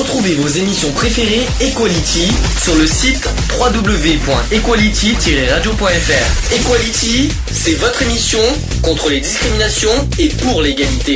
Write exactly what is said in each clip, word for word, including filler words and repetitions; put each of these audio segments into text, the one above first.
Retrouvez vos émissions préférées Equality sur le site w w w point equality tiret radio point f r. Equality, c'est votre émission contre les discriminations et pour l'égalité.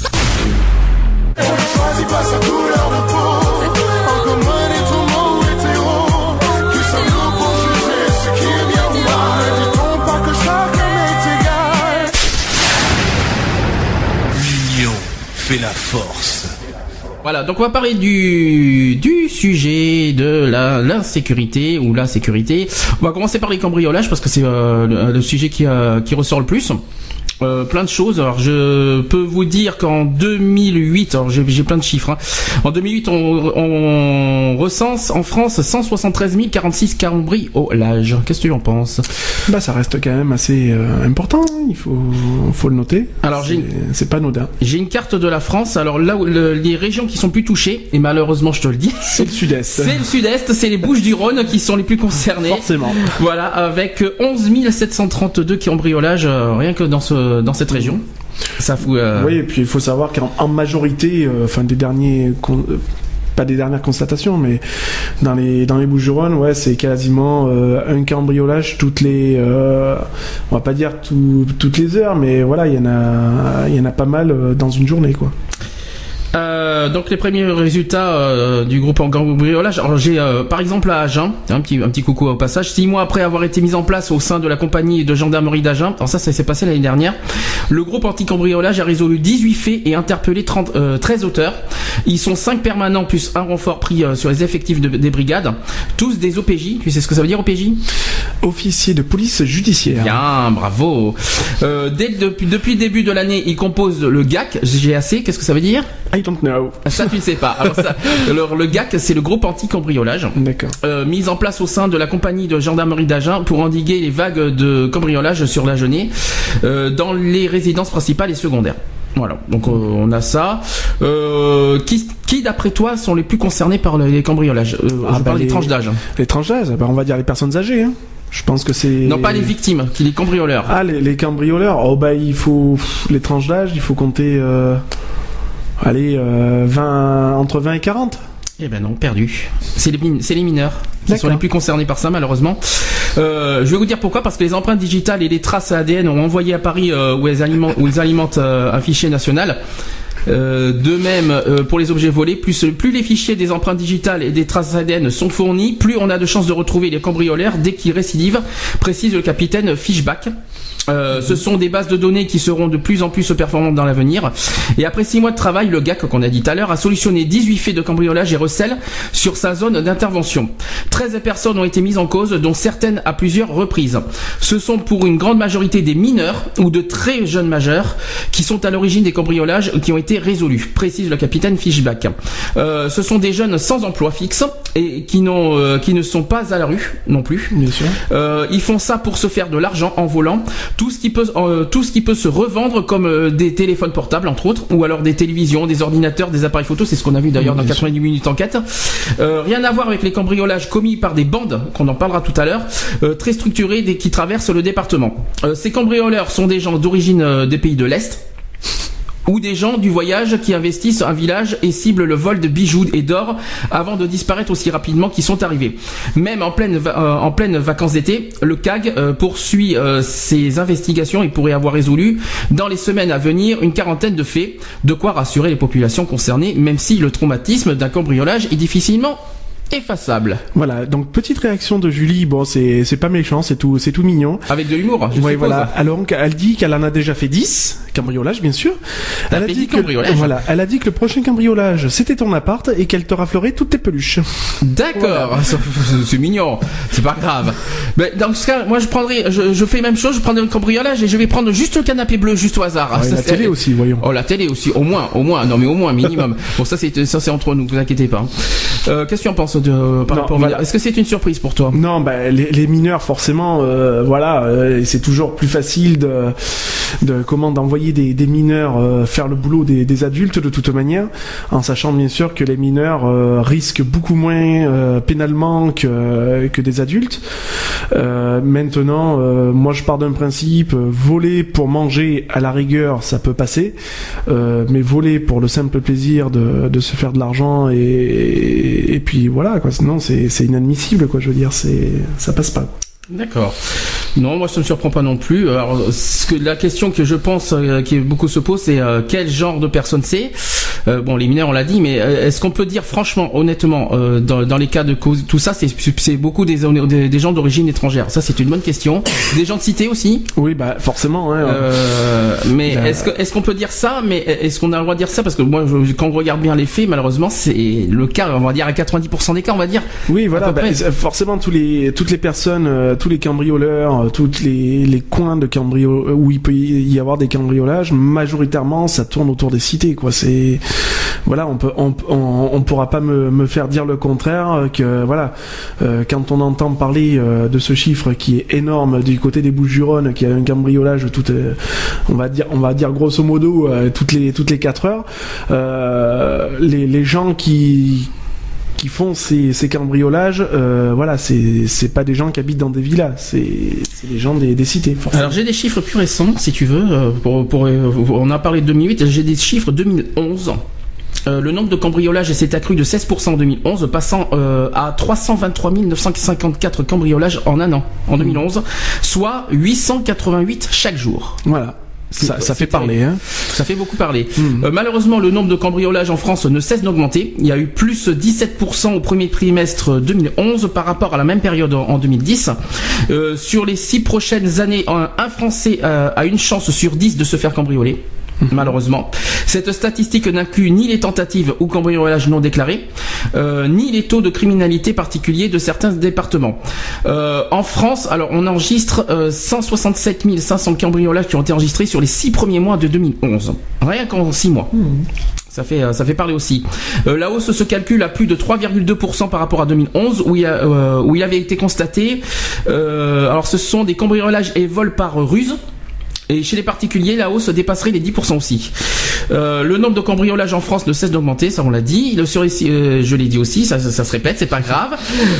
L'union fait la force. Voilà, donc on va parler du du sujet de la l'insécurité ou la sécurité. On va commencer par les cambriolages parce que c'est euh, le, le sujet qui euh, qui ressort le plus. Euh, plein de choses. Alors je peux vous dire qu'en deux mille huit, alors j'ai, j'ai plein de chiffres. Hein. En deux mille huit, on, on recense en France cent soixante-treize mille quarante-six cambriolages. Qu'est-ce que tu en penses ? Bah ça reste quand même assez euh, important. Il faut faut le noter. Alors c'est, j'ai une, c'est pas anodin. J'ai une carte de la France. Alors là où le, les régions qui sont plus touchées, et malheureusement je te le dis, c'est le Sud-Est. C'est le Sud-Est, c'est les Bouches-du-Rhône qui sont les plus concernées. Forcément. Voilà, avec onze mille sept cent trente-deux cambriolages euh, rien que dans ce dans cette région. Ça fout. Euh... Oui, et puis il faut savoir qu'en en majorité, euh, enfin des derniers, con, euh, pas des dernières constatations, mais dans les dans les Bouches-du-Rhône, ouais, c'est quasiment euh, un cambriolage toutes les, euh, on va pas dire tout, toutes les heures, mais voilà, il y en a, il y en a pas mal euh, dans une journée, quoi. Euh, donc les premiers résultats euh, du groupe en cambriolage. Alors j'ai euh, par exemple à Agen, un petit un petit coucou au passage. Six mois après avoir été mis en place au sein de la compagnie de gendarmerie d'Agen, alors ça ça s'est passé l'année dernière. Le groupe anti-cambriolage a résolu dix-huit faits et interpellé trente, euh, treize auteurs. Ils sont cinq permanents plus un renfort pris euh, sur les effectifs de, des brigades, tous des O P J. Tu sais ce que ça veut dire O P J ? Officier de police judiciaire. Bien, bravo. Euh, dès depuis depuis le début de l'année, ils composent le G A C. G A C, qu'est-ce que ça veut dire ? I don't know. Ça tu ne sais pas. Alors ça, alors, le G A C, c'est le groupe anti-cambriolage. D'accord. Euh, mis en place au sein de la compagnie de gendarmerie d'Agen pour endiguer les vagues de cambriolage sur l'Agenais euh, dans les résidences principales et secondaires. Voilà, donc euh, on a ça. Euh, qui, qui d'après toi sont les plus concernés par les cambriolages euh, ah, Je bah parle les, des tranches d'âge. Les tranches d'âge, bah on va dire les personnes âgées. Hein. Je pense que c'est... Non, pas les victimes, qui les cambrioleurs. Ah, les, les cambrioleurs. Oh bah il faut les tranches d'âge, il faut compter. Euh... Allez, euh, vingt, entre vingt et quarante. Eh ben non, perdu. C'est les, c'est les mineurs qui D'accord. sont les plus concernés par ça, malheureusement. Euh, je vais vous dire pourquoi, parce que les empreintes digitales et les traces A D N ont envoyé à Paris euh, où elles alimentent, où ils alimentent euh, un fichier national. Euh, de même, euh, pour les objets volés, plus, plus les fichiers des empreintes digitales et des traces A D N sont fournis, plus on a de chances de retrouver les cambrioleurs dès qu'ils récidivent, précise le capitaine Fishback. Euh, ce sont des bases de données qui seront de plus en plus performantes dans l'avenir. Et après six mois de travail, le G A C, qu'on a dit tout à l'heure, a solutionné dix-huit faits de cambriolage et recel sur sa zone d'intervention. treize personnes ont été mises en cause, dont certaines à plusieurs reprises. Ce sont pour une grande majorité des mineurs ou de très jeunes majeurs qui sont à l'origine des cambriolages qui ont été résolus, précise le capitaine Fishback. Euh, ce sont des jeunes sans emploi fixe et qui, n'ont, euh, qui ne sont pas à la rue non plus. Bien sûr. Euh, ils font ça pour se faire de l'argent en volant. Tout ce qui peut, euh, tout ce qui peut se revendre comme euh, des téléphones portables entre autres, ou alors des télévisions, des ordinateurs, des appareils photo, c'est ce qu'on a vu d'ailleurs oui, dans quatre-vingt-dix minutes enquête. Euh, rien à voir avec les cambriolages commis par des bandes, qu'on en parlera tout à l'heure, euh, très structurées et qui traversent le département. Euh, ces cambrioleurs sont des gens d'origine euh, des pays de l'Est, ou des gens du voyage qui investissent un village et ciblent le vol de bijoux et d'or avant de disparaître aussi rapidement qu'ils sont arrivés. Même en pleine, va- euh, en pleine vacances d'été, le C A G euh, poursuit euh, ses investigations et pourrait avoir résolu dans les semaines à venir une quarantaine de faits, de quoi rassurer les populations concernées, même si le traumatisme d'un cambriolage est difficilement effaçable. Voilà, donc petite réaction de Julie, bon c'est c'est pas méchant, c'est tout c'est tout mignon. Avec de l'humour, je ouais, suppose. voilà. Alors elle dit qu'elle en a déjà fait dix cambriolages bien sûr. Elle a dit que voilà, elle a dit que le prochain cambriolage c'était ton appart et qu'elle te raflerait toutes tes peluches. D'accord, voilà. C'est mignon, c'est pas grave. Mais dans ce cas, moi je prendrai, je, je fais la même chose, je prendrai le cambriolage et je vais prendre juste le canapé bleu, juste au hasard. Ouais, ça, la c'est... télé aussi, voyons. Oh la télé aussi, au moins, au moins, non mais au moins minimum. Bon ça c'est ça c'est entre nous, vous inquiétez pas. Euh, qu'est-ce que tu en penses de par non, rapport voilà. Est-ce que c'est une surprise pour toi? Non, bah les, les mineurs forcément, euh, voilà, euh, c'est toujours plus facile de de comment d'envoyer des, des mineurs euh, faire le boulot des, des adultes de toute manière, en sachant bien sûr que les mineurs euh, risquent beaucoup moins euh, pénalement que, que des adultes. Euh, maintenant, euh, moi je pars d'un principe, euh, voler pour manger à la rigueur, ça peut passer, euh, mais voler pour le simple plaisir de, de se faire de l'argent et, et, et puis voilà, quoi. Sinon c'est, c'est inadmissible, quoi. Je veux dire, c'est, ça passe pas. D'accord. Non, moi ça me surprend pas non plus. Alors, ce que, la question que je pense euh, qui beaucoup se pose, c'est euh, quel genre de personne c'est. Euh, bon, les mineurs on l'a dit, mais euh, est-ce qu'on peut dire franchement, honnêtement, euh, dans, dans les cas de cause, tout ça, c'est, c'est beaucoup des, des, des gens d'origine étrangère. Ça, c'est une bonne question. Des gens de cité aussi. Oui, bah forcément. Hein, euh, mais bah... est-ce que est-ce qu'on peut dire ça? Mais est-ce qu'on a le droit de dire ça? Parce que moi, je, quand on regarde bien les faits, malheureusement, c'est le cas. On va dire à quatre-vingt-dix pour cent des cas, on va dire. Oui, voilà. Bah, forcément, tous les toutes les personnes. Euh, tous les cambrioleurs, tous les, les coins de cambriolage où il peut y avoir des cambriolages, majoritairement ça tourne autour des cités, quoi. C'est voilà, on peut on on, on pourra pas me, me faire dire le contraire, que voilà, euh, quand on entend parler euh, de ce chiffre qui est énorme du côté des Bouches-du-Rhône, qui a un cambriolage tout euh, on va dire on va dire grosso modo euh, toutes les toutes les quatre heures, euh, les les gens qui qui font ces, ces cambriolages, euh, voilà, c'est c'est pas des gens qui habitent dans des villas, c'est c'est des gens des, des cités. Forcément. Alors j'ai des chiffres plus récents, si tu veux. Pour, pour, on a parlé de deux mille huit, j'ai des chiffres deux mille onze. Euh, le nombre de cambriolages s'est accru de seize pour cent en deux mille onze, passant euh, à trois cent vingt-trois mille neuf cent cinquante-quatre cambriolages en un an, en deux mille onze, soit huit cent quatre-vingt-huit chaque jour. Voilà. Ça, ça fait parler, hein. Ça fait beaucoup parler. Mmh. Euh, malheureusement, le nombre de cambriolages en France ne cesse d'augmenter. Il y a eu plus dix-sept pour cent au premier trimestre deux mille onze par rapport à la même période en, en deux mille dix. Euh, sur les six prochaines années, un, un Français euh, a une chance sur dix de se faire cambrioler. Malheureusement. Cette statistique n'inclut ni les tentatives ou cambriolages non déclarés, euh, ni les taux de criminalité particuliers de certains départements. Euh, en France, alors on enregistre euh, cent soixante-sept mille cinq cents cambriolages qui ont été enregistrés sur les six premiers mois de deux mille onze. Rien qu'en six mois. Mmh. Ça fait, ça fait parler aussi. Euh, la hausse se calcule à plus de trois virgule deux pour cent par rapport à deux mille onze, où il, a, euh, où il avait été constaté. Euh, alors ce sont des cambriolages et vols par ruse. Et chez les particuliers, la hausse dépasserait les dix pour cent aussi. Euh, le nombre de cambriolages en France ne cesse d'augmenter, ça on l'a dit. Le sur, euh, je l'ai dit aussi, ça, ça, ça se répète, c'est pas grave.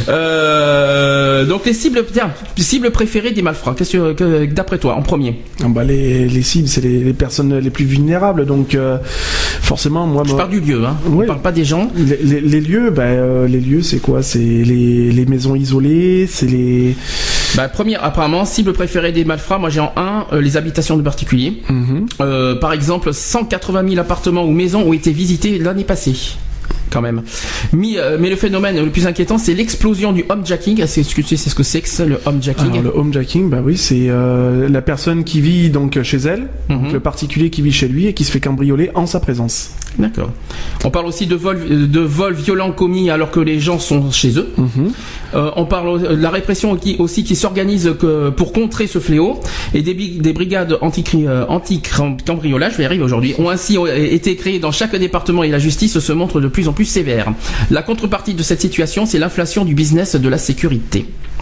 Euh, donc les cibles, tiens, cibles préférées des malfrats. Qu'est-ce que, que d'après toi, en premier? Ah bah les, les cibles, c'est les, les personnes les plus vulnérables. Donc euh, forcément, moi, je moi... parle du lieu, hein. Oui. On parle pas des gens. Les, les, les lieux, bah euh, les lieux, c'est quoi? C'est les, les maisons isolées, c'est les. Bah première, apparemment, cible préférée des malfrats. Moi j'ai en un euh, les habitations de particuliers. Mmh. Euh, par exemple, cent quatre-vingt mille appartements ou maisons ont été visités l'année passée. Quand même. Mais, euh, mais le phénomène le plus inquiétant, c'est l'explosion du homejacking. C'est ce que tu sais, c'est ce que c'est que ça, le homejacking. Alors, le homejacking, bah oui, c'est euh, la personne qui vit donc chez elle, mm-hmm. donc le particulier qui vit chez lui et qui se fait cambrioler en sa présence. D'accord. On parle aussi de vols, de vols violents commis alors que les gens sont chez eux. Mm-hmm. Euh, on parle de la répression qui, aussi qui s'organise que, pour contrer ce fléau, et des, des brigades anti-cambriolage, je vais y arriver aujourd'hui, ont ainsi été créées dans chaque département et la justice se montre de plus en plus sévère. La contrepartie de cette situation, c'est l'inflation du business de la sécurité.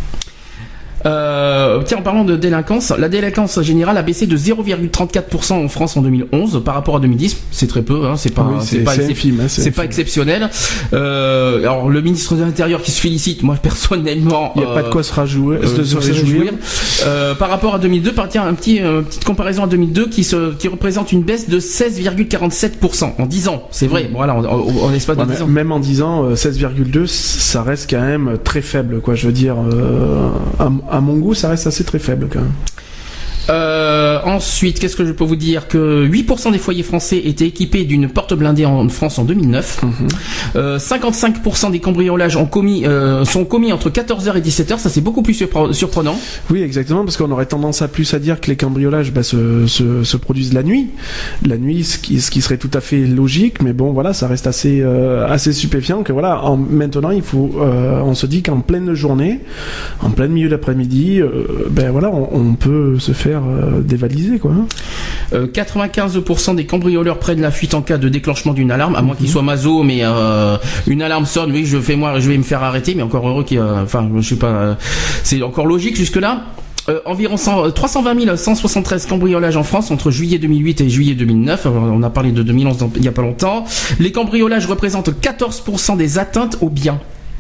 Euh, tiens, en parlant de délinquance, la délinquance générale a baissé de zéro virgule trente-quatre pour cent en France en deux mille onze par rapport à deux mille dix. C'est très peu, hein, c'est pas, oui, c'est, c'est pas, c'est, infime, hein, c'est, c'est pas exceptionnel. Euh, alors le ministre de l'Intérieur qui se félicite, moi personnellement, il n'y a euh, pas de quoi se réjouir. Euh, de se réjouir. Euh, par rapport à deux mille deux, par tiens, un petit, euh, petite comparaison à deux mille deux qui se, qui représente une baisse de seize virgule quarante-sept pour cent en dix ans. C'est vrai. Mmh. Voilà, en, en, en espace ouais, de dix ans. Même en dix ans, seize virgule deux, ça reste quand même très faible, quoi. Je veux dire, euh, à, à mon goût, ça reste assez très faible quand même. Euh, ensuite, qu'est-ce que je peux vous dire? Que huit pour cent des foyers français étaient équipés d'une porte blindée en France en deux mille neuf. Mmh. Euh, cinquante-cinq pour cent des cambriolages ont commis, euh, sont commis entre quatorze heures et dix-sept heures. Ça, c'est beaucoup plus surpre- surprenant. Oui, exactement, parce qu'on aurait tendance à plus à dire que les cambriolages bah, se, se, se produisent la nuit. La nuit, ce qui, ce qui serait tout à fait logique, mais bon, voilà, ça reste assez, euh, assez stupéfiant que voilà, en, maintenant, il faut, euh, on se dit qu'en pleine journée, en plein milieu d'après-midi, euh, ben voilà, on, on peut se faire Euh, dévalisé quoi. Euh, quatre-vingt-quinze pour cent des cambrioleurs prennent la fuite en cas de déclenchement d'une alarme, à moins mm-hmm. qu'ils soient maso, mais euh, une alarme sonne, oui, je fais moi, je vais me faire arrêter, mais encore heureux qu'il, euh, enfin, je sais pas, euh, c'est encore logique jusque là. Euh, environ cent, trois cent vingt mille cent soixante-treize cambriolages en France entre juillet deux mille huit et juillet deux mille neuf. On a parlé de deux mille onze il n'y a pas longtemps. Les cambriolages représentent quatorze pour cent des atteintes aux biens.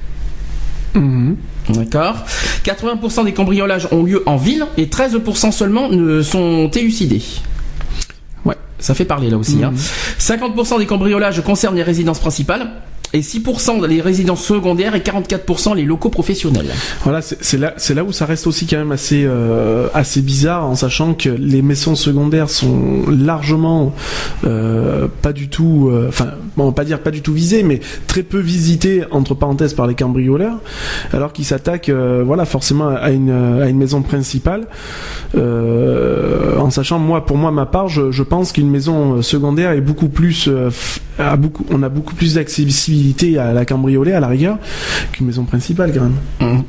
Mmh. D'accord. quatre-vingts pour cent des cambriolages ont lieu en ville et treize pour cent seulement ne sont élucidés. Ouais, ça fait parler là aussi. Mmh. Hein. cinquante pour cent des cambriolages concernent les résidences principales. Et six pour cent les résidences secondaires et quarante-quatre pour cent les locaux professionnels. Voilà, c'est, c'est là, c'est là où ça reste aussi quand même assez, euh, assez bizarre, en sachant que les maisons secondaires sont largement euh, pas du tout, enfin, euh, bon, on va pas dire pas du tout visées, mais très peu visitées entre parenthèses par les cambrioleurs, alors qu'ils s'attaquent, euh, voilà, forcément à une, à une maison principale, euh, en sachant, moi, pour moi, ma part, je, je pense qu'une maison secondaire est beaucoup plus, euh, a beaucoup, on a beaucoup plus d'accessibilité à la cambrioler à la rigueur qu'une maison principale quand même. Mmh.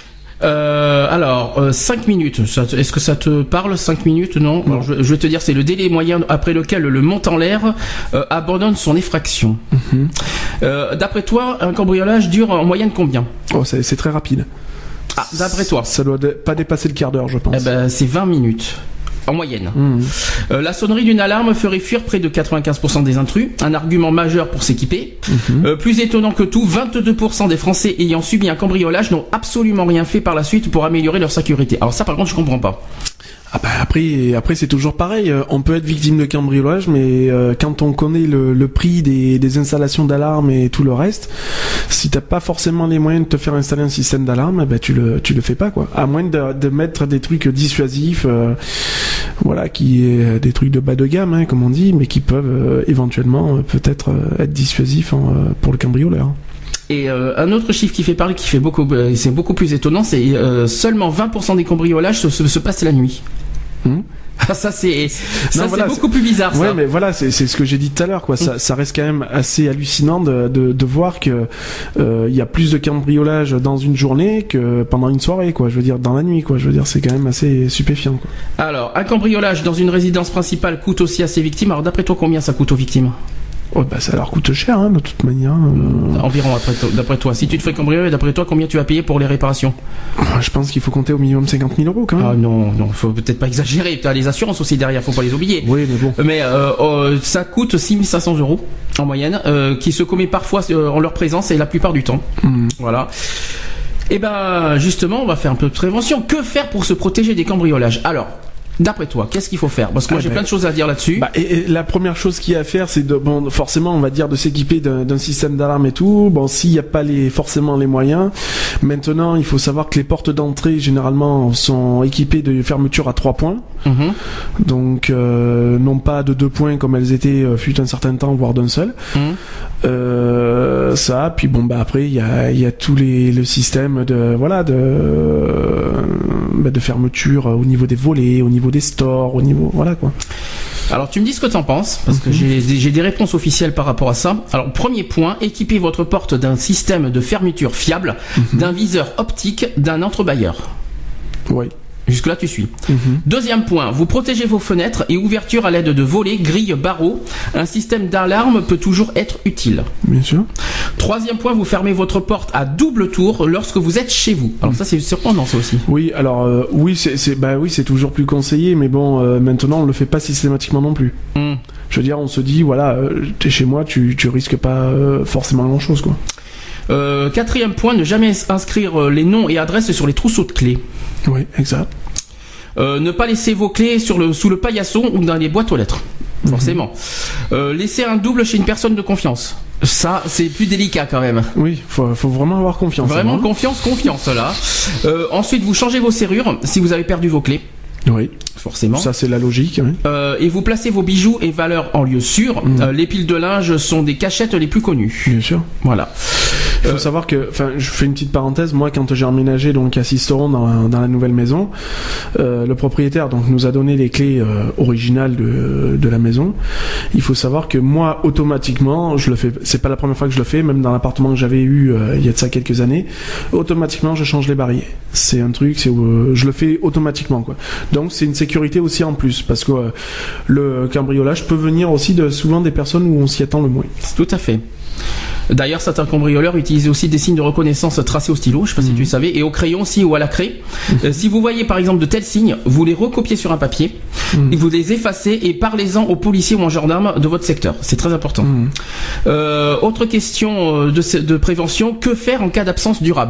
Euh, alors, euh, cinq minutes, ça, est-ce que ça te parle cinq minutes? Non, non. Alors, je, je vais te dire, c'est le délai moyen après lequel le monte en l'air euh, abandonne son effraction. Mmh. Euh, d'après toi, un cambriolage dure en moyenne combien? Oh, c'est, c'est très rapide. Ah, d'après toi? Ça doit de, pas dépasser le quart d'heure, je pense. Eh ben, c'est vingt minutes. En moyenne. Mmh. Euh, la sonnerie d'une alarme ferait fuir près de quatre-vingt-quinze pour cent des intrus, un argument majeur pour s'équiper. Mmh. Euh, plus étonnant que tout, vingt-deux pour cent des Français ayant subi un cambriolage n'ont absolument rien fait par la suite pour améliorer leur sécurité. Alors ça, par contre, je comprends pas. Ah bah après, après c'est toujours pareil. On peut être victime de cambriolage, mais euh, quand on connaît le, le prix des, des installations d'alarme et tout le reste, si t'as pas forcément les moyens de te faire installer un système d'alarme, bah tu le tu le fais pas quoi. À moins de, de mettre des trucs dissuasifs, euh, voilà, qui est des trucs de bas de gamme, hein, comme on dit, mais qui peuvent euh, éventuellement euh, peut-être euh, être dissuasifs hein, pour le cambrioleur. Et euh, un autre chiffre qui fait parler, qui fait beaucoup, euh, c'est beaucoup plus étonnant, c'est euh, seulement vingt pour cent des cambriolages se, se, se passent la nuit. Mmh. Ça c'est, ça, non, voilà, c'est beaucoup c'est... plus bizarre. Ça. Ouais, mais voilà, c'est, c'est ce que j'ai dit tout à l'heure, quoi. Ça, mmh. ça reste quand même assez hallucinant de, de, de voir que euh, il y a plus de cambriolages dans une journée que pendant une soirée, quoi. Je veux dire, dans la nuit, quoi. Je veux dire, c'est quand même assez stupéfiant, quoi. Alors, un cambriolage dans une résidence principale coûte aussi à ses victimes. Alors, d'après toi, combien ça coûte aux victimes? Oh, bah ça leur coûte cher, hein, de toute manière. Euh... Environ, d'après toi, d'après toi. Si tu te fais cambrioler, d'après toi, combien tu vas payer pour les réparations? Je pense qu'il faut compter au minimum cinquante mille euros, quand même. Ah non, non, faut peut-être pas exagérer. T'as les assurances aussi derrière, faut pas les oublier. Oui, mais bon. Mais euh, euh, ça coûte six mille cinq cents euros en moyenne, euh, qui se commet parfois euh, en leur présence et la plupart du temps. Mmh. Voilà. Et ben, justement, on va faire un peu de prévention. Que faire pour se protéger des cambriolages? Alors, d'après toi, qu'est-ce qu'il faut faire? Parce que moi ah j'ai ben, plein de choses à dire là-dessus. Bah, et, et la première chose qu'il y a à faire, c'est de, bon, forcément, on va dire de s'équiper d'un, d'un système d'alarme et tout. Bon, s'il n'y a pas les, forcément les moyens. Maintenant, il faut savoir que les portes d'entrée, généralement, sont équipées de fermeture à trois points. Mmh. Donc, euh, non pas de deux points comme elles étaient, euh, fut un certain temps, voire d'un seul. Mmh. Euh, ça, puis bon, bah après, il y a, il y a tous les, le système de, voilà, de, euh, bah, de fermeture au niveau des volets, au niveau des stores, au niveau, voilà quoi. Alors tu me dis ce que t'en penses, parce que j'ai, j'ai des réponses officielles par rapport à ça. Alors premier point, équipez votre porte d'un système de fermeture fiable, mm-hmm. d'un viseur optique, d'un entrebâilleur. Oui. Jusque là tu suis. Mm-hmm. Deuxième point, vous protégez vos fenêtres et ouvertures à l'aide de volets, grilles, barreaux. Un système d'alarme peut toujours être utile. Bien sûr. Troisième point, vous fermez votre porte à double tour lorsque vous êtes chez vous. Alors ça c'est surprenant ça aussi. Oui, alors euh, oui c'est, c'est bah oui c'est toujours plus conseillé, mais bon euh, maintenant on le fait pas systématiquement non plus. Mm. Je veux dire on se dit voilà euh, t'es chez moi, tu tu risques pas euh, forcément grand chose quoi. Euh, quatrième point, ne jamais inscrire les noms et adresses sur les trousseaux de clés. Oui, exact. Euh, ne pas laisser vos clés sur le, sous le paillasson ou dans les boîtes aux lettres. Mmh. Forcément. Euh, laisser un double chez une personne de confiance. Ça, c'est plus délicat quand même. Oui, faut, faut vraiment avoir confiance. Vraiment hein. confiance, confiance là. Euh, ensuite, vous changez vos serrures si vous avez perdu vos clés. Oui. Forcément. Ça, c'est la logique. Oui. Euh, et vous placez vos bijoux et valeurs en lieu sûr. Mmh. Euh, les piles de linge sont des cachettes les plus connues. Bien sûr. Voilà. Il faut euh, savoir que, enfin, je fais une petite parenthèse. Moi, quand j'ai emménagé donc à Sisteron dans la, dans la nouvelle maison, euh, le propriétaire donc nous a donné les clés euh, originales de, de la maison. Il faut savoir que moi, automatiquement, je le fais. C'est pas la première fois que je le fais. Même dans l'appartement que j'avais eu euh, il y a de ça quelques années, automatiquement, je change les barilles. C'est un truc, c'est euh, je le fais automatiquement quoi. Donc c'est une sécurité aussi en plus parce que euh, le cambriolage peut venir aussi de souvent des personnes où on s'y attend le moins. Tout à fait. D'ailleurs, certains cambrioleurs utilisent aussi des signes de reconnaissance tracés au stylo, je sais pas mmh. si tu le savais, et au crayon aussi ou à la craie. Mmh. Euh, si vous voyez par exemple de tels signes, vous les recopiez sur un papier, mmh. et vous les effacez et parlez-en aux policiers ou aux gendarmes de votre secteur. C'est très important. Mmh. Euh, autre question de, de prévention, que faire en cas d'absence durable ?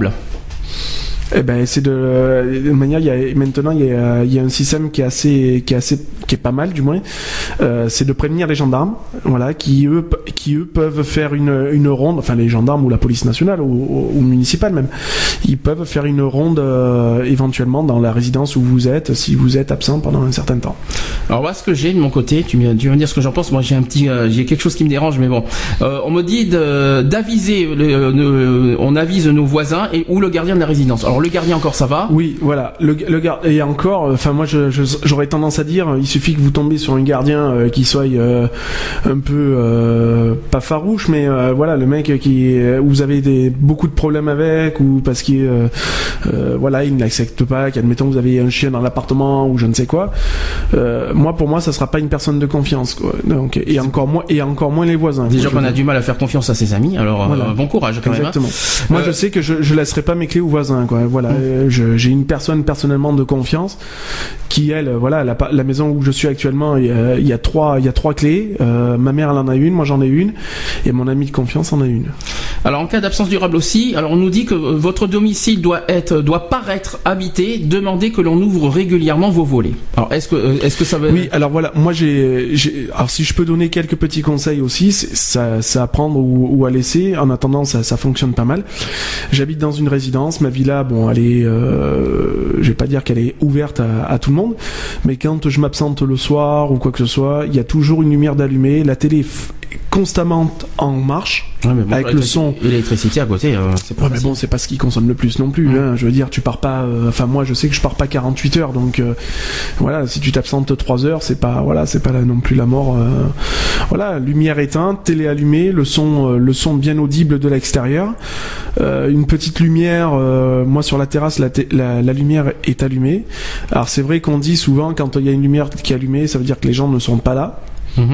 Eh ben, c'est de, de manière, il y a, maintenant, il y a, il y a un système qui est assez, qui est assez, qui est pas mal, du moins. Euh, c'est de prévenir les gendarmes, voilà, qui eux, qui eux peuvent faire une, une ronde, enfin, les gendarmes ou la police nationale ou, ou municipale même. Ils peuvent faire une ronde, euh, éventuellement dans la résidence où vous êtes, si vous êtes absent pendant un certain temps. Alors, voilà ce que j'ai de mon côté. Tu me, tu vas me dire ce que j'en pense. Moi, j'ai un petit, euh, j'ai quelque chose qui me dérange, mais bon. Euh, on me dit de, d'aviser, le, le, on avise nos voisins et, ou le gardien de la résidence. Alors, le gardien encore ça va. Oui, voilà. Le, le gar... et encore, enfin moi je, je, j'aurais tendance à dire, il suffit que vous tombiez sur un gardien euh, qui soit euh, un peu euh, pas farouche, mais euh, voilà, le mec qui où vous avez des beaucoup de problèmes avec, ou parce qu'il euh, euh, voilà, il n'accepte pas, qu'admettons vous avez un chien dans l'appartement ou je ne sais quoi. Euh, moi pour moi ça sera pas une personne de confiance, quoi. Donc et encore moins et encore moins les voisins. Déjà qu'on a du mal à faire confiance à ses amis, alors voilà. euh, bon courage quand Exactement. même. Hein. Moi euh... je sais que je je laisserai pas mes clés aux voisins, quoi. Voilà. Mmh. Je, j'ai une personne personnellement de confiance qui elle, voilà, la, la maison où je suis actuellement, il y a, il y a trois, il y a trois clés. Euh, ma mère elle en a une, moi j'en ai une, et mon ami de confiance en a une. Alors en cas d'absence durable aussi, alors on nous dit que votre domicile doit être, doit paraître habité. Demandez que l'on ouvre régulièrement vos volets. Alors est-ce que, est-ce que ça va... Oui, alors voilà, moi j'ai, j'ai, alors si je peux donner quelques petits conseils aussi, c'est, ça, c'est à prendre ou, ou à laisser. En attendant, ça, ça fonctionne pas mal. J'habite dans une résidence, ma villa, bon, elle est, euh, je vais pas dire qu'elle est ouverte à, à tout le monde, mais quand je m'absente le soir ou quoi que ce soit, il y a toujours une lumière d'allumée, la télé f- constamment en marche, ouais, mais bon, avec le son. Et l'électricité à côté, euh, c'est pas ouais, mais bon, c'est pas ce qui consomme le plus non plus. Mmh. Hein. Je veux dire, tu pars pas. Enfin, euh, moi, je sais que je pars pas quarante-huit heures, donc euh, voilà. Si tu t'absentes trois heures, c'est pas, voilà, c'est pas là non plus la mort. Euh, voilà, lumière éteinte, télé allumée, le son, euh, le son bien audible de l'extérieur, euh, une petite lumière. Euh, moi, sur la terrasse, la, t- la, la lumière est allumée. Alors, c'est vrai qu'on dit souvent quand il y a une lumière qui est allumée, ça veut dire que les gens ne sont pas là. Mmh.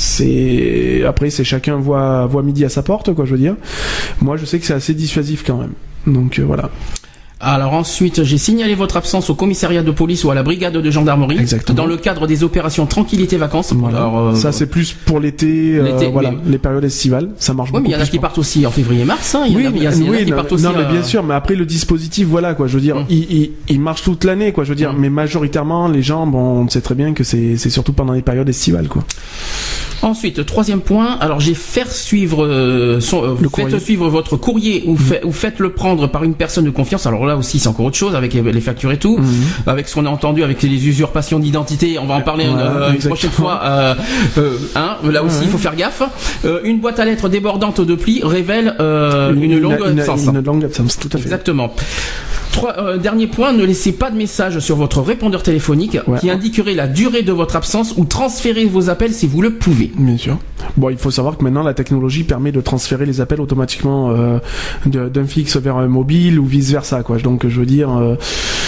C'est après c'est chacun voit voit midi à sa porte, quoi, je veux dire. Moi je sais que c'est assez dissuasif quand même. Donc euh, voilà. Alors ensuite, j'ai signalé votre absence au commissariat de police ou à la brigade de gendarmerie. Exactement. Dans le cadre des opérations tranquillité vacances. Voilà. Alors, euh, ça c'est plus pour l'été, euh, voilà, mais... les périodes estivales, ça marche oui, beaucoup. Oui, mais il y en a qui partent aussi en février-mars. Hein. Il y oui, en a, mais, il y a, il y en a oui, qui non, partent aussi. Non, mais bien euh... sûr, mais après le dispositif, voilà, quoi. Je veux dire, mmh. il, il, il marche toute l'année, quoi. Je veux dire, mmh. mais majoritairement, les gens, bon, on sait très bien que c'est, c'est surtout pendant les périodes estivales, quoi. Ensuite, troisième point, alors j'ai faire suivre, euh, son, euh, faites courrier. suivre votre courrier ou, mmh. fait, ou faites-le prendre par une personne de confiance. Alors là aussi, c'est encore autre chose avec les, les factures et tout, mmh. avec ce qu'on a entendu avec les usurpations d'identité. On va en parler voilà, euh, une prochaine fois. Euh, euh, hein, là aussi, il ouais. faut faire gaffe. Euh, une boîte à lettres débordante de plis révèle euh, une, une longue une, absence. Une, une longue absence, tout à fait. Exactement. Trois, euh, dernier point, ne laissez pas de message sur votre répondeur téléphonique ouais. qui indiquerait la durée de votre absence ou transférez vos appels si vous le pouvez. Bien sûr. Bon, il faut savoir que maintenant la technologie permet de transférer les appels automatiquement euh, de, d'un fixe vers un mobile ou vice versa, quoi. Donc je veux dire, euh,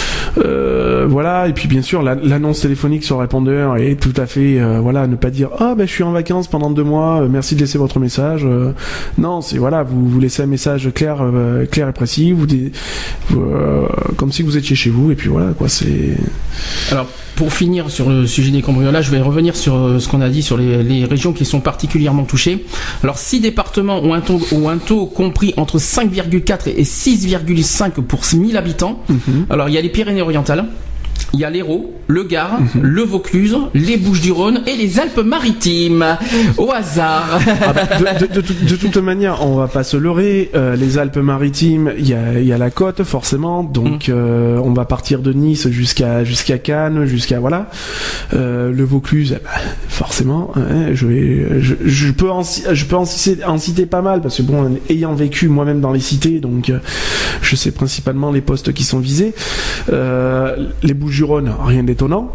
euh, voilà. Et puis bien sûr, la, l'annonce téléphonique sur le répondeur est tout à fait, euh, voilà, ne pas dire ah ben je suis en vacances pendant deux mois, euh, merci de laisser votre message. Euh, non, c'est voilà, vous vous laissez un message clair, euh, clair et précis, vous, dé, vous euh, comme si vous étiez chez vous et puis voilà quoi, c'est. Alors pour finir sur le sujet des cambriolages, je vais revenir sur ce qu'on a dit sur les, les régions qui sont particulièrement touchées. Alors six départements ont un taux, ont un taux compris entre cinq virgule quatre et six virgule cinq pour mille habitants. Mm-hmm. Alors il y a les Pyrénées-Orientales, il y a l'Hérault, le Gard, mmh. le Vaucluse, les Bouches-du-Rhône et les Alpes-Maritimes. Au hasard. Ah bah, de, de, de, de, de toute manière, on va pas se leurrer. Euh, les Alpes-Maritimes, il y a, y a la côte forcément. Donc, mmh. euh, on va partir de Nice jusqu'à jusqu'à Cannes, jusqu'à voilà. Euh, le Vaucluse, bah, forcément. Hein, je vais, je, je peux en, je peux en citer, en citer pas mal parce que bon, ayant vécu moi-même dans les cités, donc euh, je sais principalement les postes qui sont visés. Euh, les Bouches-du-Rhône, rien d'étonnant.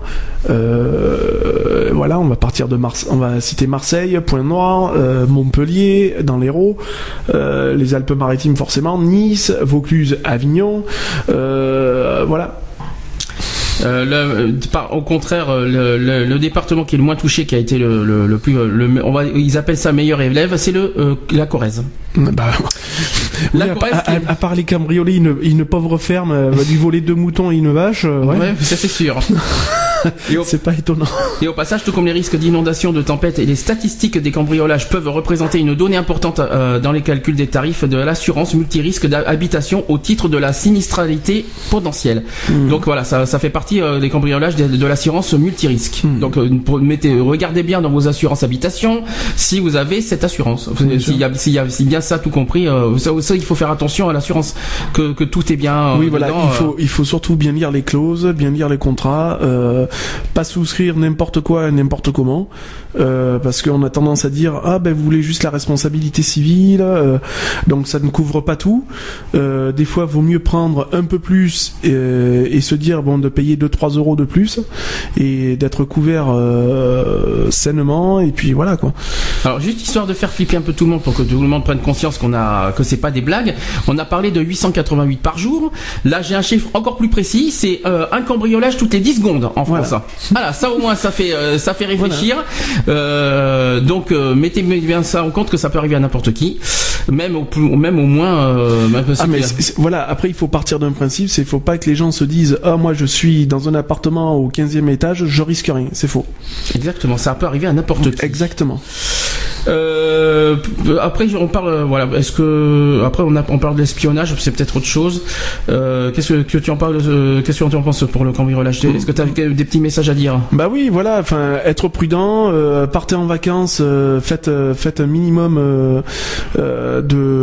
Euh, voilà, on va partir de Mars, on va citer Marseille, Pointe-Noire, euh, Montpellier, dans l'Hérault, euh, les Alpes-Maritimes forcément, Nice, Vaucluse, Avignon, euh, voilà. Euh, le, par, au contraire, le, le, le département qui est le moins touché, qui a été le, le, le plus, le, on va, ils appellent ça meilleur élève, c'est le euh, la Corrèze. Bah, la oui, Corrèze. À, à, à part les cambriolés, une, une pauvre ferme, euh, du voler deux moutons et une vache. Euh, ouais. ouais, ça c'est sûr. Au, c'est pas étonnant. Et au passage, tout comme les risques d'inondation, de tempête et les statistiques des cambriolages peuvent représenter une donnée importante euh, dans les calculs des tarifs de l'assurance multirisque d'habitation au titre de la sinistralité potentielle. Mmh. Donc voilà, ça, ça fait partie euh, des cambriolages de, de l'assurance multirisque. Mmh. Donc euh, pour, mettez, regardez bien dans vos assurances habitation si vous avez cette assurance. S'il y a, s'il y a, si bien ça tout compris, euh, ça, ça il faut faire attention à l'assurance que, que tout est bien. Euh, oui voilà, dedans, il faut euh... il faut surtout bien lire les clauses, bien lire les contrats. Euh, pas souscrire n'importe quoi n'importe comment euh, parce qu'on a tendance à dire ah ben vous voulez juste la responsabilité civile euh, donc ça ne couvre pas tout euh, des fois vaut mieux prendre un peu plus et, et se dire bon de payer deux trois euros de plus et d'être couvert euh, sainement et puis voilà quoi. Alors juste histoire de faire flipper un peu tout le monde pour que tout le monde prenne conscience qu'on a que c'est pas des blagues, on a parlé de huit cent quatre-vingt-huit par jour. Là j'ai un chiffre encore plus précis, c'est euh, un cambriolage toutes les dix secondes en France. Voilà. Voilà, ça au moins ça fait euh, ça fait réfléchir. Voilà. Euh, donc euh, mettez bien ça en compte que ça peut arriver à n'importe qui, même au plus, même au moins. Euh, même ah mais c'est, c'est, voilà, après il faut partir d'un principe, c'est il faut pas que les gens se disent ah moi je suis dans un appartement au quinzième étage, je risque rien, c'est faux. Exactement, ça peut arriver à n'importe qui. Exactement. Euh, après on parle voilà est-ce que après on, a, on parle de l'espionnage, c'est peut-être autre chose. Euh, qu'est-ce que, que tu en parles euh, qu'est-ce que tu en penses pour le cambriolage? Est-ce que tu as des petits messages à dire? Bah oui voilà, enfin être prudent, euh, partez en vacances, euh, faites euh, faites un minimum euh, euh,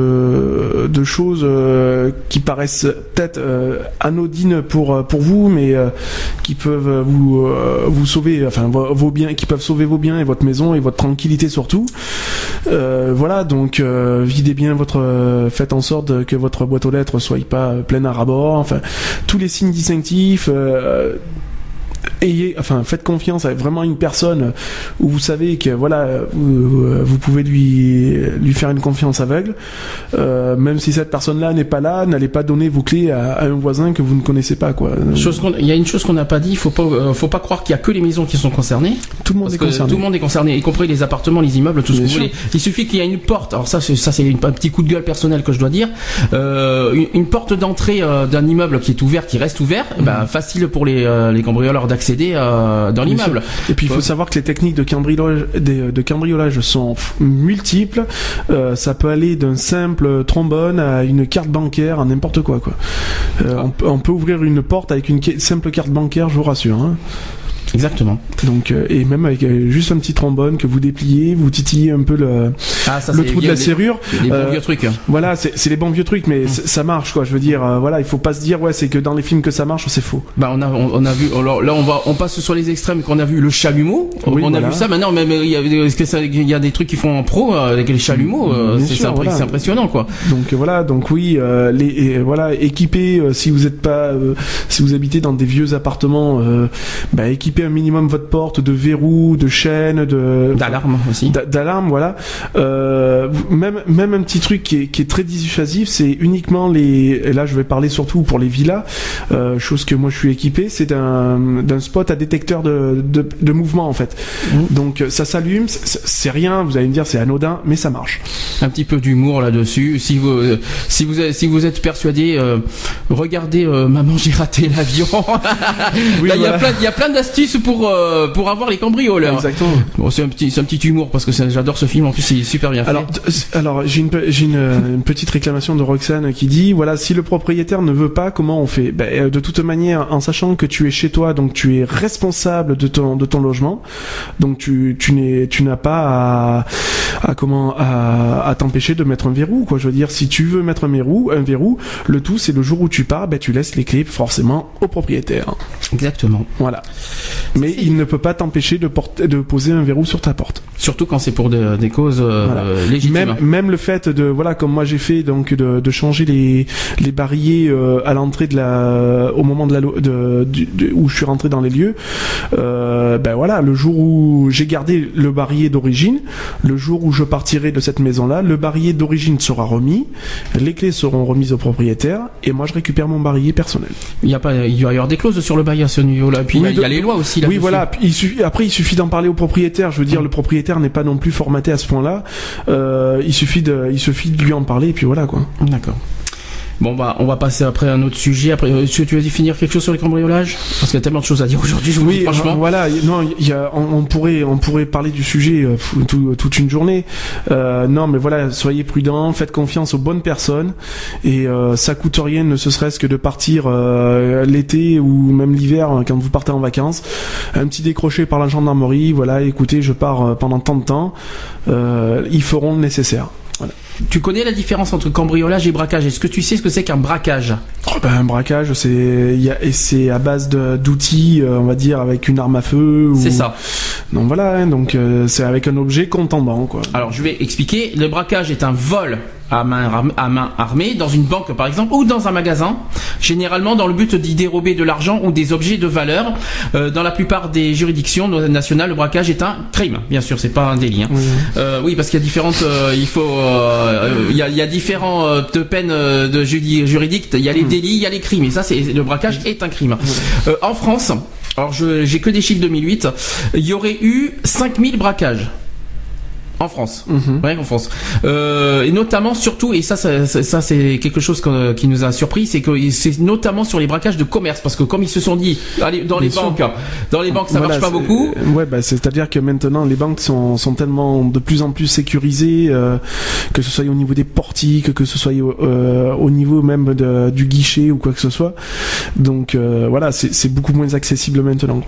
de de choses euh, qui paraissent peut-être euh, anodines pour pour vous mais euh, qui peuvent vous euh, vous sauver enfin vos, vos biens, qui peuvent sauver vos biens et votre maison et votre tranquillité surtout. Euh, voilà donc euh, videz bien votre euh, faites en sorte que votre boîte aux lettres soit pas pleine à ras-bord, enfin tous les signes distinctifs. Euh, ayez, enfin, faites confiance à vraiment une personne où vous savez que voilà, vous, vous pouvez lui lui faire une confiance aveugle. Euh, même si cette personne-là n'est pas là, n'allez pas donner vos clés à, à un voisin que vous ne connaissez pas, quoi. Chose qu'on, il y a une chose qu'on n'a pas dit, il faut pas, euh, faut pas croire qu'il y a que les maisons qui sont concernées. Tout le monde est concerné. Tout le monde est concerné, y compris les appartements, les immeubles, tout ce que vous voulez. Il suffit qu'il y ait une porte. Alors ça, c'est, ça, c'est une, un petit coup de gueule personnel que je dois dire. Euh, une, une porte d'entrée euh, d'un immeuble qui est ouvert, qui reste ouvert, mmh. bah, facile pour les, euh, les cambrioleurs d'accéder euh, dans l'immeuble. Et puis il faut ouais. savoir que les techniques de cambriolage, de, de cambriolage sont multiples. Euh, ça peut aller d'un simple trombone à une carte bancaire, à n'importe quoi, quoi. Euh, ah. on, peut, on peut ouvrir une porte avec une simple carte bancaire, je vous rassure. Hein. Exactement. Donc euh, et même avec euh, juste un petit trombone que vous dépliez, vous titillez un peu le ah, ça, le trou de la les, serrure. Les bons euh, vieux trucs. Voilà, c'est, c'est les bons vieux trucs, mais mmh. ça marche, quoi. Je veux dire, euh, voilà, il faut pas se dire ouais, c'est que dans les films que ça marche, c'est faux. Bah on a on, on a vu alors, là on va on passe sur les extrêmes qu'on a vu le chalumeau. Oui, on voilà. a vu ça maintenant, même il y a est-ce que ça, il y a des trucs qui font en pro euh, avec les chalumeaux, euh, c'est, sûr, voilà. c'est impressionnant, quoi. Donc voilà, donc oui, euh, les et, voilà, équipez euh, si vous êtes pas euh, si vous habitez dans des vieux appartements, euh, bah équipez un minimum votre porte de verrous, de chaînes, de d'alarme aussi. D'alarme, voilà. Euh, même même un petit truc qui est qui est très dissuasif, c'est uniquement les. Et là, je vais parler surtout pour les villas. Euh, chose que moi je suis équipé, c'est d'un d'un spot à détecteur de de, de mouvement en fait. Mmh. Donc ça s'allume, c'est, c'est rien. Vous allez me dire c'est anodin, mais ça marche. Un petit peu d'humour là-dessus. Si vous euh, si vous si vous êtes persuadé, euh, regardez euh, Maman j'ai raté l'avion. Oui, là il voilà. y a plein il y a plein d'astuces pour euh, pour avoir les cambrioleurs. Exactement. Bon, c'est un petit, c'est un petit humour parce que c'est, j'adore ce film. En plus, c'est super bien fait. Alors, alors j'ai une, j'ai une, une petite réclamation de Roxane qui dit voilà, si le propriétaire ne veut pas, comment on fait? Ben, de toute manière, en sachant que tu es chez toi, donc tu es responsable de ton, de ton logement, donc tu, tu n'es, tu n'as pas à, à comment, à, à t'empêcher de mettre un verrou, quoi. Je veux dire, si tu veux mettre un verrou, un verrou, le tout, c'est le jour où tu pars, ben tu laisses les clés forcément au propriétaire. Exactement. Voilà. mais il ne peut pas t'empêcher de, porter, de poser un verrou sur ta porte. Surtout quand c'est pour de, des causes euh, voilà. légitimes. Même, même le fait de, voilà, comme moi j'ai fait, donc de, de changer les, les barilles euh, à l'entrée de la, au moment de la, de, de, de, où je suis rentré dans les lieux. Euh, ben voilà, le jour où j'ai gardé le barillet d'origine, le jour où je partirai de cette maison-là, le barillet d'origine sera remis, les clés seront remises au propriétaire, et moi je récupère mon barillet personnel. Il y a pas, il va y avoir des clauses sur le bail à ce niveau-là. Puis oui, il y a, il y a les lois aussi. Là oui, voilà. Il suffit, après, il suffit d'en parler au propriétaire. Je veux dire, mmh. le propriétaire n'est pas non plus formaté à ce point-là. Euh, il suffit de, il suffit de lui en parler et puis voilà quoi. D'accord. Bon bah on va passer après à un autre sujet. Après, est-ce que tu veux finir quelque chose sur les cambriolages? Parce qu'il y a tellement de choses à dire aujourd'hui. Je vous oui, dis franchement. Euh, voilà, non, il y a, on, on pourrait, on pourrait parler du sujet euh, tout, toute une journée. Euh, non, mais voilà, soyez prudents, faites confiance aux bonnes personnes et euh, ça coûte rien, ne serait-ce que de partir euh, l'été ou même l'hiver quand vous partez en vacances. Un petit décroché par la gendarmerie. Voilà, écoutez, je pars euh, pendant tant de temps. Euh, ils feront le nécessaire. Voilà. Tu connais la différence entre cambriolage et braquage? Est-ce que tu sais ce que c'est qu'un braquage? Oh ben, un braquage, c'est y a, et c'est à base de, d'outils, euh, on va dire, avec une arme à feu. Ou... C'est ça. Donc voilà, hein, donc euh, c'est avec un objet contendant, quoi. Alors je vais expliquer. Le braquage est un vol à main, à main armée dans une banque par exemple ou dans un magasin, généralement dans le but d'y dérober de l'argent ou des objets de valeur. Euh, dans la plupart des juridictions nationales, le braquage est un crime. Bien sûr, c'est pas un délit. Hein. Oui. Euh, oui, parce qu'il y a différentes, euh, il faut, euh, il y a, il y a différentes euh, peines euh, de juridiques. Il y a les délits, il y a les crimes. Et ça, c'est le braquage est un crime. Euh, en France, alors je, j'ai que des chiffres deux mille huit, il y aurait eu cinq mille braquages. En France, mm-hmm. rien qu'en France, euh, et notamment surtout, et ça, ça, ça, ça c'est quelque chose qui nous a surpris, c'est que c'est notamment sur les braquages de commerce, parce que comme ils se sont dit, allez, dans Bien les sûr. banques, dans les banques, ça voilà, marche pas beaucoup. Ouais, bah c'est-à-dire que maintenant les banques sont, sont tellement de plus en plus sécurisées, euh, que ce soit au niveau des portiques, que ce soit euh, au niveau même de, du guichet ou quoi que ce soit. Donc euh, voilà, c'est, c'est beaucoup moins accessible maintenant.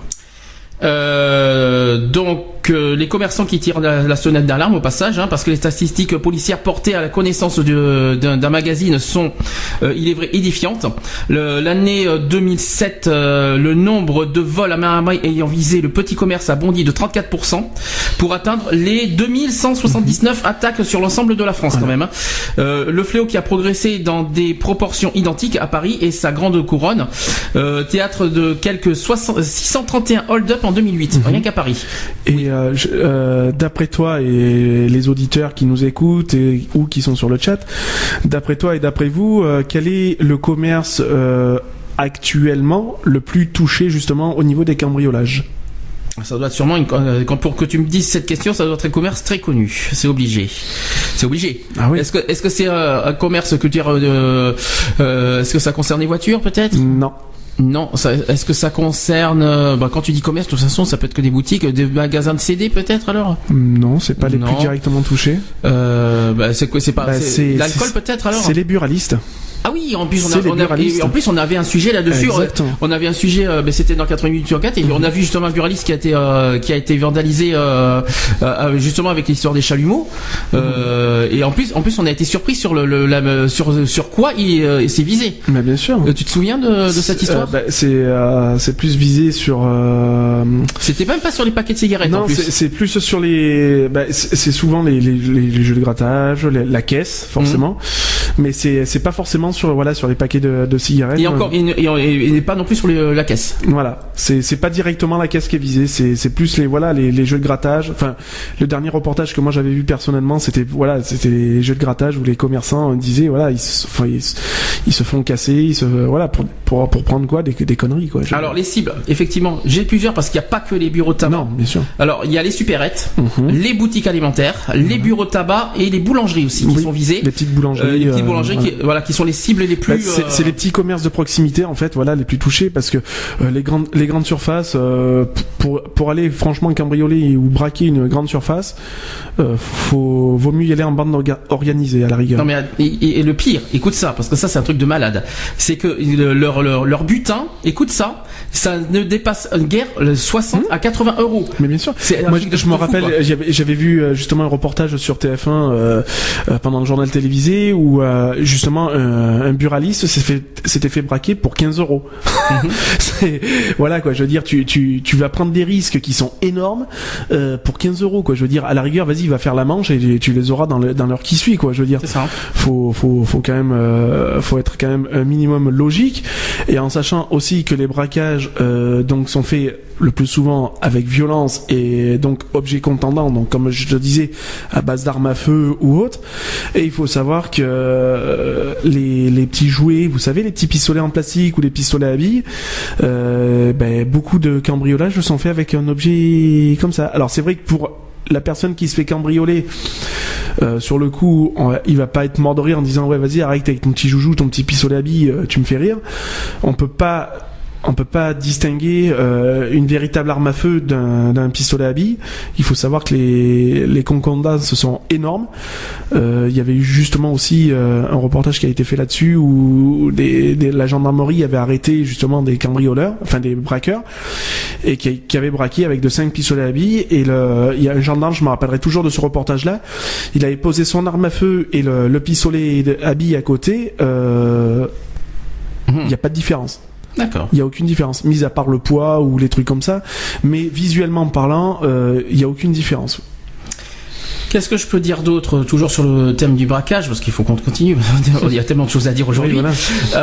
Euh, donc euh, les commerçants qui tirent la, la sonnette d'alarme au passage, hein, parce que les statistiques policières portées à la connaissance de, d'un, d'un magazine sont, euh, il est vrai, édifiantes. Le, l'année deux mille sept, euh, le nombre de vols à main armée ayant visé le petit commerce a bondi de trente-quatre pour cent pour atteindre les deux mille cent soixante-dix-neuf mmh. attaques sur l'ensemble de la France quand même. Hein. Euh, le fléau qui a progressé dans des proportions identiques à Paris et sa grande couronne, euh, théâtre de quelques soixante, six cent trente et un hold-up en deux mille huit, mmh. rien qu'à Paris. Et euh, je, euh, d'après toi et les auditeurs qui nous écoutent et, ou qui sont sur le chat, d'après toi et d'après vous, euh, quel est le commerce euh, actuellement le plus touché justement au niveau des cambriolages? Ça doit être sûrement une, quand pour que tu me dises cette question, ça doit être un commerce très connu. C'est obligé. C'est obligé. Ah oui. Est-ce que est-ce que c'est un, un commerce que tu dirais euh, euh, est-ce que ça concerne les voitures peut-être? Non. Non, ça, est-ce que ça concerne euh, bah, quand tu dis commerce, de toute façon, ça peut être que des boutiques, des magasins de C D peut-être alors? Non, c'est pas les non. plus directement touchés. Euh, bah, c'est quoi? C'est pas bah, c'est, c'est, l'alcool c'est, peut-être alors? C'est les buralistes. Ah oui, en plus on, a, on a, et en plus on avait un sujet là-dessus. Exactement. On avait un sujet, euh, ben c'était dans quatre-vingts minutes sur quatre, et mm-hmm. on a vu justement un buraliste qui a été euh, qui a été vandalisé euh, euh, justement avec l'histoire des chalumeaux. Mm-hmm. Euh, et en plus, en plus on a été surpris sur le, le la, sur sur quoi il, euh, il s'est visé. Mais bien sûr. Euh, tu te souviens de, de cette histoire? euh, bah, C'est euh, c'est plus visé sur. Euh... C'était même pas sur les paquets de cigarettes. Non, en plus. C'est, c'est plus sur les. Bah, c'est, c'est souvent les, les les les jeux de grattage, les, la caisse forcément, mm-hmm. mais c'est c'est pas forcément sur voilà sur les paquets De, de cigarettes. Et encore, il n'est pas non plus sur les, la caisse. Voilà, c'est c'est pas directement la caisse qui est visée, c'est c'est plus les voilà les, les jeux de grattage. Enfin, le dernier reportage que moi j'avais vu personnellement, c'était voilà, c'était les jeux de grattage où les commerçants disaient voilà, ils se, enfin, ils, ils se font casser, ils se voilà pour pour pour prendre quoi des des conneries quoi. Genre. Alors les cibles, effectivement, j'ai plusieurs parce qu'il n'y a pas que les bureaux de tabac. Non, bien sûr. Alors il y a les supérettes, mm-hmm. les boutiques alimentaires, mm-hmm. les bureaux de tabac et les boulangeries aussi qui oui, sont visées. Les petites boulangeries. Euh, les petites boulangeries euh, qui voilà. voilà qui sont les cibles les plus. Bah, c'est, c'est les petits commerces de proximité en fait voilà les plus touchés parce que euh, les grandes les grandes surfaces euh, pour pour aller franchement cambrioler ou braquer une grande surface euh, faut vaut mieux y aller en bande orga- organisée à la rigueur. Non mais et, et le pire, écoute ça parce que ça c'est un truc de malade, c'est que leur leur leur butin, écoute ça, ça ne dépasse guère soixante mmh. à quatre-vingts euros. Mais bien sûr. C'est moi je, je me rappelle, fou, j'avais j'avais vu justement un reportage sur T F un euh, pendant le journal télévisé où euh, justement euh, un buraliste s'était fait, s'était fait braquer pour quinze euros. C'est, voilà quoi, je veux dire, tu, tu, tu vas prendre des risques qui sont énormes euh, pour quinze euros quoi. Je veux dire, à la rigueur, vas-y, va faire la manche et tu les auras dans, le, dans l'heure qui suit quoi. Je veux dire, c'est ça. faut, faut, faut quand même, euh, faut être quand même un minimum logique et en sachant aussi que les braquages euh, donc sont faits le plus souvent avec violence et donc objet contendant, donc comme je te disais, à base d'armes à feu ou autre. Et il faut savoir que euh, les, les petits jouets, vous savez, les petits pistolets en plastique ou les pistolets à billes, euh, ben, beaucoup de cambriolages sont faits avec un objet comme ça. Alors c'est vrai que pour la personne qui se fait cambrioler, euh, sur le coup, on, il va pas être mort de rire en disant ouais vas-y arrête avec ton petit joujou, ton petit pistolet à billes, tu me fais rire. On peut pas On peut pas distinguer euh, une véritable arme à feu d'un, d'un pistolet à billes. Il faut savoir que les, les concordances sont énormes. Euh, il y avait eu justement aussi euh, un reportage qui a été fait là-dessus où des, des, la gendarmerie avait arrêté justement des cambrioleurs, enfin des braqueurs, et qui, qui avaient braqué avec de cinq pistolets à billes. Et le, il y a un gendarme, je me rappellerai toujours de ce reportage-là, il avait posé son arme à feu et le, le pistolet à billes à côté. Euh, mmh. Il n'y a pas de différence. D'accord. Il y a aucune différence, mis à part le poids ou les trucs comme ça, mais visuellement parlant, euh, il y a aucune différence. Qu'est-ce que je peux dire d'autre, toujours sur le thème du braquage, parce qu'il faut qu'on continue, il y a tellement de choses à dire aujourd'hui. Oui, voilà.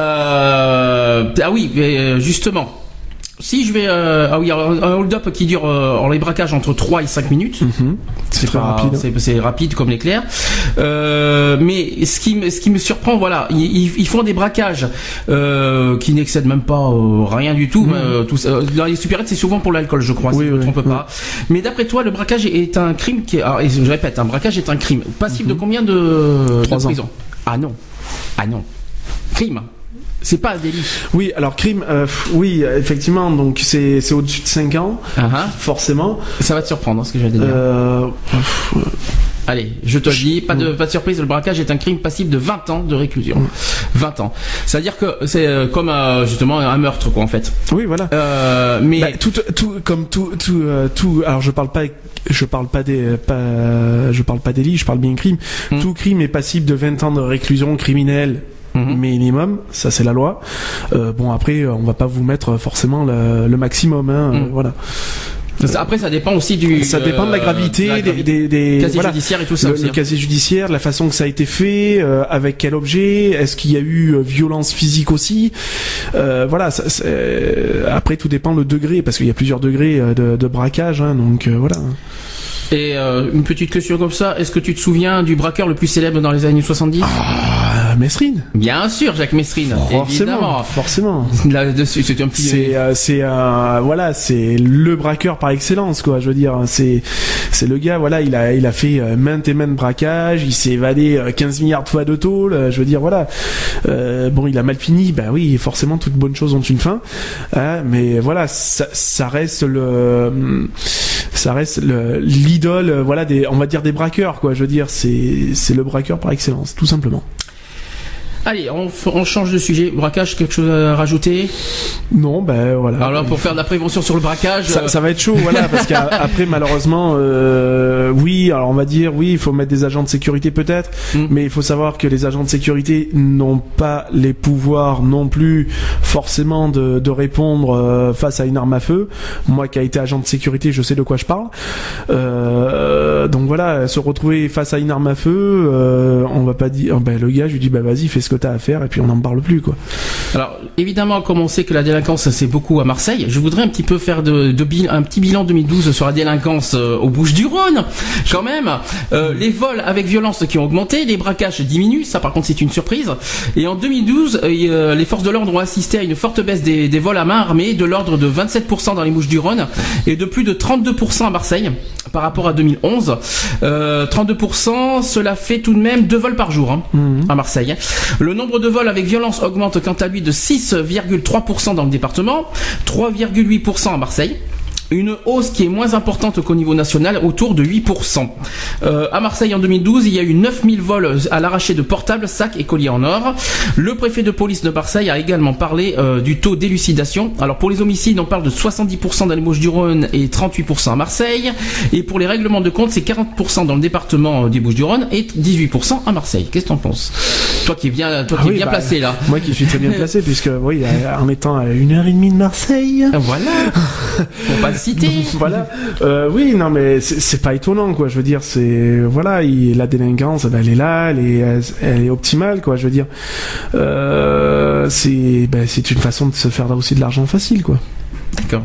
euh, ah oui, mais justement, si je vais... Euh, ah oui, alors, un hold-up qui dure euh, en les braquages entre trois et cinq minutes. Mmh. C'est, c'est très pas, rapide. C'est, c'est rapide comme l'éclair. Euh, mais ce qui, me, ce qui me surprend, voilà, ils, ils font des braquages euh, qui n'excèdent même pas euh, rien du tout. Mmh. Euh, tout euh, dans les supérettes, c'est souvent pour l'alcool, je crois, oui, si je ne me trompe oui. pas. Mais d'après toi, le braquage est un crime qui est... Alors, et je répète, un braquage est un crime. Passible mmh. de combien de, de prison ? Ah non. Ah non. Crime. C'est pas un délit. Oui, alors crime, euh, oui, effectivement, donc c'est, c'est au-dessus de cinq ans, uh-huh. forcément. Ça va te surprendre, ce que je vais te dire. Euh... Allez, je te le dis, pas de, pas de surprise, le braquage est un crime passible de vingt ans de réclusion. vingt ans. C'est-à-dire que c'est euh, comme euh, justement un meurtre, quoi, en fait. Oui, voilà. Euh, mais bah, tout, tout, comme tout, tout, euh, tout. Alors, je parle pas, je parle pas des, pas, je parle pas délit, je parle bien crime. Hum. Tout crime est passible de vingt ans de réclusion criminelle. Mmh. Minimum, ça c'est la loi. Euh, bon après, on va pas vous mettre forcément le, le maximum, hein, mmh. euh, voilà. Après, ça dépend aussi du. Ça dépend de la gravité, de la gravité des, des, des casier voilà, judiciaire et tout ça. Le, aussi, le hein. casier judiciaire, la façon que ça a été fait, euh, avec quel objet, est-ce qu'il y a eu euh, violence physique aussi. Euh, voilà. Ça, c'est... Après, tout dépend le degré, parce qu'il y a plusieurs degrés de, de braquage, hein, donc euh, voilà. Et euh, une petite question comme ça, est-ce que tu te souviens du braqueur le plus célèbre dans les années soixante-dix ? Ah, Mesrine. Bien sûr, Jacques Mesrine. Forcément, évidemment. Forcément. Là-dessus, c'est un petit. C'est, euh, c'est un, voilà, c'est le braqueur par excellence, quoi. Je veux dire, c'est, c'est le gars, voilà, il a, il a fait euh, maintes et maintes braquages, il s'est évadé euh, quinze milliards de fois de tôle. Euh, je veux dire, voilà. Euh, bon, il a mal fini, bah oui, forcément, toutes bonnes choses ont une fin. Hein, mais voilà, ça, ça reste le, ça reste le, l'idole, voilà, des, on va dire des braqueurs, quoi. Je veux dire, c'est, c'est le braqueur par excellence, tout simplement. Allez, on, on change de sujet. Braquage, quelque chose à rajouter ? Non, ben voilà. Alors là, pour faire de la prévention sur le braquage, ça, ça va être chaud, voilà, parce qu'après malheureusement, euh, oui, alors on va dire, oui, il faut mettre des agents de sécurité peut-être, mmh. mais il faut savoir que les agents de sécurité n'ont pas les pouvoirs non plus forcément de, de répondre euh, face à une arme à feu. Moi, qui a été agent de sécurité, je sais de quoi je parle. Euh, donc voilà, se retrouver face à une arme à feu, euh, on va pas dire, ben le gars, je lui dis, bah vas-y, fais ce que t'as à faire et puis on n'en parle plus, quoi. Alors évidemment, comme on sait que la délinquance c'est beaucoup à Marseille, je voudrais un petit peu faire de, de bil, un petit bilan deux mille douze sur la délinquance euh, aux Bouches-du-Rhône quand même. Euh, les vols avec violence qui ont augmenté, les braquages diminuent, ça par contre c'est une surprise. Et en deux mille douze, euh, les forces de l'ordre ont assisté à une forte baisse des, des vols à main armée de l'ordre de vingt-sept pour cent dans les Bouches-du-Rhône et de plus de trente-deux pour cent à Marseille par rapport à deux mille onze. Euh, trente-deux pour cent, cela fait tout de même deux vols par jour, hein, mmh. à Marseille. Le nombre de vols avec violence augmente quant à lui de six virgule trois pour cent dans le département, trois virgule huit pour cent à Marseille. Une hausse qui est moins importante qu'au niveau national, autour de huit pour cent. Euh, à Marseille en deux mille douze, il y a eu neuf mille vols à l'arraché de portables, sacs et colliers en or. Le préfet de police de Marseille a également parlé euh, du taux d'élucidation. Alors pour les homicides, on parle de soixante-dix pour cent dans les Bouches-du-Rhône et trente-huit pour cent à Marseille. Et pour les règlements de compte, c'est quarante pour cent dans le département des Bouches-du-Rhône et dix-huit pour cent à Marseille. Qu'est-ce que t'en penses? Toi qui es bien, toi qui ah oui, es bien bah, placé là. Moi qui suis très bien placé, puisque oui, en étant à une heure et demie de Marseille. Voilà. Faut pas le citer. Voilà. Euh, oui, non, mais c'est, c'est pas étonnant, quoi. Je veux dire, c'est voilà, il, la délinquance, ben, elle est là, elle est, elle, elle est optimale, quoi. Je veux dire, euh, c'est, ben, c'est une façon de se faire aussi de l'argent facile, quoi. D'accord.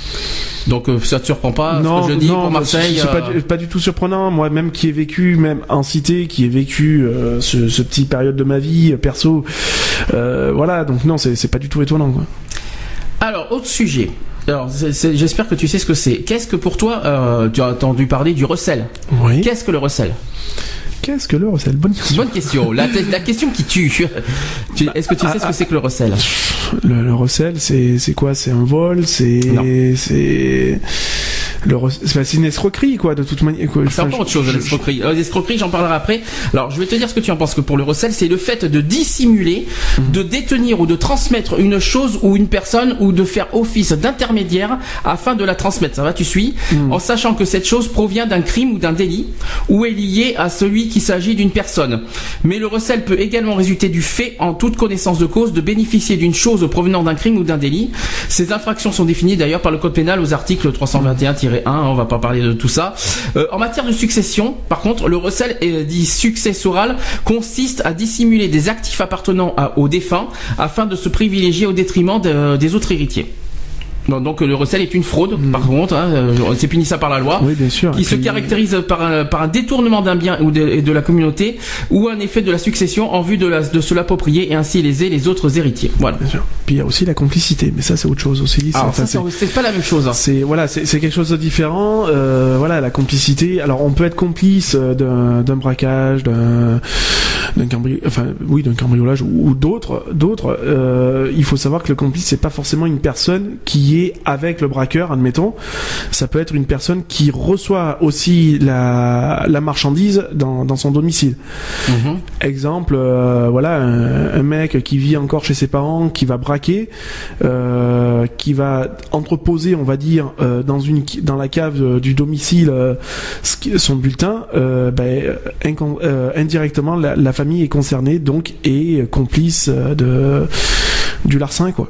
Donc euh, ça te surprend pas non, ce que je dis non, pour Marseille? C'est euh... pas, du, pas du tout surprenant. Moi, même qui ai vécu, même en cité, qui ai vécu euh, ce, ce petit période de ma vie euh, perso, euh, voilà. Donc non, c'est, c'est pas du tout étonnant, quoi. Alors, autre sujet. Alors, c'est, c'est, j'espère que tu sais ce que c'est. Qu'est-ce que pour toi, euh, tu as entendu parler du recel? Oui. Qu'est-ce que le recel? Qu'est-ce que le recel? Bonne question. Bonne question. La, la question qui tue. Tu, est-ce que tu sais ah, ce que c'est que le recel? Le, le recel, c'est, c'est quoi? C'est un vol? C'est, non. c'est, le, c'est, c'est une escroquerie, quoi, de toute manière. Quoi. C'est encore autre chose, l'escroquerie. Euh, l'escroquerie, j'en parlerai après. Alors, je vais te dire ce que tu en penses. Que pour le recel, c'est le fait de dissimuler, mmh. de détenir ou de transmettre une chose ou une personne ou de faire office d'intermédiaire afin de la transmettre. Ça va, tu suis? Mmh. En sachant que cette chose provient d'un crime ou d'un délit ou est liée à celui qui qu'il s'agit d'une personne. Mais le recel peut également résulter du fait, en toute connaissance de cause, de bénéficier d'une chose provenant d'un crime ou d'un délit. Ces infractions sont définies d'ailleurs par le code pénal aux articles trois cent vingt et un tiret un, on va pas parler de tout ça. Euh, en matière de succession, par contre, le recel est dit successoral consiste à dissimuler des actifs appartenant à, au défunt afin de se privilégier au détriment de, des autres héritiers. Non, donc le recel est une fraude, mmh. par contre, hein, c'est puni ça par la loi, oui, bien sûr. qui et se puis... caractérise par un, par un détournement d'un bien ou de, de la communauté ou un effet de la succession en vue de, la, de se l'approprier et ainsi léser les autres héritiers. Voilà. Bien sûr. Puis il y a aussi la complicité, mais ça c'est autre chose aussi. Alors ça, ça, c'est... c'est pas la même chose. Hein. C'est voilà, c'est, c'est quelque chose de différent. Euh, voilà, la complicité. Alors on peut être complice d'un, d'un braquage, d'un d'un cambriolage, enfin oui, d'un cambriolage ou, ou d'autres, d'autres. Euh, il faut savoir que le complice c'est pas forcément une personne qui est avec le braqueur, admettons. Ça peut être une personne qui reçoit aussi la la marchandise dans dans son domicile. Mmh. Exemple, euh, voilà, un, un mec qui vit encore chez ses parents, qui va braquer, euh, qui va entreposer, on va dire, euh, dans une dans la cave du domicile euh, son bulletin. Euh, ben, incon- euh, indirectement, la, la famille est concernée, donc est complice de du larcin, quoi.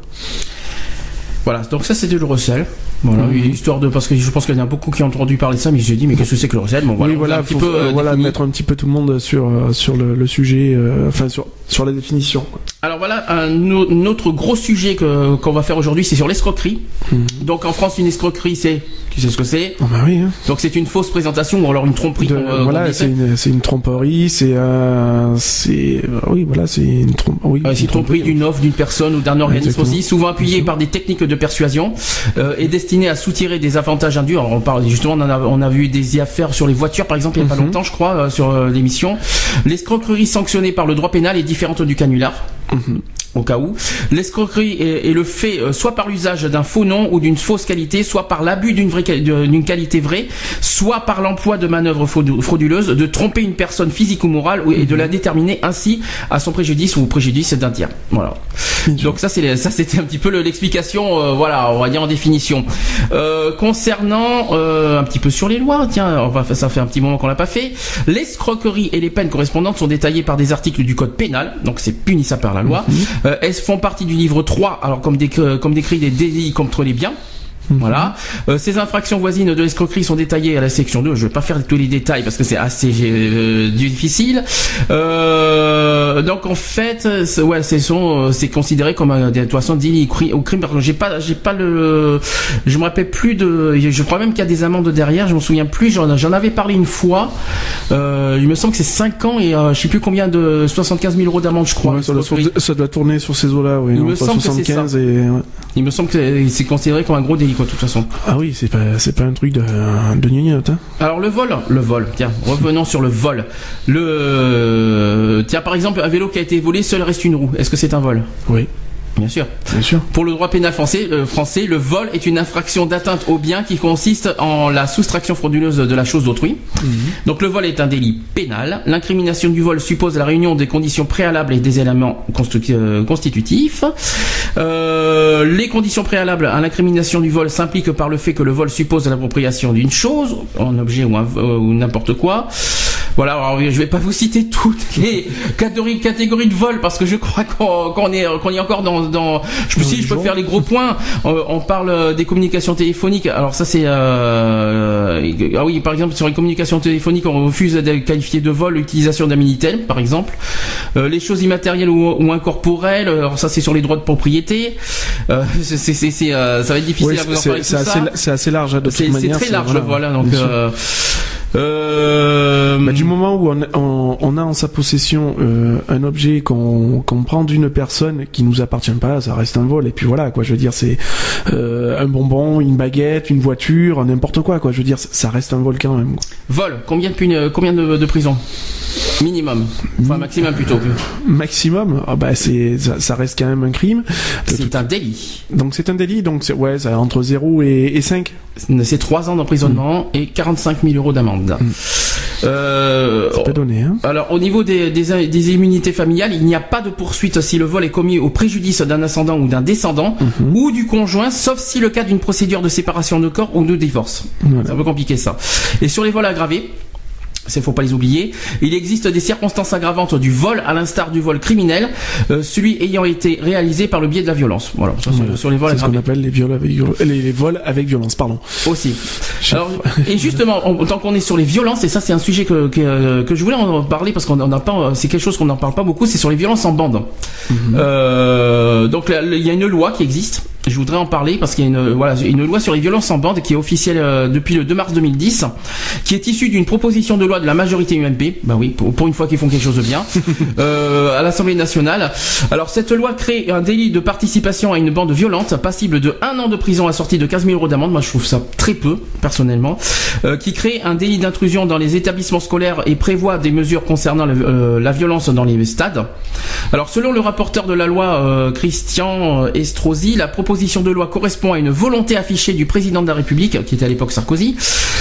Voilà, donc ça c'était le recel. Voilà, mmh. histoire de parce que je pense qu'il y en a beaucoup qui ont entendu parler de ça, mais j'ai dit mais qu'est-ce que c'est que le recel? Bon voilà, oui, voilà, un petit faut, peu euh, voilà mettre un petit peu tout le monde sur sur le, le sujet, euh, enfin sur sur la définition. Alors voilà, un, un autre gros sujet que qu'on va faire aujourd'hui, c'est sur l'escroquerie. Mmh. Donc en France, une escroquerie, c'est tu sais ce que c'est? Oh bah oui. Hein. Donc c'est une fausse présentation ou alors une tromperie. De, euh, voilà, c'est une c'est une tromperie, c'est euh, c'est oui voilà, c'est une trompe oui, euh, c'est une tromperie, tromperie d'une offre d'une personne ou d'un organisme Exactement. Aussi, souvent appuyé par des techniques de persuasion euh, et destiné à soutirer des avantages indus. Alors on parle justement, on a, on a vu des affaires sur les voitures par exemple il y a mm-hmm. pas longtemps, je crois, euh, sur euh, l'émission. L'escroquerie sanctionnée par le droit pénal est différente du canular. Mm-hmm. Au cas où. L'escroquerie est, est le fait euh, soit par l'usage d'un faux nom ou d'une fausse qualité, soit par l'abus d'une, vraie, d'une qualité vraie, soit par l'emploi de manœuvres frauduleuses, de tromper une personne physique ou morale ou, et de la déterminer ainsi à son préjudice ou au préjudice d'un tiers. Voilà. Donc ça, c'est, ça c'était un petit peu l'explication, euh, voilà, on va dire en définition. Euh, concernant euh, un petit peu sur les lois, tiens, on va, ça fait un petit moment qu'on l'a pas fait. L'escroquerie et les peines correspondantes sont détaillées par des articles du code pénal, donc c'est punissable par la loi. Mm-hmm. Euh, elles font partie du livre trois, alors comme, décrit, comme décrit des délits contre les biens. Mmh. Voilà. Euh, ces infractions voisines de l'escroquerie sont détaillées à la section deux. Je vais pas faire tous les détails parce que c'est assez euh, difficile. Euh, donc en fait, c'est, ouais, c'est son, c'est considéré comme un de toute façon délit au crime. Parce que j'ai pas, j'ai pas le, je me rappelle plus de. Je crois même qu'il y a des amendes derrière. Je m'en souviens plus. J'en, j'en avais parlé une fois. Euh, il me semble que c'est cinq ans et euh, je sais plus combien de soixante-quinze mille euros d'amende, je crois. Ouais, ça, doit, ça doit tourner sur ces eaux-là. Oui. Il me semble que c'est ça. Et, ouais. Il me semble que c'est considéré comme un gros délit. Quoi, de toute façon. Ah oui, c'est pas, c'est pas un truc de, de gnognotte, hein. Alors le vol, le vol, tiens, revenons sur le vol. Le, tiens, par exemple, un vélo qui a été volé, seul reste une roue. Est-ce que c'est un vol? Oui. Bien sûr. Bien sûr. Pour le droit pénal français, euh, français, le vol est une infraction d'atteinte au bien qui consiste en la soustraction frauduleuse de la chose d'autrui. Mmh. Donc le vol est un délit pénal. L'incrimination du vol suppose la réunion des conditions préalables et des éléments constitu- euh, constitutifs. Euh, les conditions préalables à l'incrimination du vol s'impliquent par le fait que le vol suppose l'appropriation d'une chose, un objet ou, un, euh, ou n'importe quoi. Voilà, alors je vais pas vous citer toutes les catégories, catégories de vol parce que je crois qu'on, qu'on est qu'on est encore dans dans je si je peux faire les gros points. On, on parle des communications téléphoniques. Alors ça c'est euh, ah oui, par exemple sur les communications téléphoniques, on refuse de qualifier de vol l'utilisation d'un Minitel par exemple. Euh, les choses immatérielles ou, ou incorporelles, alors ça c'est sur les droits de propriété. Euh, c'est c'est c'est, c'est euh, ça va être difficile oui, à vous en c'est, parler c'est tout assez, ça. C'est assez large hein, de c'est, toute manière. C'est très large, voilà, voilà donc. Euh, Euh... Bah, du moment où on, on, on a en sa possession euh, un objet qu'on, qu'on prend d'une personne qui nous appartient pas, ça reste un vol. Et puis voilà, quoi. Je veux dire, c'est euh, un bonbon, une baguette, une voiture, n'importe quoi, quoi. Je veux dire, ça reste un vol quand même. Quoi. Vol. Combien de puni- combien de, de prison minimum, enfin maximum plutôt. Maximum. Ah bah c'est ça, ça reste quand même un crime. C'est un délit. Donc c'est un délit. Donc c'est ouais, ça entre zéro et, et cinq. C'est trois ans d'emprisonnement mmh. et quarante-cinq mille euros d'amende. Mmh. Euh, ça peut donner, hein. Alors au niveau des, des, des immunités familiales, il n'y a pas de poursuite si le vol est commis au préjudice d'un ascendant ou d'un descendant mmh. ou du conjoint, sauf si le cas d'une procédure de séparation de corps ou de divorce. Voilà. C'est un peu compliqué ça. Et sur les vols aggravés, il ne faut pas les oublier. Il existe des circonstances aggravantes du vol, à l'instar du vol criminel, euh, celui ayant été réalisé par le biais de la violence. Voilà, ça, voilà. Sur, sur les vols c'est aggravés. Ce qu'on appelle les, viols avec, les, les vols avec violence, pardon. Aussi. Alors, et justement, on, tant qu'on est sur les violences, et ça c'est un sujet que, que, que je voulais en parler parce qu'on n'a pas, c'est quelque chose qu'on n'en parle pas beaucoup, c'est sur les violences en bande. Mm-hmm. Euh, donc il y a une loi qui existe. Je voudrais en parler parce qu'il y a une, voilà, une loi sur les violences en bande qui est officielle euh, depuis le deux mars deux mille dix, qui est issue d'une proposition de loi de la majorité U M P. Bah oui, pour, pour une fois qu'ils font quelque chose de bien, euh, à l'Assemblée nationale. Alors cette loi crée un délit de participation à une bande violente, passible de un an de prison assorti de quinze mille euros d'amende. Moi, je trouve ça très peu, personnellement. Euh, qui crée un délit d'intrusion dans les établissements scolaires et prévoit des mesures concernant le, euh, la violence dans les stades. Alors selon le rapporteur de la loi, euh, Christian Estrosi, la proposition proposition de loi correspond à une volonté affichée du président de la République, qui était à l'époque Sarkozy,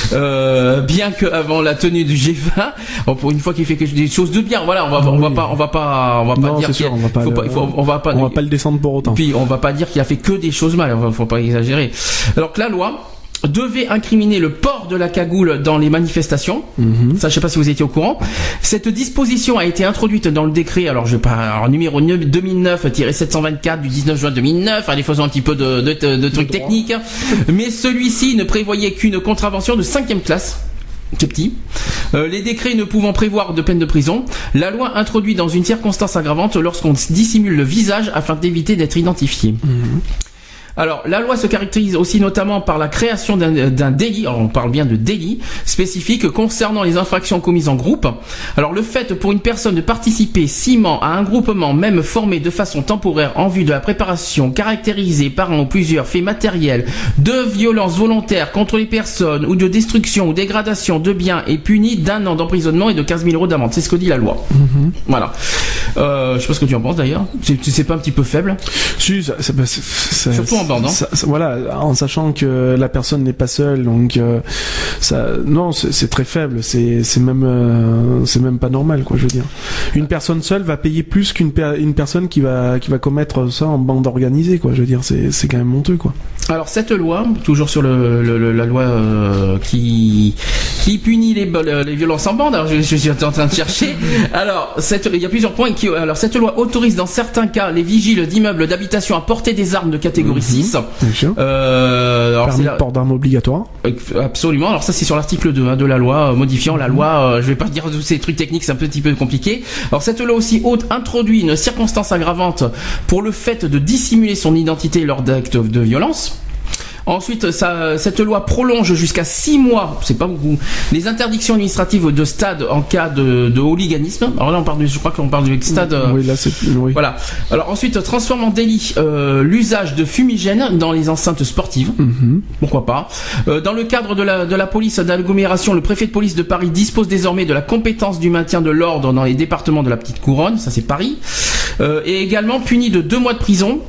euh, bien qu'avant la tenue du G vingt, bon, pour une fois qu'il fait quelque, des choses de bien, voilà, on va, on va pas, on va pas, on va pas non, dire, sûr, on va pas, faut le, pas, il faut, on va pas, on va pas le descendre pour autant. Puis on va pas dire qu'il a fait que des choses mal, faut pas exagérer. Alors que la loi devait incriminer le port de la cagoule dans les manifestations. Mmh. Ça, je sais pas si vous étiez au courant. Cette disposition a été introduite dans le décret, alors je vais pas, alors numéro deux mille neuf sept cent vingt-quatre du dix-neuf juin deux mille neuf. Allez, faisons un petit peu de, de, de, de trucs techniques. Mais celui-ci ne prévoyait qu'une contravention de cinquième classe. C'est petit. Euh, les décrets ne pouvant prévoir de peine de prison, la loi introduit dans une circonstance aggravante lorsqu'on dissimule le visage afin d'éviter d'être identifié. Mmh. Alors, la loi se caractérise aussi notamment par la création d'un, d'un délit, alors on parle bien de délit, spécifique concernant les infractions commises en groupe. Alors, le fait pour une personne de participer sciemment à un groupement, même formé de façon temporaire en vue de la préparation caractérisée par un ou plusieurs faits matériels de violence volontaire contre les personnes ou de destruction ou dégradation de biens est puni d'un an d'emprisonnement et de quinze mille euros d'amende. C'est ce que dit la loi. Mm-hmm. Voilà. Euh, je sais pas ce que tu en penses d'ailleurs. C'est, c'est pas un petit peu faible? Si, ça, ça, ça, ça, surtout en bande, hein. Ça, ça, voilà, en sachant que la personne n'est pas seule, donc euh, ça, non, c'est, c'est très faible. C'est, c'est même, euh, c'est même pas normal, quoi. Je veux dire, une personne seule va payer plus qu'une per- une personne qui va, qui va commettre ça en bande organisée, quoi. Je veux dire, c'est, c'est quand même honteux, quoi. Alors cette loi, toujours sur le, le, le la loi euh, qui qui punit les, les violences en bande. Alors je, je suis en train de chercher. Alors cette, il y a plusieurs points. Qui, alors cette loi autorise dans certains cas les vigiles d'immeubles d'habitation à porter des armes de catégorie mmh. six. Bien sûr. Euh, alors Permis c'est de port d'armes obligatoire. Absolument. Alors ça c'est sur l'article deux hein, de la loi, euh, modifiant mmh. la loi. Euh, je vais pas dire tous ces trucs techniques, c'est un petit peu compliqué. Alors cette loi aussi haute introduit une circonstance aggravante pour le fait de dissimuler son identité lors d'actes de violence. Ensuite, ça, cette loi prolonge jusqu'à six mois, c'est pas beaucoup, les interdictions administratives de stade en cas de, de hooliganisme. Alors là, on parle de, je crois qu'on parle du stade. Oui, là, c'est oui. Voilà. Alors ensuite, transforme en délit euh, l'usage de fumigènes dans les enceintes sportives. Mm-hmm. Pourquoi pas. Euh, dans le cadre de la, de la police d'agglomération, le préfet de police de Paris dispose désormais de la compétence du maintien de l'ordre dans les départements de la Petite Couronne. Ça, c'est Paris. Euh, et également puni de deux mois de prison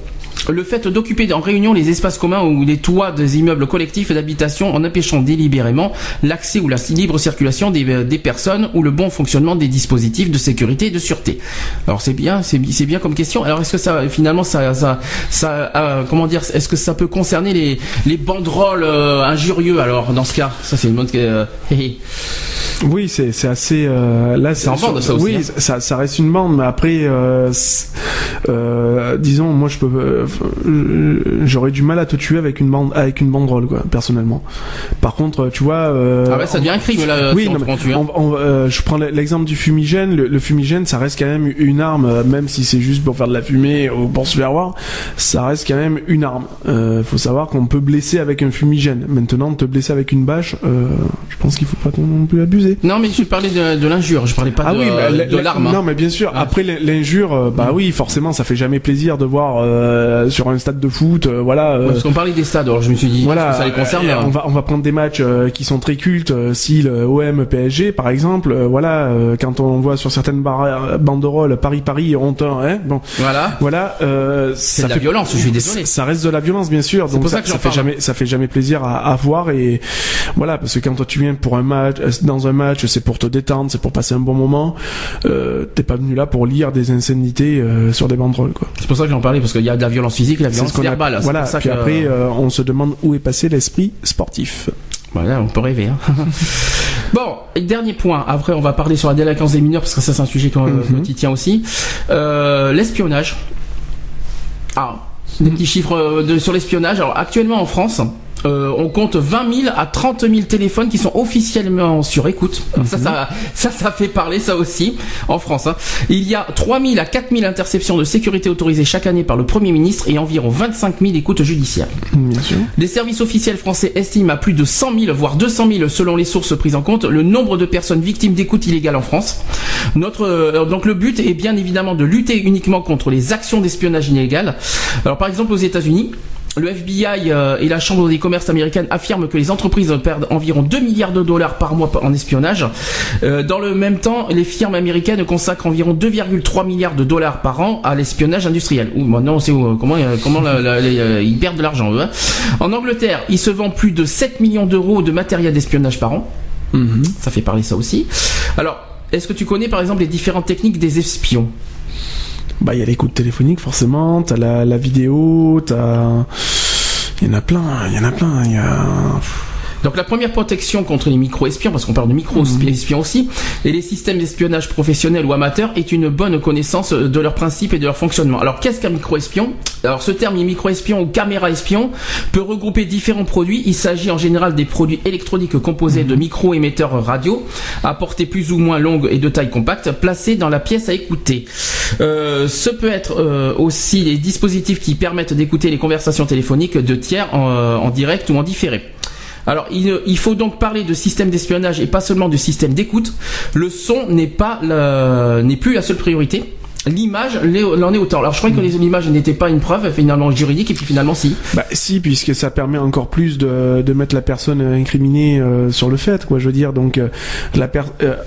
le fait d'occuper en réunion les espaces communs ou les toits des immeubles collectifs d'habitation en empêchant délibérément l'accès ou la libre circulation des, des personnes ou le bon fonctionnement des dispositifs de sécurité et de sûreté. Alors c'est bien, c'est, c'est bien comme question. Alors est-ce que ça, finalement, ça, ça, ça euh, comment dire, est-ce que ça peut concerner les, les banderoles euh, injurieux alors dans ce cas? Ça c'est une bonne. Euh, oui, c'est, c'est assez. Euh, là, c'est, c'est en bande, ça aussi. Oui, hein. ça, ça reste une bande, mais après, euh, euh, disons, moi, je peux, euh, j'aurais du mal à te tuer avec une bande, avec une banderole, quoi, personnellement. Par contre, tu vois. Euh, ah ouais, ça devient un crime là. Oui, si non, on mais tue, hein. on, on, euh, je prends l'exemple du fumigène. Le, le fumigène, ça reste quand même une arme, même si c'est juste pour faire de la fumée ou pour se faire voir. Ça reste quand même une arme. Euh, faut savoir qu'on peut blesser avec un fumigène. Maintenant, te blesser avec une bâche, euh, je pense qu'il faut pas non plus abuser. Non, mais je parlais de, de l'injure, je parlais pas ah de, oui, bah, de, la, de l'arme. Non, mais bien sûr. Ah. Après l'injure, euh, bah oui, forcément, ça fait jamais plaisir de voir euh, sur un stade de foot, euh, voilà. Euh, ouais, parce qu'on parlait des stades, alors je me suis dit, voilà, ça les concerne. Euh, on va on va prendre des matchs euh, qui sont très cultes, euh, si le O M P S G par exemple, euh, voilà, euh, quand on voit sur certaines bar- banderoles Paris Paris hontin, hein, bon, voilà, voilà, euh, c'est ça de fait, la violence, je suis désolé. Ça reste de la violence, bien sûr, donc ça, ça, ça fait jamais, ça fait jamais plaisir à, à voir et voilà, parce que quand toi tu viens pour un match, dans un match, c'est pour te détendre, c'est pour passer un bon moment, euh, t'es pas venu là pour lire des insanités euh, sur des banderoles, quoi. C'est pour ça que j'en parlais, parce qu'il y a de la violence physique et de la violence verbale. A, voilà, pour ça puis que... après, euh, on se demande où est passé l'esprit sportif. Voilà, on peut rêver. Hein. Bon, dernier point. Après, on va parler sur la délinquance des mineurs, parce que ça, c'est un sujet qui mm-hmm. t'y tient aussi. Euh, l'espionnage. Ah, des petits chiffres de, sur l'espionnage. Alors, actuellement en France, Euh, on compte vingt mille à trente mille téléphones qui sont officiellement sur écoute. Mm-hmm. Ça, ça, ça, ça fait parler, ça aussi, en France. Hein. Il y a trois mille à quatre mille interceptions de sécurité autorisées chaque année par le Premier ministre et environ vingt-cinq mille écoutes judiciaires. Bien sûr. Les services officiels français estiment à plus de cent mille, voire deux cent mille, selon les sources prises en compte, le nombre de personnes victimes d'écoutes illégales en France. Notre, euh, donc le but est bien évidemment de lutter uniquement contre les actions d'espionnage illégales. Alors par exemple aux États-Unis, le F B I euh, et la Chambre des commerces américaine affirment que les entreprises perdent environ deux milliards de dollars par mois en espionnage. Euh, dans le même temps, les firmes américaines consacrent environ deux virgule trois milliards de dollars par an à l'espionnage industriel. Ouh, maintenant on sait où, comment, euh, comment la, la, les, euh, ils perdent de l'argent. Eux, hein. En Angleterre, il se vend plus de sept millions d'euros de matériel d'espionnage par an. Mm-hmm. Ça fait parler ça aussi. Alors, est-ce que tu connais par exemple les différentes techniques des espions ? Bah, il y a l'écoute téléphonique, forcément, t'as la, la vidéo, t'as... Il y en a plein, il y en a plein, il y a... Donc la première protection contre les micro-espions, parce qu'on parle de micro-espions aussi, et les systèmes d'espionnage professionnels ou amateurs, est une bonne connaissance de leurs principes et de leur fonctionnement. Alors qu'est-ce qu'un micro-espion ? Alors ce terme micro-espion ou caméra-espion peut regrouper différents produits. Il s'agit en général des produits électroniques composés de micro-émetteurs radio, à portée plus ou moins longue et de taille compacte, placés dans la pièce à écouter. Euh, ce peut être euh, aussi les dispositifs qui permettent d'écouter les conversations téléphoniques de tiers en, euh, en direct ou en différé. Alors, il, il faut donc parler de système d'espionnage et pas seulement de système d'écoute. Le son n'est pas la, n'est plus la seule priorité. L'image l'en est autant. Alors je crois que l'image n'était pas une preuve finalement juridique et puis finalement si. Bah si, puisque ça permet encore plus de, de mettre la personne incriminée euh, sur le fait, quoi. Je veux dire, donc euh, la per euh,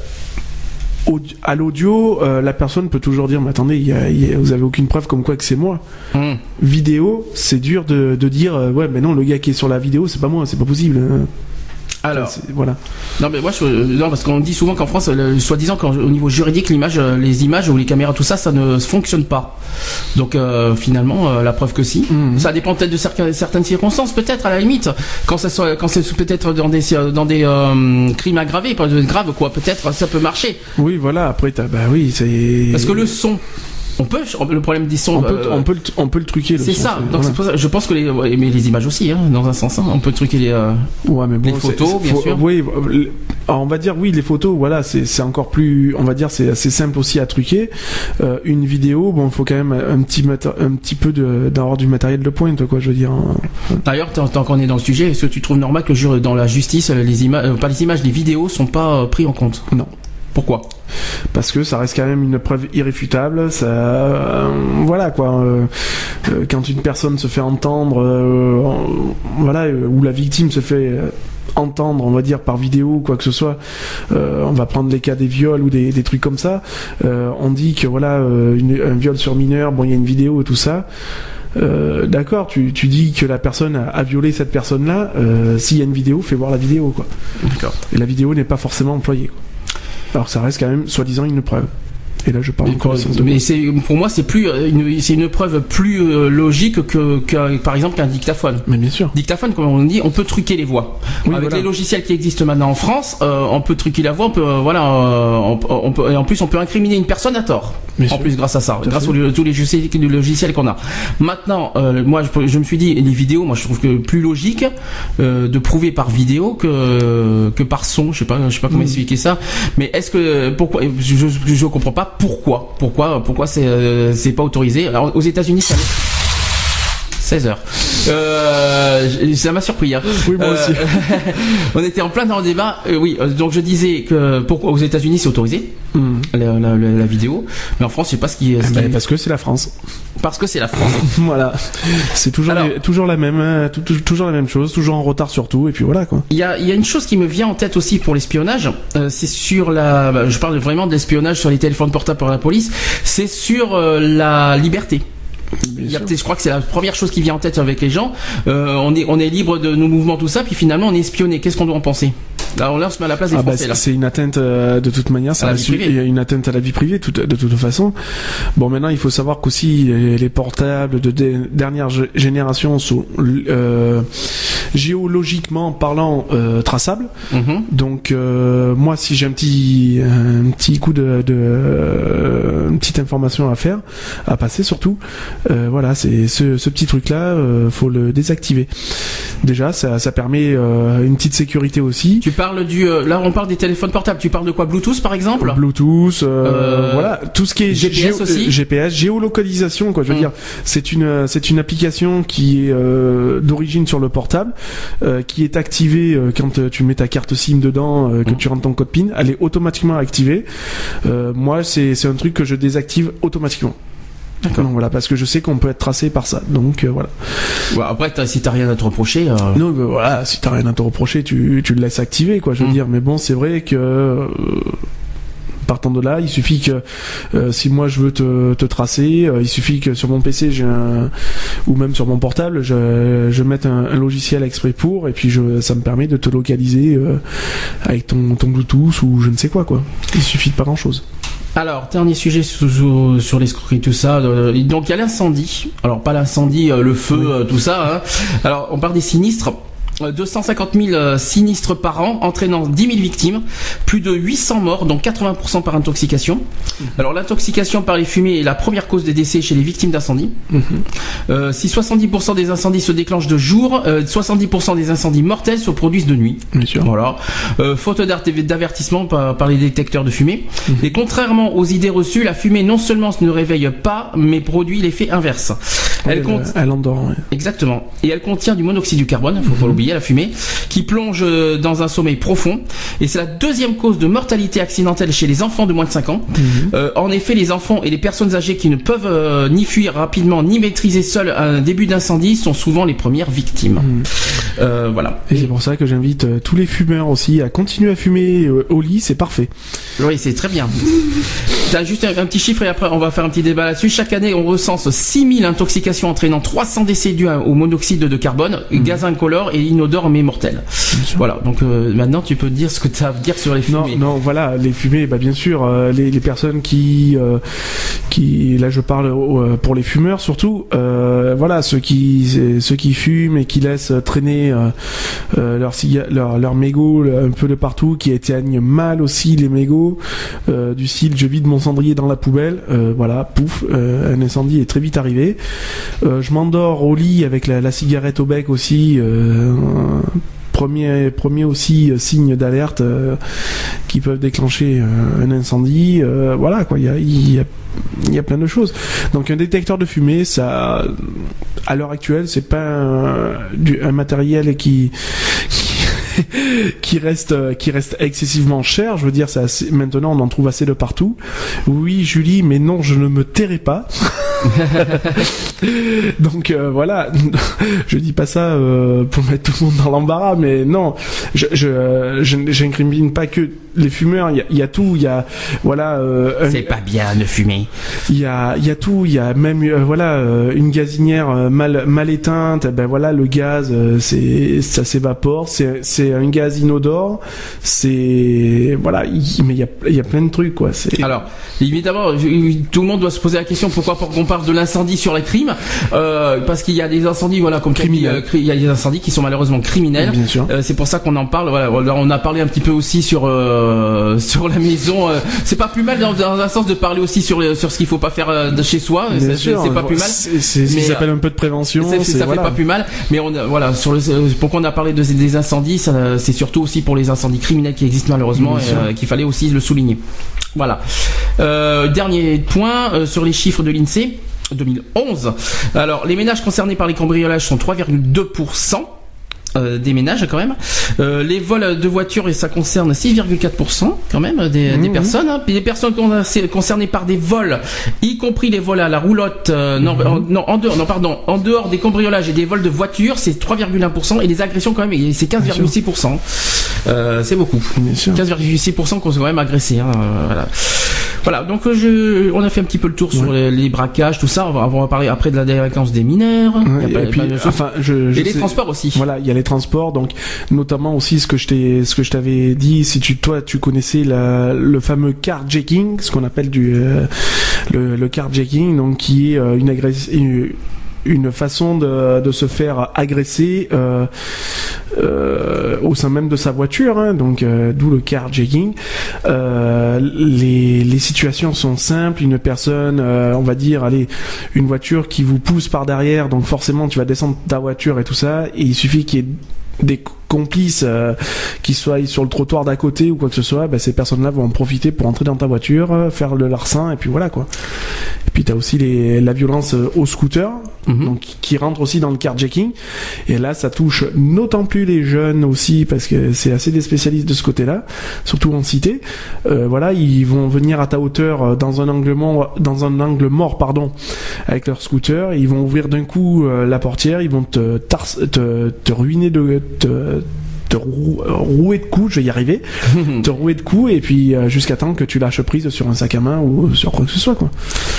à l'audio, euh, la personne peut toujours dire mais attendez, y a, y a, vous avez aucune preuve comme quoi que c'est moi. Mmh. Vidéo, c'est dur de, de dire euh, ouais mais non, le gars qui est sur la vidéo c'est pas moi, c'est pas possible. Alors, c'est, voilà. Non mais moi je, non parce qu'on dit souvent qu'en France, le, soi-disant qu'au niveau juridique, l'image, les images ou les caméras, tout ça, ça ne fonctionne pas. Donc euh, finalement, euh, la preuve que si. Mmh. Ça dépend peut-être de certaines, certaines circonstances, peut-être à la limite, quand ça soit, quand c'est peut-être dans des dans des euh, crimes aggravés, pas grave quoi, peut-être ça peut marcher. Oui voilà. Après t'as, bah oui c'est. Parce que le son. On peut, le problème des sons. On peut, euh, on peut, le, on peut le truquer. Le c'est son, ça. c'est, Donc voilà. c'est pour ça. Je pense que les, mais les images aussi, hein, dans un sens, hein, on peut truquer les, euh, ouais, mais bon, les photos, c'est, bien faut, sûr. Oui, alors on va dire oui, les photos, voilà, c'est, c'est encore plus, on va dire, c'est assez simple aussi à truquer. Euh, une vidéo, bon, il faut quand même un petit, un petit peu de, d'avoir du matériel de pointe, quoi, je veux dire. Hein. D'ailleurs, tant, tant qu'on est dans le sujet, est-ce que tu trouves normal que dans la justice, les images, euh, pas les images, les vidéos sont pas euh, pris en compte ? Non. Pourquoi ? Parce que ça reste quand même une preuve irréfutable. Ça, euh, voilà quoi. Euh, euh, quand une personne se fait entendre, euh, voilà, euh, ou la victime se fait euh, entendre, on va dire par vidéo ou quoi que ce soit. Euh, on va prendre les cas des viols ou des, des trucs comme ça. Euh, on dit que voilà, euh, une, un viol sur mineur, bon, il y a une vidéo et tout ça. Euh, d'accord, tu, tu dis que la personne a, a violé cette personne-là. Euh, s'il y a une vidéo, fais voir la vidéo, quoi. D'accord. Et la vidéo n'est pas forcément employée, quoi. Alors ça reste quand même soi-disant une preuve. Et là, je parle. Mais, mais c'est, pour moi, c'est plus une, c'est une preuve plus euh, logique que, que, par exemple, qu'un dictaphone. Mais bien sûr. Dictaphone, comme on dit, on peut truquer les voix. Oui, Avec voilà. les logiciels qui existent maintenant en France, euh, on peut truquer la voix. On peut, euh, voilà, euh, on, on peut, et en plus, on peut incriminer une personne à tort. Bien en sûr. plus, grâce à ça, Tout grâce à aux tous les logiciels, les logiciels qu'on a. Maintenant, euh, moi, je, je me suis dit, les vidéos, moi, je trouve que plus logique euh, de prouver par vidéo que que par son. Je sais pas, je sais pas comment Mm. expliquer ça. Mais est-ce que pourquoi je, je, je comprends pas pourquoi. Pourquoi, pourquoi c'est, euh, c'est pas autorisé. Alors, aux États-Unis, ça seize heures. Euh, ça m'a surpris. Hein. Oui, moi aussi. On était en plein dans le débat. Euh, oui, euh, donc je disais que pourquoi aux États-Unis c'est autorisé Mmh. la, la, la, la vidéo, mais en France, je sais pas ce qui. Ce Eh ben, qui... parce que c'est la France. Parce que c'est la France. Voilà. C'est toujours Alors, les- toujours la même, euh, tout- tout- toujours la même chose, toujours en retard sur tout, et puis voilà quoi. Il y a, il y a une chose qui me vient en tête aussi pour l'espionnage. Euh, c'est sur la. Bah, je parle vraiment de l'espionnage sur les téléphones portables par la police. C'est sur euh, la liberté. Il y a, je crois que c'est la première chose qui vient en tête avec les gens. Euh, on est, on est libre de nos mouvements, tout ça, puis finalement on est espionné. Qu'est-ce qu'on doit en penser? Là, on là, on se met à la place des Ah bah, Français. c'est Là. c'est une atteinte euh, de toute manière, ça À la reste vie privée. une- une atteinte à la vie privée tout- de toute façon. Bon, maintenant il faut savoir qu'aussi les, les portables de dé- dernière gé- génération sont euh, géologiquement parlant euh, traçables. Mhm. Donc euh, moi, si j'ai un petit un petit coup de, de euh, une petite information à faire, à passer surtout, euh, voilà, c'est ce, ce petit truc là, euh, faut le désactiver. Déjà, ça, ça permet euh, une petite sécurité aussi. Tu parles du. Euh, là, on parle des téléphones portables. Tu parles de quoi? Bluetooth, par exemple? Bluetooth, euh, Euh, voilà, tout ce qui est G P S géo- aussi euh, G P S, géolocalisation, quoi. Je veux Mm. dire, c'est une c'est une application qui est euh, d'origine sur le portable, euh, qui est activée euh, quand euh, tu mets ta carte SIM dedans, euh, que Mm. tu rentres ton code PIN, elle est automatiquement activée. Euh, moi, c'est c'est un truc que je désactive automatiquement. D'accord. Donc voilà, parce que je sais qu'on peut être tracé par ça. Donc euh, voilà. Ouais, après, t'as, si t'as rien à te reprocher. Euh... Non, mais voilà, si t'as rien à te reprocher, tu tu le laisses activer, quoi. Je veux Mm. dire, mais bon, c'est vrai que euh, partant de là, il suffit que euh, si moi je veux te, te tracer, euh, il suffit que sur mon P C j'ai un ou même sur mon portable, je, je mette un, un logiciel exprès pour, et puis je, ça me permet de te localiser euh, avec ton, ton Bluetooth ou je ne sais quoi quoi. Il suffit de pas grand chose. Alors, dernier sujet sur, sur, sur l'escroquerie, tout ça. Euh, donc, il y a l'incendie. Alors, pas l'incendie, euh, le feu, Oui. euh, tout ça. Hein. Alors, on parle des sinistres. Euh, deux cent cinquante mille euh, sinistres par an, entraînant dix mille victimes, plus de huit cents morts, dont quatre-vingts pour cent par intoxication. Alors, l'intoxication par les fumées est la première cause de décès chez les victimes d'incendie. Euh, si soixante-dix pour cent des incendies se déclenchent de jour, euh, soixante-dix pour cent des incendies mortels se produisent de nuit. Bien sûr. Voilà. Euh, faute d'art- d'avertissement par, par les détecteurs de fumée. Mhm. Et contrairement aux idées reçues, la fumée non seulement ne réveille pas, mais produit l'effet inverse. Elle Elle, compte... elle endort. Ouais. Exactement. Et elle contient du monoxyde du carbone, faut pas l'oublier, la fumée, qui plonge euh, dans un sommeil profond. Et c'est la deuxième cause de mortalité accidentelle chez les enfants de moins de cinq ans. Euh, en effet, les enfants et les personnes âgées qui ne peuvent euh, ni fuir rapidement, ni maîtriser seuls un début d'incendie sont souvent les premières victimes. Mhm. Euh, voilà. Et c'est pour ça que j'invite euh, tous les fumeurs aussi à continuer à fumer euh, au lit, c'est parfait. Oui, c'est très bien. T'as juste un, un petit chiffre et après on va faire un petit débat là-dessus. Chaque année, on recense six mille intoxications entraînant trois cents décès dus au monoxyde de carbone, Mmh. gaz incolore et inodore mais mortel. Voilà, donc euh, maintenant tu peux dire ce que tu as à dire sur les Non, fumées. non, voilà, les fumées, bah bien sûr, euh, les, les personnes qui, euh, qui, là je parle euh, pour les fumeurs surtout, euh, voilà, ceux qui, ceux qui fument et qui laissent traîner euh, euh, leur, ciga- leur, leur mégot un peu de partout, qui éteignent mal aussi les mégots, euh, du style je vide mon cendrier dans la poubelle, euh, voilà, pouf, euh, un incendie est très vite arrivé. Euh, je m'endors au lit avec la, la cigarette au bec aussi. Euh, Premier, premier aussi euh, signe d'alerte euh, qui peuvent déclencher euh, un incendie. Euh, voilà quoi, il y a, il y a, il y a plein de choses. Donc un détecteur de fumée, ça, à l'heure actuelle, c'est pas un, du, un matériel qui, qui qui reste qui reste excessivement cher. Je veux dire, c'est assez, maintenant on en trouve assez de partout. Oui, Julie, mais non, je ne me tairai pas. Donc euh, voilà, je dis pas ça euh, pour mettre tout le monde dans l'embarras, mais non, je je je- j'incrimine pas que les fumeurs, il y a, y a tout, il y a voilà. Euh, c'est un, pas bien de fumer. Il y a, il y a tout, il y a même euh, voilà euh, une gazinière euh, mal mal éteinte. Ben voilà, le gaz, euh, c'est ça s'évapore. C'est c'est un gaz inodore. C'est voilà, y, mais il y a il y a plein de trucs quoi. C'est... Alors évidemment, tout le monde doit se poser la question pourquoi on parle de l'incendie sur les crimes, euh, parce qu'il y a des incendies voilà comme criminels. Il y a des incendies qui sont malheureusement criminels. Bien sûr. Euh, c'est pour ça qu'on en parle. Voilà, on a parlé un petit peu aussi sur euh, sur la maison. Euh, c'est pas plus mal dans, dans un sens de parler aussi sur les, sur ce qu'il faut pas faire euh, de chez soi. C'est, c'est, c'est pas plus mal. C'est, c'est ce qui s'appelle un peu de prévention. C'est, c'est, ça voilà. fait pas plus mal. Mais on voilà sur le pourquoi on a parlé de, des incendies, ça, c'est surtout aussi pour les incendies criminels qui existent malheureusement et euh, qu'il fallait aussi le souligner. Voilà. Euh, dernier point euh, sur les chiffres de l'INSEE deux mille onze. Alors les ménages concernés par les cambriolages sont trois virgule deux pour cent. Euh, des ménages quand même. Euh, les vols de voitures et ça concerne six virgule quatre pour cent quand même des, mmh, des personnes. Hein. Puis les personnes concernées par des vols, y compris les vols à la roulotte, euh, non, mmh. en, non en dehors, non pardon, en dehors des cambriolages et des vols de voitures, c'est trois virgule un pour cent et les agressions quand même, c'est quinze virgule six pour cent. Euh, c'est beaucoup. quinze virgule six pour cent qu'on s'est quand même agressé. Hein, euh, voilà. Voilà, donc je, on a fait un petit peu le tour sur ouais. les, les braquages, tout ça. On va, on va parler après de la délinquance des mineurs. Ouais, y a et pas, puis, pas enfin, je, je et les sais, transports aussi. Voilà, il y a les transports, donc notamment aussi ce que je t'ai, ce que je t'avais dit. Si tu, toi, tu connaissais la, le fameux carjacking, ce qu'on appelle du euh, le, le carjacking, donc qui est euh, une agression. Une, une façon de, de se faire agresser euh, euh, au sein même de sa voiture, hein, donc euh, d'où le carjacking. Euh, les, les situations sont simples. Une personne, euh, on va dire, allez, une voiture qui vous pousse par derrière, donc forcément tu vas descendre ta voiture et tout ça, et il suffit qu'il y ait des complices euh, qui soient sur le trottoir d'à côté ou quoi que ce soit, bah, ces personnes-là vont en profiter pour entrer dans ta voiture, euh, faire le larcin et puis voilà quoi. Et puis t'as aussi les, la violence euh, au scooter, mm-hmm. donc qui rentre aussi dans le carjacking. Et là, ça touche d'autant plus les jeunes aussi parce que c'est assez des spécialistes de ce côté-là, surtout en cité. Euh, voilà, ils vont venir à ta hauteur dans un angle mort, dans un angle mort, pardon, avec leur scooter. Et ils vont ouvrir d'un coup euh, la portière, ils vont te, tar- te, te ruiner de te, te rou- rouer de coups, je vais y arriver, te rouer de coups et puis euh, jusqu'à temps que tu lâches prise sur un sac à main ou sur quoi que ce soit quoi.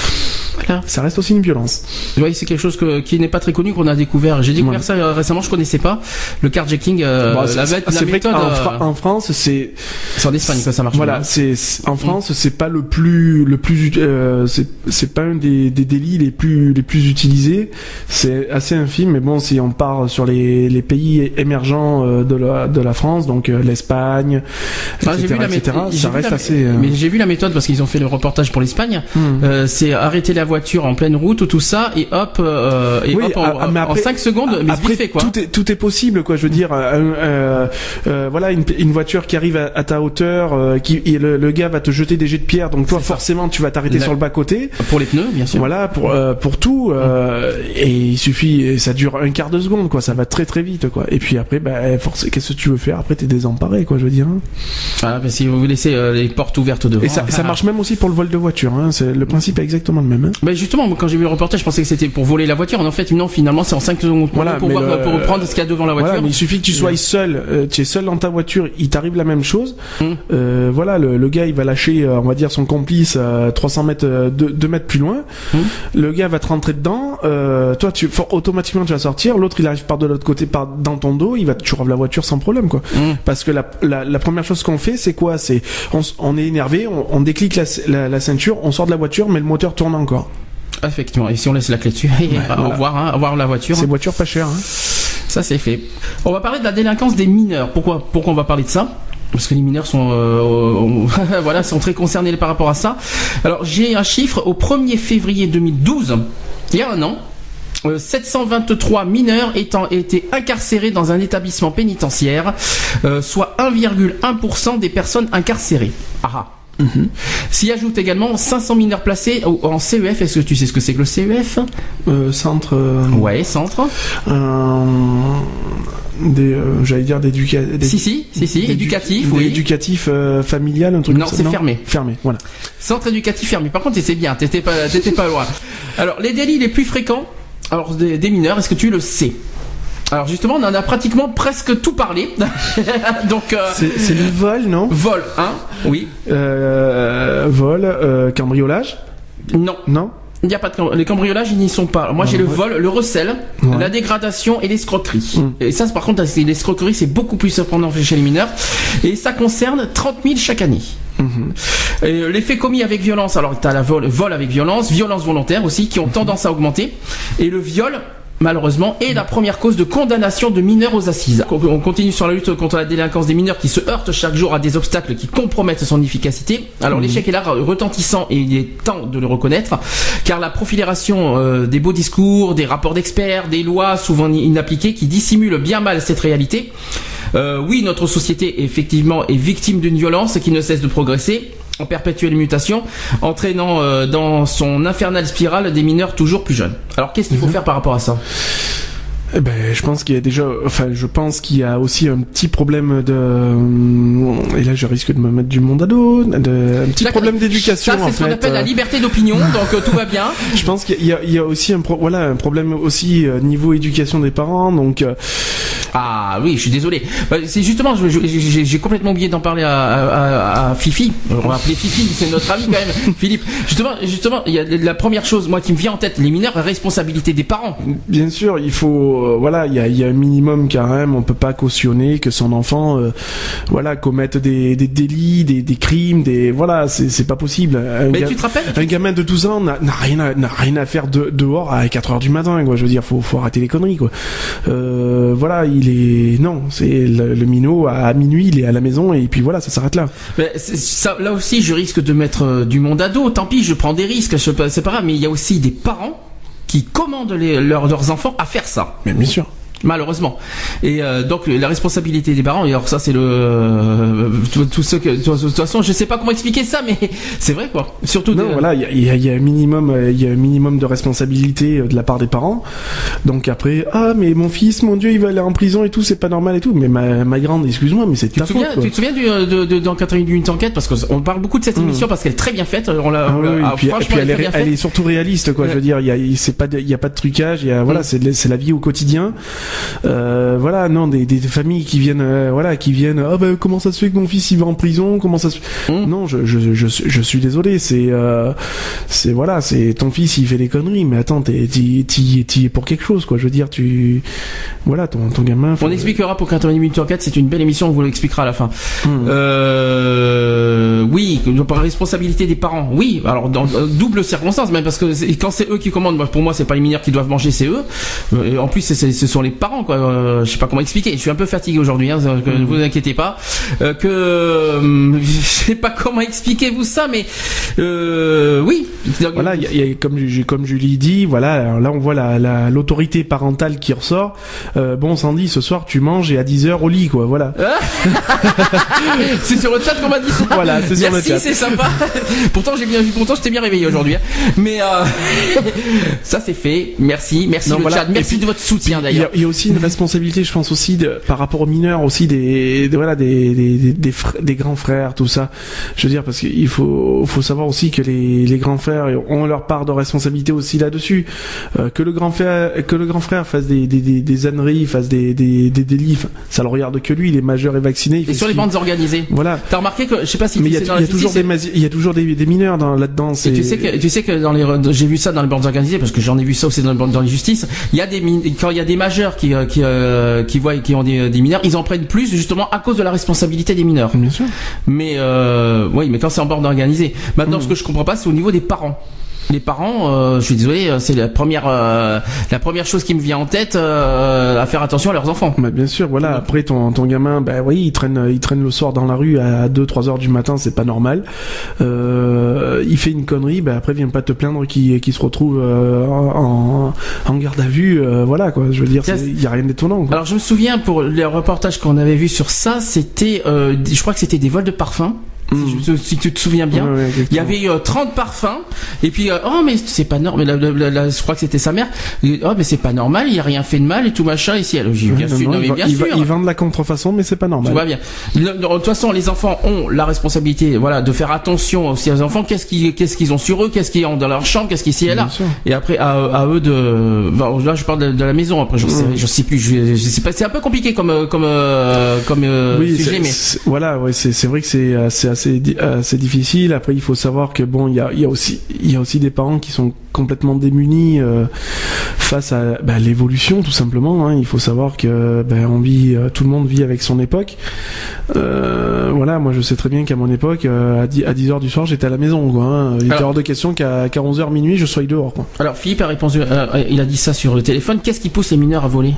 Voilà. Ça reste aussi une violence. Oui, c'est quelque chose que, qui n'est pas très connu qu'on a découvert. J'ai découvert ouais. ça euh, récemment, je connaissais pas le carjacking. Euh, bon, la, c'est, la c'est méthode. Vrai euh... en, en France, c'est c'est en Espagne que ça marche. Voilà, bien. c'est, c'est en France, mmh. c'est pas le plus le plus euh, c'est c'est pas un des, des délits les plus les plus utilisés. C'est assez infime, mais bon, si on part sur les les pays émergents euh, de la de la France, donc euh, l'Espagne, ah, et cetera, j'ai vu la et cetera, méthode, ça reste la... assez. Euh... Mais j'ai vu la méthode parce qu'ils ont fait le reportage pour l'Espagne. Mmh. Euh, c'est arrêter la voiture en pleine route ou tout ça et hop euh, et oui, hop en, à, mais après, en cinq secondes mais après, vite fait quoi. Tout est tout est possible quoi. Je veux dire euh, euh, euh, voilà une, une voiture qui arrive à, à ta hauteur, euh, qui et le, le gars va te jeter des jets de pierre, donc toi c'est forcément ça. Tu vas t'arrêter la... sur le bas côté pour les pneus bien sûr. Voilà pour euh, pour tout euh, mmh. et il suffit et ça dure un quart de seconde quoi. Ça va très très vite quoi. Et puis après bah forcément qu'est-ce que tu veux faire après t'es désemparé quoi. Je veux dire. Hein. Voilà, mais si vous laissez euh, les portes ouvertes devant. Et ça, ah, ça marche même aussi pour le vol de voiture. Hein. C'est, le principe est exactement le même. Hein. Mais justement quand j'ai vu le reportage je pensais que c'était pour voler la voiture. En fait non finalement c'est en cinq secondes voilà, pour, voir, le... pour prendre ce qu'il y a devant la voiture. Voilà, mais il suffit que tu sois seul. Euh, tu es seul dans ta voiture, il t'arrive la même chose. Mmh. Euh, voilà le, le gars il va lâcher euh, on va dire son complice à trois cents mètres euh, deux mètres plus loin. Mmh. Le gars va te rentrer dedans. Euh, toi tu for, automatiquement tu vas sortir. L'autre il arrive par de l'autre côté par dans ton dos. Il va tu raves la voiture sans problème quoi. Mmh. Parce que la, la, la première chose qu'on fait c'est quoi? C'est on, on est énervé, on, on déclique la, la, la ceinture, on sort de la voiture mais le moteur tourne encore. Effectivement, et si on laisse la clé dessus, ouais, au voilà. revoir, hein, au revoir la voiture. C'est voiture pas chère. Hein. Ça c'est fait. On va parler de la délinquance des mineurs. Pourquoi, pourquoi on va parler de ça? Parce que les mineurs sont, euh, voilà, sont très concernés par rapport à ça. Alors j'ai un chiffre au premier février deux mille douze, il y a un an. Euh, sept cent vingt-trois mineurs étant été incarcérés dans un établissement pénitentiaire, euh, soit un virgule un pour cent des personnes incarcérées. Ah. Mmh. S'y ajoute également cinq cents mineurs placés en C E F. Est-ce que tu sais ce que c'est que le C E F? euh, Centre. Euh, ouais, centre. Euh, des, euh, j'allais dire d'éducation. Si, si, si, si, éducatif, oui. Éducatif euh, familial, un truc non, comme ça. C'est non, c'est fermé. Fermé, voilà. Centre éducatif fermé. Par contre, c'est bien, t'étais pas, t'étais pas loin. Alors, les délits les plus fréquents, alors des, des mineurs, est-ce que tu le sais? Alors justement, on en a pratiquement presque tout parlé. Donc euh, c'est, c'est le vol, non? Vol, hein? Oui. Euh, vol, euh, cambriolage? Non. Non. Il n'y a pas de cam- les cambriolages, ils n'y sont pas. Moi, non, j'ai le ouais. vol, le recel, ouais. la dégradation et l'escroquerie. Mm. Et ça, par contre, c'est, l'escroquerie, c'est beaucoup plus surprenant chez les mineurs. Et ça concerne trente mille chaque année. Mm-hmm. Et les faits commis avec violence, alors tu as la vol, vol avec violence, violence volontaire aussi, qui ont mm-hmm. tendance à augmenter. Et le viol, malheureusement, est la première cause de condamnation de mineurs aux assises. On continue sur la lutte contre la délinquance des mineurs qui se heurte chaque jour à des obstacles qui compromettent son efficacité. Alors mmh. l'échec est là retentissant et il est temps de le reconnaître, car la profilération euh, des beaux discours, des rapports d'experts, des lois souvent inappliquées qui dissimulent bien mal cette réalité. Euh, oui, notre société effectivement est victime d'une violence qui ne cesse de progresser en perpétuelle mutation, entraînant euh, dans son infernale spirale des mineurs toujours plus jeunes. Alors qu'est-ce qu'il faut mmh. faire par rapport à ça ? Eh ben, je pense qu'il y a déjà, enfin, je pense qu'il y a aussi un petit problème de, et là, je risque de me mettre du monde à dos, de, un petit D'accord. problème d'éducation. Ça, c'est en ce qu'on fait. appelle la liberté d'opinion, donc euh, tout va bien. Je pense qu'il y a, il y a aussi un pro, voilà, un problème aussi euh, niveau éducation des parents, donc. Euh... Ah oui, je suis désolé. C'est justement, je, je, j'ai, j'ai complètement oublié d'en parler à, à, à Fifi. On va appeler Fifi, c'est notre ami quand même, Philippe. Justement, justement, il y a la première chose, moi, qui me vient en tête, les mineurs, la responsabilité des parents. Bien sûr, il faut. Euh, voilà, il y a, y a un minimum quand même. On peut pas cautionner que son enfant, euh, voilà, commette des, des délits, des, des crimes, des voilà, c'est, c'est pas possible. Un Mais ga- tu te rappelles Un gamin de douze ans n'a, n'a rien, à, n'a rien à faire de, dehors à quatre heures du matin, quoi. Je veux dire, faut, faut arrêter les conneries, quoi. Euh, voilà, il est non, c'est le, le minot à minuit, il est à la maison et puis voilà, ça s'arrête là. Mais c'est, ça, là aussi, je risque de mettre euh, du monde à dos. Tant pis, je prends des risques, je, c'est pas grave. Mais il y a aussi des parents qui commandent les, leurs, leurs enfants à faire ça. Mais bien sûr. Malheureusement. Et euh, donc la responsabilité des parents, et alors ça c'est le euh, tout, tout ce que de toute façon je sais pas comment expliquer ça, mais c'est vrai quoi. Surtout non de... voilà, il y a, y a un minimum, il y a un minimum de responsabilité de la part des parents. Donc après, ah mais mon fils, mon Dieu, il va aller en prison et tout, c'est pas normal et tout. Mais ma, ma grande, excuse-moi, mais c'est de tu ta te souviens, faute, quoi. Tu te souviens du, de, de, dans quatre-vingt-huit enquêtes, parce qu'on parle beaucoup de cette émission mmh. parce qu'elle est très bien faite. On l'a, ah, on l'a oui, ah, et puis, franchement et puis elle, elle, est, elle est surtout réaliste quoi. Ouais. Je veux dire, il y a, c'est pas, il y a pas de trucage. Il y a, mmh. voilà, c'est, c'est la vie au quotidien. Euh, voilà, non, des, des familles qui viennent, euh, voilà, qui viennent. Ah ben comment ça se fait que mon fils il va en prison? Comment ça se fait? Mmh. Non, je, je, je, je suis désolé. C'est, euh, c'est voilà, c'est ton fils il fait des conneries, mais attends, t'es, t'y, t'y, t'y es pour quelque chose quoi. Je veux dire, tu, voilà, ton, ton gamin. Faut... On expliquera pour quatre-vingt-huit minutes enquête. C'est une belle émission. On vous l'expliquera à la fin. Mmh. Euh, oui, par la responsabilité des parents. Oui, alors dans, dans double circonstance, même parce que c'est, quand c'est eux qui commandent, pour moi c'est pas les mineurs qui doivent manger, c'est eux. Et en plus, c'est, c'est, ce sont les parents quoi. Euh, je sais pas comment expliquer. Je suis un peu fatigué aujourd'hui. Hein, que, mmh. Ne vous inquiétez pas. Euh, que euh, je sais pas comment expliquer vous ça, mais euh, oui. Voilà, il y a, y a, comme comme Julie dit, voilà. Là, on voit la, la l'autorité parentale qui ressort. Euh, bon, Sandy, ce soir, tu manges et à dix heures au lit, quoi. Voilà. C'est sur le chat qu'on m'a dit ça. Voilà, c'est sur Merci, le chat. C'est sympa. Pourtant, j'ai bien vu. Pourtant, je t'ai bien réveillé aujourd'hui. Hein. Mais euh, ça, c'est fait. Merci, merci non, le voilà. chat. Merci puis, de votre soutien d'ailleurs. Il y, y a aussi une responsabilité, je pense aussi, de, par rapport aux mineurs, aussi des, des voilà, des des des, des, fr- des grands frères, tout ça. Je veux dire, parce qu'il faut faut savoir aussi que les les grands frères ont leur part de responsabilité aussi là-dessus. Euh, que le grand frère que le grand frère fasse des des des, des âneries, fasse des des des délits, ça le regarde que lui. Il est majeur et vacciné. Et sur les bandes organisées. Voilà. T'as remarqué que je sais pas si mais il y a, dans y a la toujours justice, des il y a toujours des, des mineurs dans là-dedans. C'est... Et tu sais que tu sais que dans les j'ai vu ça dans les bandes organisées parce que j'en ai vu ça aussi dans les bandes dans les justices. Il y a des quand il y a des majeurs qui qui euh, qui voient qui ont des, des mineurs, ils en prennent plus justement à cause de la responsabilité des mineurs. Bien sûr. Mais euh, oui, mais quand c'est en bande organisée. Maintenant, mmh. ce que je comprends pas, c'est au niveau des parents. Les parents, euh, je suis désolé, c'est la première, euh, la première chose qui me vient en tête, euh, à faire attention à leurs enfants. Bah bien sûr, voilà. Après ton ton gamin, bah oui, il traîne, il traîne le soir dans la rue à deux trois heures du matin, c'est pas normal. Euh, il fait une connerie, bah après viens pas te plaindre qu'il qu'il se retrouve euh, en en garde à vue, euh, voilà quoi. Je veux dire, il y a rien d'étonnant. Quoi. Alors je me souviens pour les reportages qu'on avait vus sur ça, c'était, euh, je crois que c'était des vols de parfum. Si, je, si tu te souviens bien, ouais, ouais, il y avait euh, trente parfums et puis euh, oh mais c'est pas normal. La, la, la, je crois que c'était sa mère. Oh mais c'est pas normal, il y a rien fait de mal et tout machin ici. Alors j'ai bien ouais, sûr, non, non, mais il bien va, sûr. Il, va, il vend de la contrefaçon, mais c'est pas normal. Tu vois bien. Le, de toute façon, les enfants ont la responsabilité, voilà, de faire attention aussi aux enfants. Qu'est-ce qu'ils, qu'est-ce qu'ils ont sur eux, qu'est-ce qu'ils ont dans leur chambre, qu'est-ce qu'ils y a là. Et après à, à eux de. Bon, là, je parle de, de la maison. Après, je sais, je sais plus. Je, je sais pas. C'est un peu compliqué comme comme comme oui, sujet, c'est, mais c'est, voilà, ouais, c'est c'est vrai que c'est c'est assez assez difficile. Après, il faut savoir que bon, il y a, il y a aussi, il y a aussi des parents qui sont complètement démunis euh, face à bah, l'évolution, tout simplement. Hein. Il faut savoir que bah, on vit, euh, tout le monde vit avec son époque. Euh, voilà, moi, je sais très bien qu'à mon époque, euh, à dix heures du soir, j'étais à la maison. Quoi, hein. Il était hors de question qu'à, qu'à onze heures minuit, je sois dehors. Quoi. Alors, Philippe a répondu. Euh, il a dit ça sur le téléphone. Qu'est-ce qui pousse les mineurs à voler?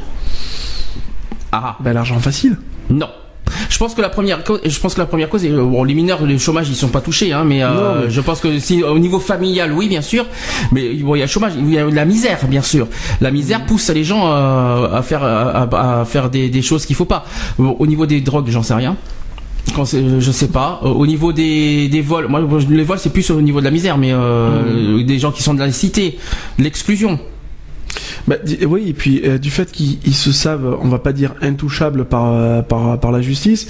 Ah, bah, l'argent facile. Non. Je pense que la première cause, je pense que la première cause, bon, les mineurs, le chômage, ils sont pas touchés, hein, mais, euh, non, mais... je pense que si au niveau familial, oui, bien sûr, mais bon, il y a le chômage, il y a la misère, bien sûr. La misère pousse les gens euh, à faire, à, à faire des, des choses qu'il faut pas. Au niveau des drogues, j'en sais rien. Quand c'est, je sais pas. Au niveau des, des vols, moi, les vols, c'est plus au niveau de la misère, mais euh, mmh. des gens qui sont de la cité, l'exclusion. Bah, oui, et puis euh, du fait qu'ils ils se savent, on va pas dire intouchables par par par la justice.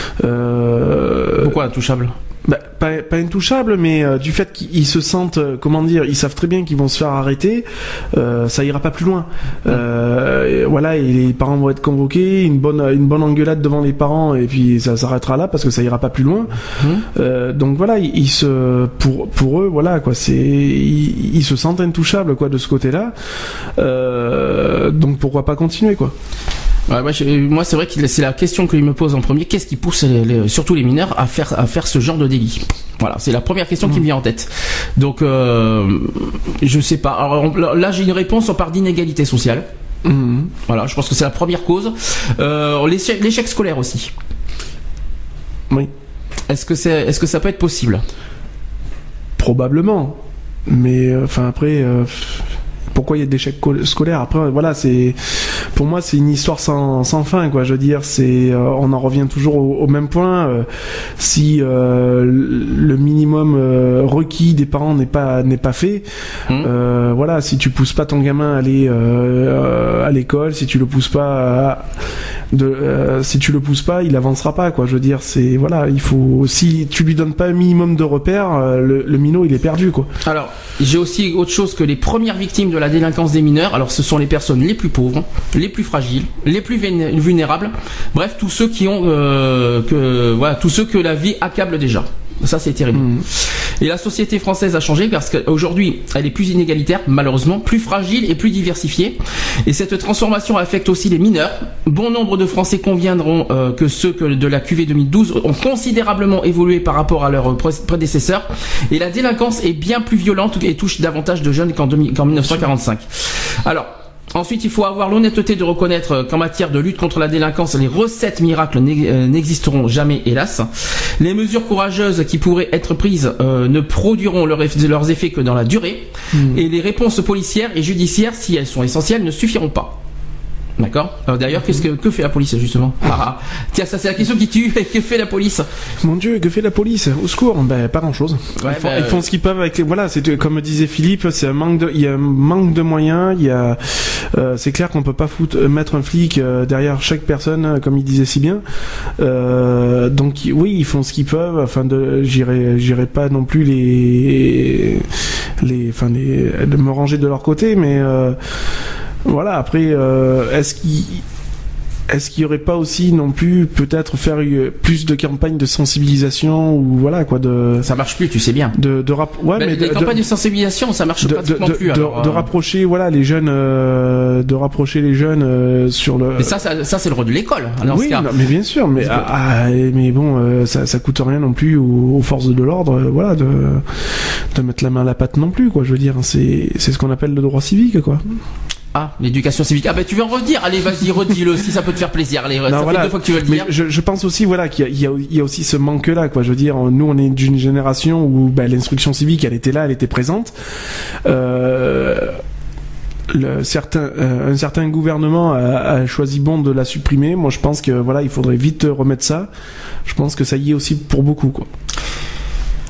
Euh... Pourquoi intouchables? Bah, pas, pas intouchables, mais euh, du fait qu'ils se sentent, euh, comment dire, ils savent très bien qu'ils vont se faire arrêter, euh, ça ira pas plus loin. Euh, et voilà, et les parents vont être convoqués, une bonne, une bonne engueulade devant les parents, et puis ça s'arrêtera là parce que ça ira pas plus loin. Mmh. Euh, donc voilà, ils, ils se, pour pour eux, voilà quoi, c'est, ils, ils se sentent intouchables quoi de ce côté-là. Euh, donc pourquoi pas continuer quoi. Ouais, moi, je, moi, c'est vrai que c'est la question qu'il me pose en premier. Qu'est-ce qui pousse les, les, surtout les mineurs à faire à faire ce genre de délit? Voilà, c'est la première question mmh. qui me vient en tête. Donc, euh, je sais pas. Alors on, là, j'ai une réponse. On part d'inégalité sociale. Mmh. Voilà, je pense que c'est la première cause. Euh, l'échec, l'échec scolaire aussi. Oui. Est-ce que c'est, est-ce que ça peut être possible? Probablement. Mais enfin euh, après. Euh... Pourquoi il y a des échecs scolaires? Après, voilà, c'est pour moi c'est une histoire sans, sans fin, quoi. Je veux dire, c'est euh, on en revient toujours au, au même point. Euh, si euh, le minimum euh, requis des parents n'est pas n'est pas fait, mmh. euh, voilà, si tu pousses pas ton gamin à aller euh, à l'école, si tu le pousses pas à, de, euh, si tu le pousses pas, il avancera pas, quoi. Je veux dire, c'est voilà, il faut si tu lui donnes pas un minimum de repères, euh, le, le minot il est perdu, quoi. Alors, j'ai aussi autre chose que les premières victimes de la délinquance des mineurs. Alors, ce sont les personnes les plus pauvres, les plus fragiles, les plus vulnérables. Bref, tous ceux qui ont, euh, que voilà, tous ceux que la vie accable déjà. Ça, c'est terrible. Mmh. Et la société française a changé parce qu'aujourd'hui, elle est plus inégalitaire, malheureusement, plus fragile et plus diversifiée. Et cette transformation affecte aussi les mineurs. Bon nombre de Français conviendront euh, que ceux que de la Q V deux mille douze ont considérablement évolué par rapport à leurs prédécesseurs. Et la délinquance est bien plus violente et touche davantage de jeunes qu'en, qu'en dix-neuf cent quarante-cinq. Alors, ensuite, il faut avoir l'honnêteté de reconnaître qu'en matière de lutte contre la délinquance, les recettes miracles n'existeront jamais, hélas. Les mesures courageuses qui pourraient être prises euh, ne produiront leur eff- leurs effets que dans la durée. Mmh. Et les réponses policières et judiciaires, si elles sont essentielles, ne suffiront pas. D'accord. Alors d'ailleurs, qu'est-ce que, que fait la police justement? Ah, tiens, ça c'est la question qui tue. Que fait la police? Mon Dieu, que fait la police? Au secours, ben pas grand-chose. Ouais, ils, font, bah, ils font ce qu'ils peuvent avec. Les... Voilà, c'est comme disait Philippe, c'est un manque de, il y a un manque de moyens. Il y a, euh, c'est clair qu'on peut pas foutre, mettre un flic euh, derrière chaque personne, comme il disait si bien. Euh, donc oui, ils font ce qu'ils peuvent. Enfin, de, j'irai, j'irai pas non plus les, les, enfin les, de me ranger de leur côté, mais. Euh, Voilà, après, euh, est-ce qu'il est-ce qu'il y aurait pas aussi non plus peut-être faire plus de campagnes de sensibilisation ou voilà quoi de ça marche plus, tu sais bien. De de rap... ouais, bah, mais les de, campagnes de, de sensibilisation ça marche de, pratiquement de, plus. De, alors, de euh... rapprocher voilà les jeunes euh, de rapprocher les jeunes euh, sur le. Mais ça ça, ça c'est le rôle de l'école. Dans oui, ce cas. Non, mais bien sûr, mais ah, ah, mais bon euh, ça ça coûte rien non plus aux, aux forces de l'ordre euh, voilà de de mettre la main à la pâte non plus quoi. Je veux dire c'est c'est ce qu'on appelle le droit civique quoi. Ah, l'éducation civique. Ah ben tu veux en redire? Allez, vas-y, redis-le si ça peut te faire plaisir. Allez, non, ça voilà. fait deux fois que tu veux le dire. Mais je, je pense aussi voilà qu'il y a, il y a, il y a aussi ce manque-là quoi. Je veux dire, nous on est d'une génération où ben, l'instruction civique, elle était là, elle était présente. Euh... Le, certain, euh, un certain gouvernement a, a choisi bon de la supprimer. Moi, je pense que voilà, il faudrait vite remettre ça. Je pense que ça y est aussi pour beaucoup, quoi.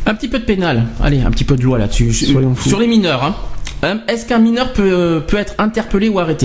Un petit peu de pénal. Allez, un petit peu de loi là-dessus. Soyons fous. Sur les mineurs, hein. Est-ce qu'un mineur peut, peut être interpellé ou arrêté ?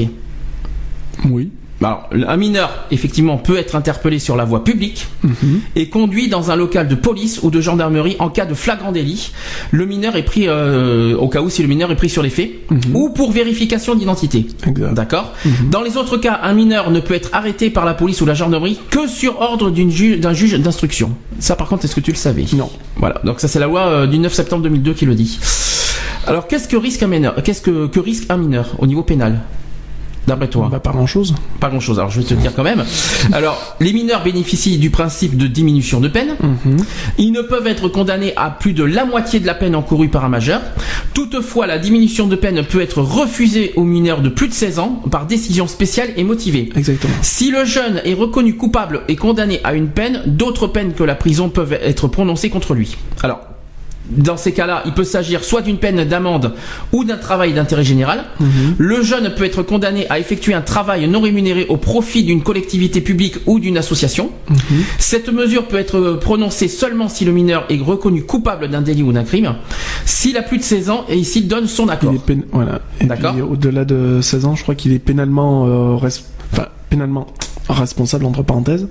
Oui. Alors, un mineur, effectivement, peut être interpellé sur la voie publique mmh. et conduit dans un local de police ou de gendarmerie en cas de flagrant délit. Le mineur est pris, euh, au cas où si le mineur est pris sur les faits, mmh. ou pour vérification d'identité. Exact. D'accord. Mmh. Dans les autres cas, un mineur ne peut être arrêté par la police ou la gendarmerie que sur ordre d'une ju- d'un juge d'instruction. Ça, par contre, est-ce que tu le savais ? Non. Voilà. Donc ça, c'est la loi euh, du neuf septembre deux mille deux qui le dit. Alors, qu'est-ce que risque un mineur ? Qu'est-ce que, que risque un mineur au niveau pénal ? D'après toi ? Bah, pas grand-chose. Pas grand-chose. Alors, je vais te dire quand même. Alors, les mineurs bénéficient du principe de diminution de peine. Mm-hmm. Ils ne peuvent être condamnés à plus de la moitié de la peine encourue par un majeur. Toutefois, la diminution de peine peut être refusée aux mineurs de plus de seize ans par décision spéciale et motivée. Exactement. Si le jeune est reconnu coupable et condamné à une peine, d'autres peines que la prison peuvent être prononcées contre lui. Alors, dans ces cas-là, il peut s'agir soit d'une peine d'amende ou d'un travail d'intérêt général. Mmh. Le jeune peut être condamné à effectuer un travail non rémunéré au profit d'une collectivité publique ou d'une association. Mmh. Cette mesure peut être prononcée seulement si le mineur est reconnu coupable d'un délit ou d'un crime, s'il a plus de seize ans et s'il donne son accord. Il est pén- voilà. Et D'accord. puis, au-delà de seize ans, je crois qu'il est pénalement, euh, res- enfin, pénalement responsable entre parenthèses,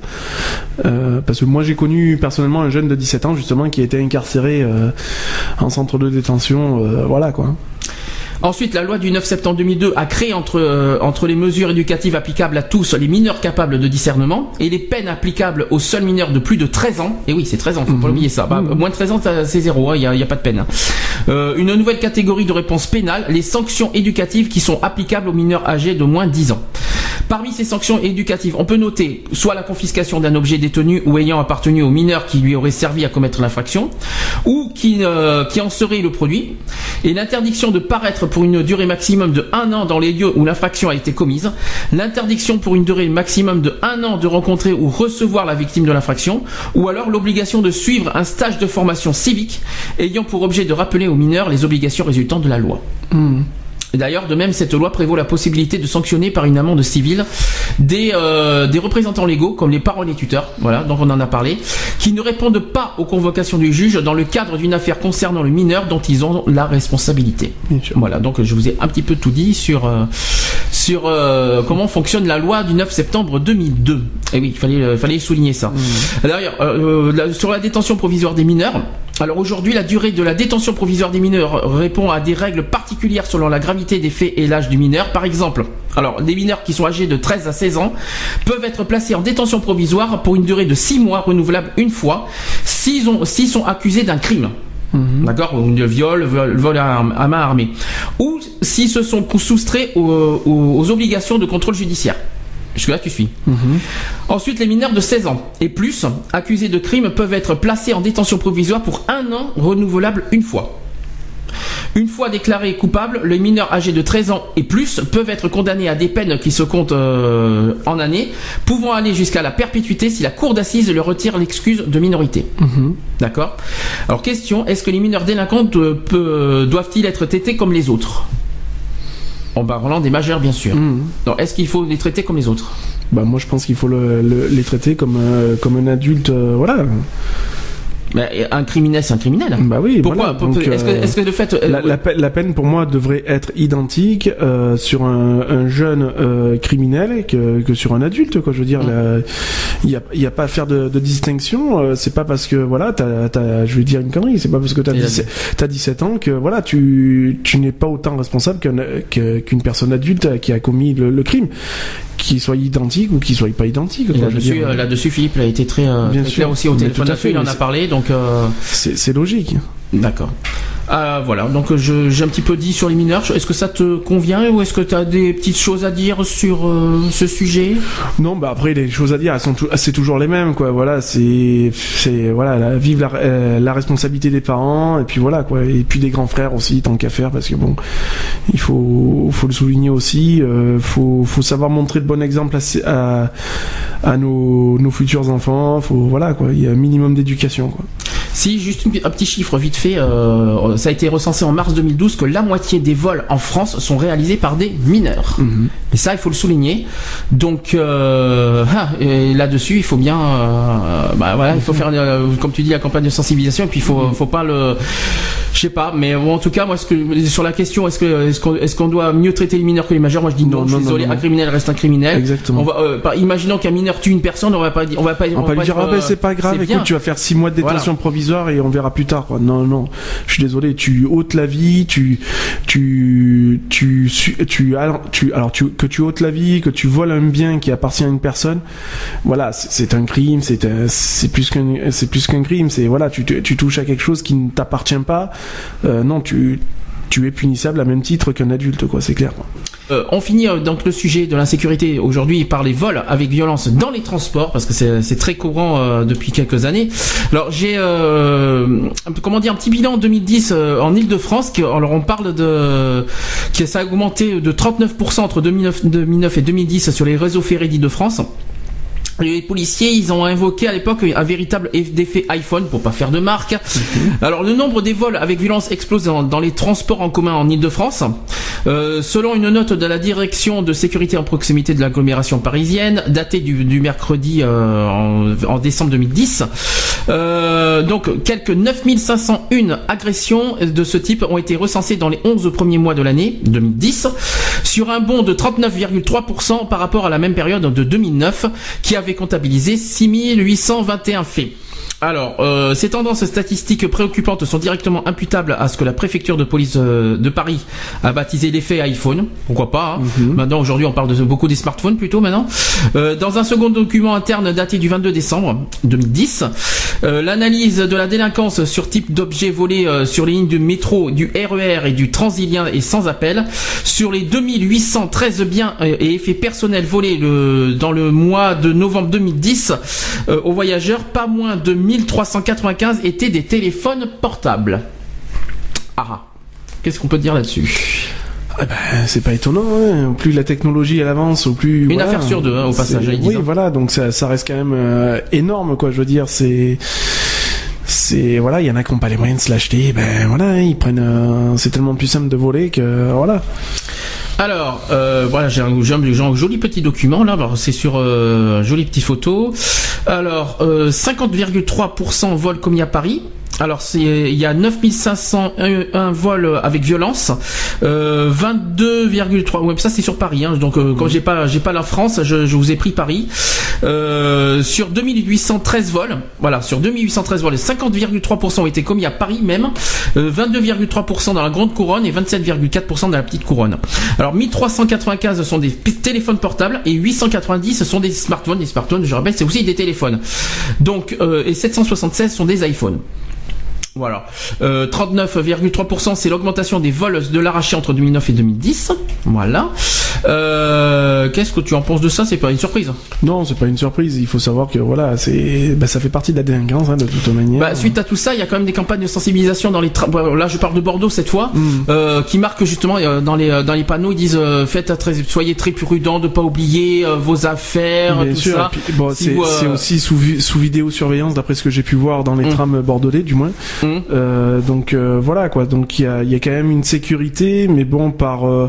euh, parce que moi j'ai connu personnellement un jeune de dix-sept ans justement qui a été incarcéré euh, en centre de détention, euh, voilà quoi. Ensuite, la loi du neuf septembre deux mille deux a créé entre, euh, entre les mesures éducatives applicables à tous les mineurs capables de discernement et les peines applicables aux seuls mineurs de plus de treize ans. Et oui, c'est treize ans, faut mmh. pas oublier ça. Bah, mmh. Moins de treize ans, c'est zéro, il n'y a, y a pas de peine. Hein. Euh, une nouvelle catégorie de réponse pénale, les sanctions éducatives qui sont applicables aux mineurs âgés de moins de dix ans. Parmi ces sanctions éducatives, on peut noter soit la confiscation d'un objet détenu ou ayant appartenu au mineur qui lui aurait servi à commettre l'infraction, ou qui, euh, qui en serait le produit, et l'interdiction de paraître pour une durée maximum de un an dans les lieux où l'infraction a été commise, l'interdiction pour une durée maximum de un an de rencontrer ou recevoir la victime de l'infraction, ou alors l'obligation de suivre un stage de formation civique ayant pour objet de rappeler aux mineurs les obligations résultant de la loi. Mmh. Et d'ailleurs, de même, cette loi prévoit la possibilité de sanctionner par une amende civile des, euh, des représentants légaux, comme les parents et les tuteurs, voilà, donc on en a parlé, qui ne répondent pas aux convocations du juge dans le cadre d'une affaire concernant le mineur dont ils ont la responsabilité. Voilà, donc je vous ai un petit peu tout dit sur, euh, sur euh, comment fonctionne la loi du neuf septembre deux mille deux. Et oui, il fallait, euh, fallait souligner ça. Mmh. D'ailleurs, euh, la, sur la détention provisoire des mineurs, alors aujourd'hui, la durée de la détention provisoire des mineurs répond à des règles particulières selon la gravité des faits et l'âge du mineur. Par exemple, alors des mineurs qui sont âgés de treize à seize ans peuvent être placés en détention provisoire pour une durée de six mois renouvelable une fois s'ils ont, s'ils sont accusés d'un crime. Mmh. D'accord, de viol, vol, vol à main armée, ou s'ils se sont soustraits aux, aux, aux obligations de contrôle judiciaire. Jusque-là, tu suis. Mmh. Ensuite, les mineurs de seize ans et plus, accusés de crimes, peuvent être placés en détention provisoire pour un an, renouvelable une fois. Une fois déclarés coupables, les mineurs âgés de treize ans et plus peuvent être condamnés à des peines qui se comptent euh, en années, pouvant aller jusqu'à la perpétuité si la cour d'assises leur retire l'excuse de minorité. Mmh. D'accord ? Alors, question, est-ce que les mineurs délinquants de, peut, doivent-ils être traités comme les autres ? En parlant des majeurs, bien sûr. Mmh. Donc, est-ce qu'il faut les traiter comme les autres ? Bah, moi, je pense qu'il faut le, le, les traiter comme, euh, comme un adulte, euh, voilà. Mais un criminel, c'est un criminel. Bah oui. Pourquoi ? Voilà. Donc, est-ce, que, est-ce que de fait, la, la, la peine pour moi devrait être identique euh, sur un, un jeune euh, criminel que, que sur un adulte, quoi. Je veux dire, il mmh. y a, y a pas à faire de, de distinction. Euh, c'est pas parce que voilà, t'as, t'as, je vais dire une connerie. C'est pas parce que t'as, dix-sept, t'as dix-sept ans que voilà, tu, tu n'es pas autant responsable qu'un, qu'une personne adulte qui a commis le, le crime. Qu'il soit identique ou qu'il soit pas identique. Quoi, là-dessus, je veux dire. là-dessus, Philippe a été très, euh, très clair aussi au téléphone. Là-dessus, il en a parlé, donc. Euh... C'est, c'est logique. D'accord. Euh, voilà, donc je, j'ai un petit peu dit sur les mineurs. Est-ce que ça te convient ou est-ce que tu as des petites choses à dire sur euh, ce sujet ? Non, bah après les choses à dire, elles sont tout, c'est toujours les mêmes, quoi. Voilà, c'est, c'est voilà, la, vive la, euh, la responsabilité des parents et puis voilà, quoi. Et puis des grands frères aussi, tant qu'à faire, parce que bon, il faut, faut le souligner aussi. Euh, faut, faut savoir montrer de bon exemple à, à, à nos, nos futurs enfants. Faut voilà, quoi. Il y a un minimum d'éducation, quoi. Si, juste une, un petit chiffre vite fait, euh, ça a été recensé en mars deux mille douze que la moitié des vols en France sont réalisés par des mineurs. Mmh. Et ça, il faut le souligner. Donc euh, ah, et là-dessus, il faut bien, euh, bah voilà, il faut faire, euh, comme tu dis, la campagne de sensibilisation. Et puis il faut, mmh. faut pas le, je sais pas, mais bon, en tout cas, moi, ce que, sur la question, est-ce que, est-ce qu'on, est-ce qu'on doit mieux traiter les mineurs que les majeurs? Moi, je dis non. non je suis non, désolé, non, non. Un criminel reste un criminel. Exactement. On va, euh, pas, imaginons qu'un mineur tue une personne, on va pas dire, on va pas, on, on va pas lui dire ah ben c'est pas grave, écoute, bien. Tu vas faire six mois de détention voilà. provisoire et on verra plus tard. Quoi. Non, non, je suis désolé, tu ôtes la vie, tu, tu, tu, tu, tu, tu alors tu, que tu ôtes la vie, que tu voles un bien qui appartient à une personne, voilà, c'est, c'est un crime, c'est, un, c'est plus qu'un, c'est plus qu'un crime, c'est voilà, tu, tu touches à quelque chose qui ne t'appartient pas, euh, non, tu, tu es punissable à même titre qu'un adulte, quoi, c'est clair. Quoi. Euh, on finit euh, donc le sujet de l'insécurité aujourd'hui par les vols avec violence dans les transports parce que c'est, c'est très courant euh, depuis quelques années. Alors j'ai euh, comment dire un petit bilan en deux mille dix euh, en Île-de-France. Qui, alors on parle de que ça a augmenté de trente-neuf pour cent entre deux mille neuf et deux mille dix sur les réseaux ferrés d'Île-de-France. Les policiers, ils ont invoqué à l'époque un véritable effet iPhone pour pas faire de marque. Mmh. Alors le nombre des vols avec violence explose dans, dans les transports en commun en Île-de-France. Euh, selon une note de la direction de sécurité en proximité de l'agglomération parisienne, datée du, du mercredi euh, en, en décembre deux mille dix, euh, donc quelques neuf mille cinq cent un agressions de ce type ont été recensées dans les onze premiers mois de l'année deux mille dix, sur un bond de trente-neuf virgule trois pour cent par rapport à la même période de deux mille neuf, qui avait comptabilisé six mille huit cent vingt et un faits. Alors, euh, ces tendances statistiques préoccupantes sont directement imputables à ce que la préfecture de police euh, de Paris a baptisé l'effet iPhone. Pourquoi pas hein. Mm-hmm. Maintenant, aujourd'hui, on parle de beaucoup des smartphones plutôt maintenant. Euh, dans un second document interne daté du vingt-deux décembre deux mille dix, euh, l'analyse de la délinquance sur type d'objets volés euh, sur les lignes du métro, du R E R et du Transilien est sans appel. Sur les deux mille huit cent treize biens euh, et effets personnels volés le, dans le mois de novembre deux mille dix euh, aux voyageurs, pas moins de mille trois cent quatre-vingt-quinze étaient des téléphones portables. Ah, qu'est-ce qu'on peut dire là-dessus? Eh ben, c'est pas étonnant, hein. Plus la technologie elle avance, au plus... Une voilà, affaire sur deux, hein, au passage. Oui, voilà, donc ça, ça reste quand même euh, énorme, quoi, je veux dire, c'est... C'est voilà, il y en a qui n'ont pas les moyens de se l'acheter, ben voilà, hein, ils prennent, euh, c'est tellement plus simple de voler que voilà. Alors, euh, voilà, j'ai un, j'ai un joli petit document là. Alors, c'est sur euh, jolie petite photo. Alors, euh, cinquante virgule trois pour cent volent commis à Paris. Alors c'est il y a neuf mille cinq cent un vols avec violence, euh, vingt-deux virgule trois. Ouais, ça c'est sur Paris. Hein, donc euh, quand j'ai pas j'ai pas la France, je, je vous ai pris Paris. Euh, sur deux mille huit cent treize vols, voilà, sur deux mille huit cent treize vols, cinquante virgule trois pour cent ont été commis à Paris même, euh, vingt-deux virgule trois pour cent dans la grande couronne et vingt-sept virgule quatre pour cent dans la petite couronne. Alors mille trois cent quatre-vingt-quinze sont des p- téléphones portables et huit cent quatre-vingt-dix sont des smartphones. Les smartphones, je rappelle, c'est aussi des téléphones. Donc euh, et sept cent soixante-seize sont des iPhones. Voilà. Euh, trente-neuf virgule trois pour cent c'est l'augmentation des vols de l'arraché entre deux mille neuf et deux mille dix. Voilà. Euh, qu'est-ce que tu en penses de ça? C'est pas une surprise? Non, c'est pas une surprise. Il faut savoir que voilà, c'est, bah, ça fait partie de la délinquance hein, de toute manière. Bah, suite à tout ça, il y a quand même des campagnes de sensibilisation dans les. Tra- là, je parle de Bordeaux cette fois, mm. euh, qui marquent justement euh, dans les dans les panneaux, ils disent euh, faites très, soyez très prudents de pas oublier euh, vos affaires, bien tout sûr, ça. Puis, bon, si c'est, vous, euh... c'est aussi sous, sous vidéosurveillance d'après ce que j'ai pu voir dans les mm. trams bordelais, du moins. Mm. Euh, donc euh, voilà quoi. Donc il y a il y a quand même une sécurité, mais bon par euh,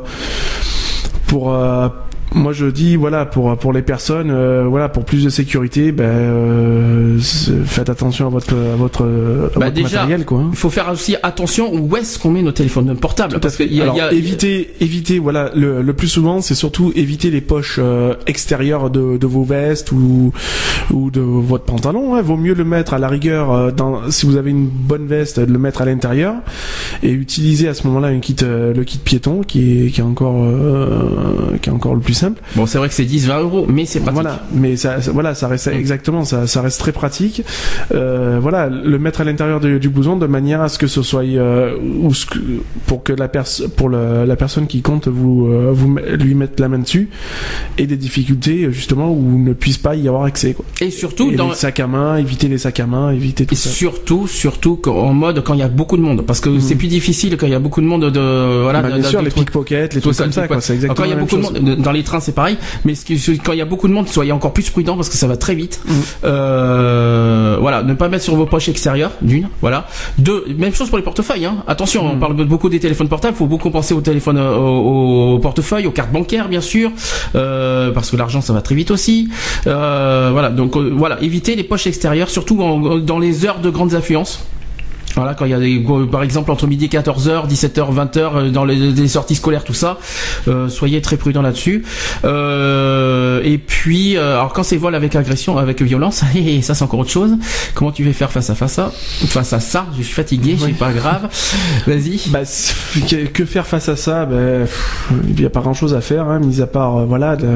pour euh, moi je dis voilà pour pour les personnes euh, voilà pour plus de sécurité ben euh, faites attention à votre à votre, à bah votre déjà, matériel quoi. Il faut faire aussi attention où est-ce qu'on met nos téléphones portables. Parce que y a, Alors, y a... éviter éviter voilà le, le plus souvent c'est surtout éviter les poches euh, extérieures de, de vos vestes ou ou de votre pantalon. Hein. Vaut mieux le mettre à la rigueur euh, dans si vous avez une bonne veste de le mettre à l'intérieur et utiliser à ce moment-là un kit euh, le kit piéton qui est qui est encore euh, qui est encore le plus simple. Bon, c'est vrai que c'est dix à vingt euros, mais c'est pratique. Voilà, mais ça, ça voilà, ça reste exactement, ça, ça reste très pratique. Euh, voilà, le mettre à l'intérieur du, du blouson de manière à ce que ce soit euh, ou ce que, pour que la personne, pour le, la personne qui compte vous, euh, vous lui mettre la main dessus, et des difficultés justement où ne puisse pas y avoir accès. Quoi. Et surtout et dans les sacs à main, éviter les sacs à main, éviter tout et ça. Surtout, surtout en mode quand il y a beaucoup de monde, parce que mmh. c'est plus difficile quand il y a beaucoup de monde de voilà. Bah, de, bien de, sûr, de, les de, pickpockets, les trucs comme ça. Quoi, c'est exactement quand il y a beaucoup chose. de monde dans les train c'est pareil, mais ce qui, quand il y a beaucoup de monde, soyez encore plus prudents parce que ça va très vite. Mmh. Euh, voilà, ne pas mettre sur vos poches extérieures, d'une, voilà. Deux, même chose pour les portefeuilles, hein. Attention, mmh. on parle beaucoup des téléphones portables, faut beaucoup penser au téléphone, au, au portefeuille, aux cartes bancaires bien sûr, euh, parce que l'argent ça va très vite aussi. Euh, voilà, donc euh, voilà, évitez les poches extérieures, surtout en, dans les heures de grandes affluences. Voilà, quand il y a des, par exemple entre midi et quatorze heures, dix-sept heures, vingt heures, dans les, les sorties scolaires, tout ça, euh, soyez très prudents là-dessus. Euh, et puis, euh, alors quand c'est vol avec agression, avec violence, et ça c'est encore autre chose. Comment tu vas faire face à face à face à ça? Je suis fatigué, oui. C'est pas grave. Vas-y. Bah, que faire face à ça? Ben, il n'y a pas grand-chose à faire, hein, mis à part, euh, voilà. De...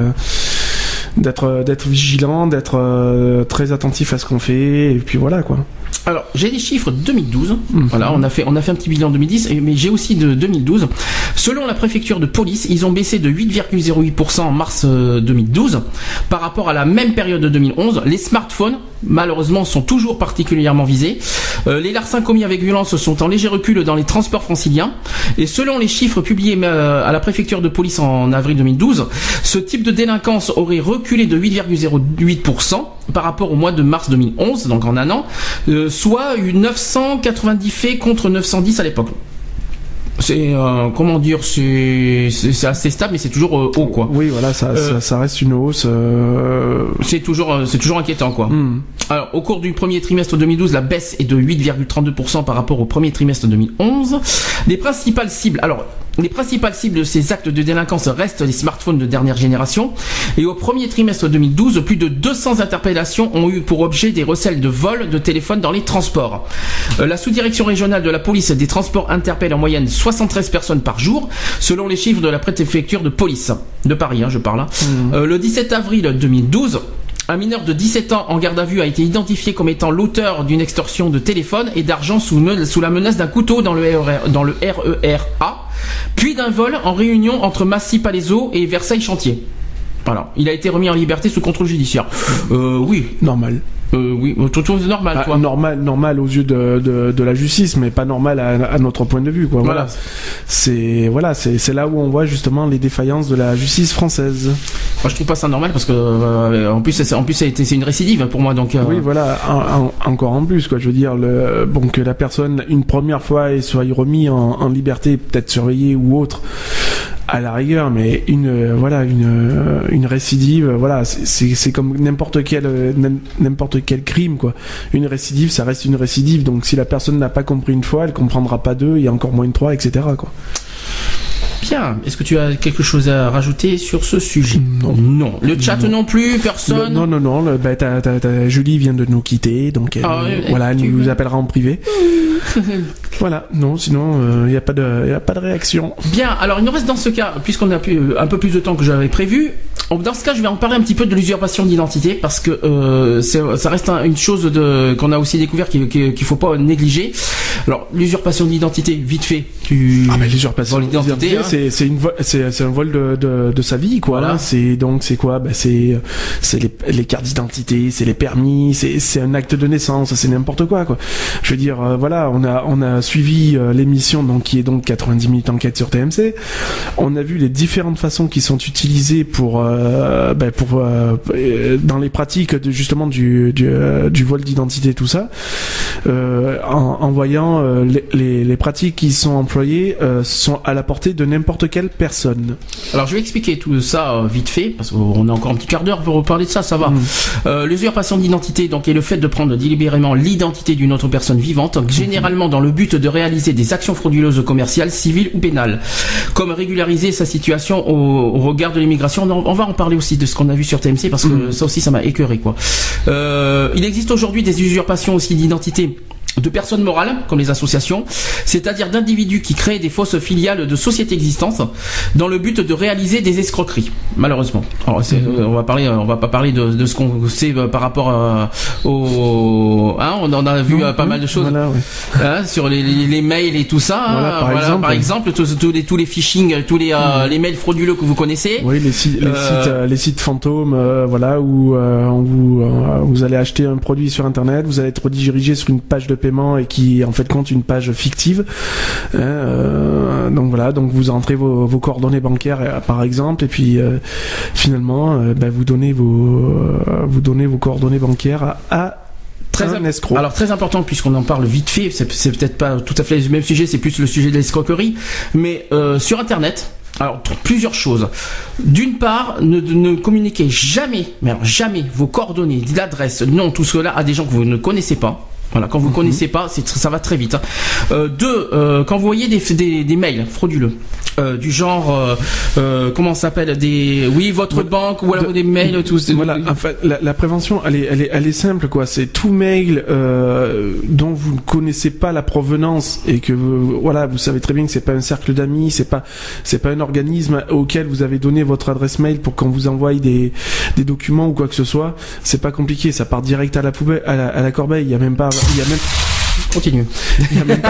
d'être d'être vigilant, d'être euh, très attentif à ce qu'on fait, et puis voilà quoi. Alors j'ai des chiffres de deux mille douze. Mmh. Voilà, on a fait on a fait un petit bilan en deux mille dix, mais j'ai aussi de deux mille douze. Selon la préfecture de police, ils ont baissé de huit virgule zéro huit pour cent en mars deux mille douze par rapport à la même période de deux mille onze. Les smartphones, malheureusement, sont toujours particulièrement visés. Euh, les larcins commis avec violence sont en léger recul dans les transports franciliens. Et selon les chiffres publiés euh, à la préfecture de police en avril deux mille douze, ce type de délinquance aurait reculé de huit virgule zéro huit pour cent par rapport au mois de mars deux mille onze, donc en un an, euh, soit neuf cent quatre-vingt-dix faits contre neuf cent dix à l'époque. C'est euh, comment dire, c'est, c'est c'est assez stable, mais c'est toujours euh, haut quoi. Oui, voilà, ça euh, ça, ça reste une hausse. Euh... C'est toujours euh, c'est toujours inquiétant quoi. Mm. Alors au cours du premier trimestre deux mille douze, la baisse est de huit virgule trente-deux pour cent par rapport au premier trimestre deux mille onze. Les principales cibles, alors les principales cibles de ces actes de délinquance restent les smartphones de dernière génération. Et au premier trimestre deux mille douze, plus de deux cents interpellations ont eu pour objet des recels de vol de téléphones dans les transports. Euh, la sous-direction régionale de la police des transports interpelle en moyenne soixante-treize personnes par jour, selon les chiffres de la préfecture de police de Paris, hein, je parle. Hein. Mmh. Euh, le dix-sept avril deux mille douze, un mineur de dix-sept ans en garde à vue a été identifié comme étant l'auteur d'une extorsion de téléphone et d'argent sous, me- sous la menace d'un couteau dans le, R E R, dans le R E R A, puis d'un vol en réunion entre Massy-Palaiseau et Versailles-Chantier. Voilà. Il a été remis en liberté sous contrôle judiciaire. Euh, oui. Normal. Euh, oui, tout tout normal, quoi. Ah, normal, normal aux yeux de, de, de la justice, mais pas normal à, à notre point de vue, quoi. Voilà. voilà. C'est, voilà, c'est, c'est là où on voit justement les défaillances de la justice française. Moi, je trouve pas ça normal parce que, euh, en plus, c'est, en plus, ça a été, c'est une récidive pour moi, donc. Euh... Oui, voilà, en, en, encore en plus, quoi. Je veux dire, le, bon, que la personne, une première fois, et soit remis en, en liberté, peut-être surveillée ou autre. À la rigueur, mais une euh, voilà une euh, une récidive, euh, voilà c'est, c'est c'est comme n'importe quel euh, n'importe quel crime quoi. Une récidive, ça reste une récidive. Donc si la personne n'a pas compris une fois, elle comprendra pas deux, et encore moins une trois, et cetera quoi. Bien. Est-ce que tu as quelque chose à rajouter sur ce sujet? Non. Non. Le chat non, non plus, personne. Le, non, non, non. Le, bah, t'as, t'as, t'as, Julie vient de nous quitter, donc ah, euh, ouais, voilà, elle nous veux... appellera en privé. Voilà. Non, sinon il euh, y a pas de, y a pas de réaction. Bien. Alors il nous reste dans ce cas, puisqu'on a pu, un peu plus de temps que j'avais prévu. Dans ce cas, je vais en parler un petit peu de l'usurpation d'identité parce que euh, c'est, ça reste un, une chose de, qu'on a aussi découvert qu'il, qu'il, qu'il faut pas négliger. Alors l'usurpation d'identité, vite fait. Tu... Ah mais l'usurpation d'identité, hein. c'est, c'est, une vo- c'est, c'est un vol de, de, de sa vie quoi. Voilà. C'est donc c'est quoi bah, c'est, c'est les, les cartes d'identité, c'est les permis, c'est, c'est un acte de naissance, c'est n'importe quoi quoi. Je veux dire euh, voilà, on a on a suivi euh, l'émission donc qui est donc quatre-vingt-dix minutes enquête sur T M C. On a vu les différentes façons qui sont utilisées pour euh, bah, pour euh, dans les pratiques de, justement du du, euh, du vol d'identité tout ça. Euh, en, en voyant euh, les, les les pratiques qui sont employées euh, sont à la portée de n'importe quelle personne. Alors je vais expliquer tout ça euh, vite fait parce qu'on a encore un petit quart d'heure pour reparler de ça, ça va. Mmh. Euh, l'usurpation d'identité donc est le fait de prendre délibérément l'identité d'une autre personne vivante, mmh. généralement dans le but de réaliser des actions frauduleuses commerciales, civiles ou pénales, comme régulariser sa situation au, au regard de l'immigration. On, on va en parler aussi de ce qu'on a vu sur T M C parce que mmh. ça aussi ça m'a écœuré quoi. Euh, il existe aujourd'hui des usurpations aussi d'identité de personnes morales, comme les associations, c'est-à-dire d'individus qui créent des fausses filiales de sociétés existantes dans le but de réaliser des escroqueries, malheureusement. Alors, c'est, mmh. on va parler, on va pas parler de, de ce qu'on sait par rapport à, au, hein, on en a vu mmh. pas mal de choses, voilà, ouais. hein, sur les, les, les mails et tout ça, voilà, hein, par, voilà, exemple, par exemple, tous, tous les, tous les phishing, tous les, euh, mmh. les mails frauduleux que vous connaissez. Oui, les sites, les euh, sites, euh, les sites fantômes, euh, voilà, où euh, on vous, euh, vous allez acheter un produit sur Internet, vous allez être redirigé sur une page de paiement paiement et qui en fait compte une page fictive. Euh, donc voilà, donc vous entrez vos, vos coordonnées bancaires euh, par exemple, et puis euh, finalement euh, ben, vous donnez vos euh, vous donnez vos coordonnées bancaires à, à Très un escroc. Alors très important, puisqu'on en parle vite fait, c'est, c'est peut-être pas tout à fait le même sujet, c'est plus le sujet de l'escroquerie, mais euh, sur Internet, alors plusieurs choses. D'une part, ne, ne communiquez jamais, mais alors jamais, vos coordonnées, l'adresse, nom, tout cela à des gens que vous ne connaissez pas. Voilà, quand vous ne mmh. connaissez pas, c'est, ça va très vite. Hein. Euh, deux, euh, quand vous voyez des, des, des mails frauduleux, euh, du genre, euh, euh, comment ça s'appelle, des, oui, votre voilà. banque, ou alors de, des mails, tout. Voilà, enfin, la, la prévention, elle est, elle est, elle est simple, quoi. C'est tout mail euh, dont vous ne connaissez pas la provenance et que vous, voilà, vous savez très bien que c'est pas un cercle d'amis, c'est pas, c'est pas un organisme auquel vous avez donné votre adresse mail pour qu'on vous envoie des, des documents ou quoi que ce soit. C'est pas compliqué, ça part direct à la poubelle, à la, à la corbeille. Il y a même pas Il y a même continue. Il y a même pas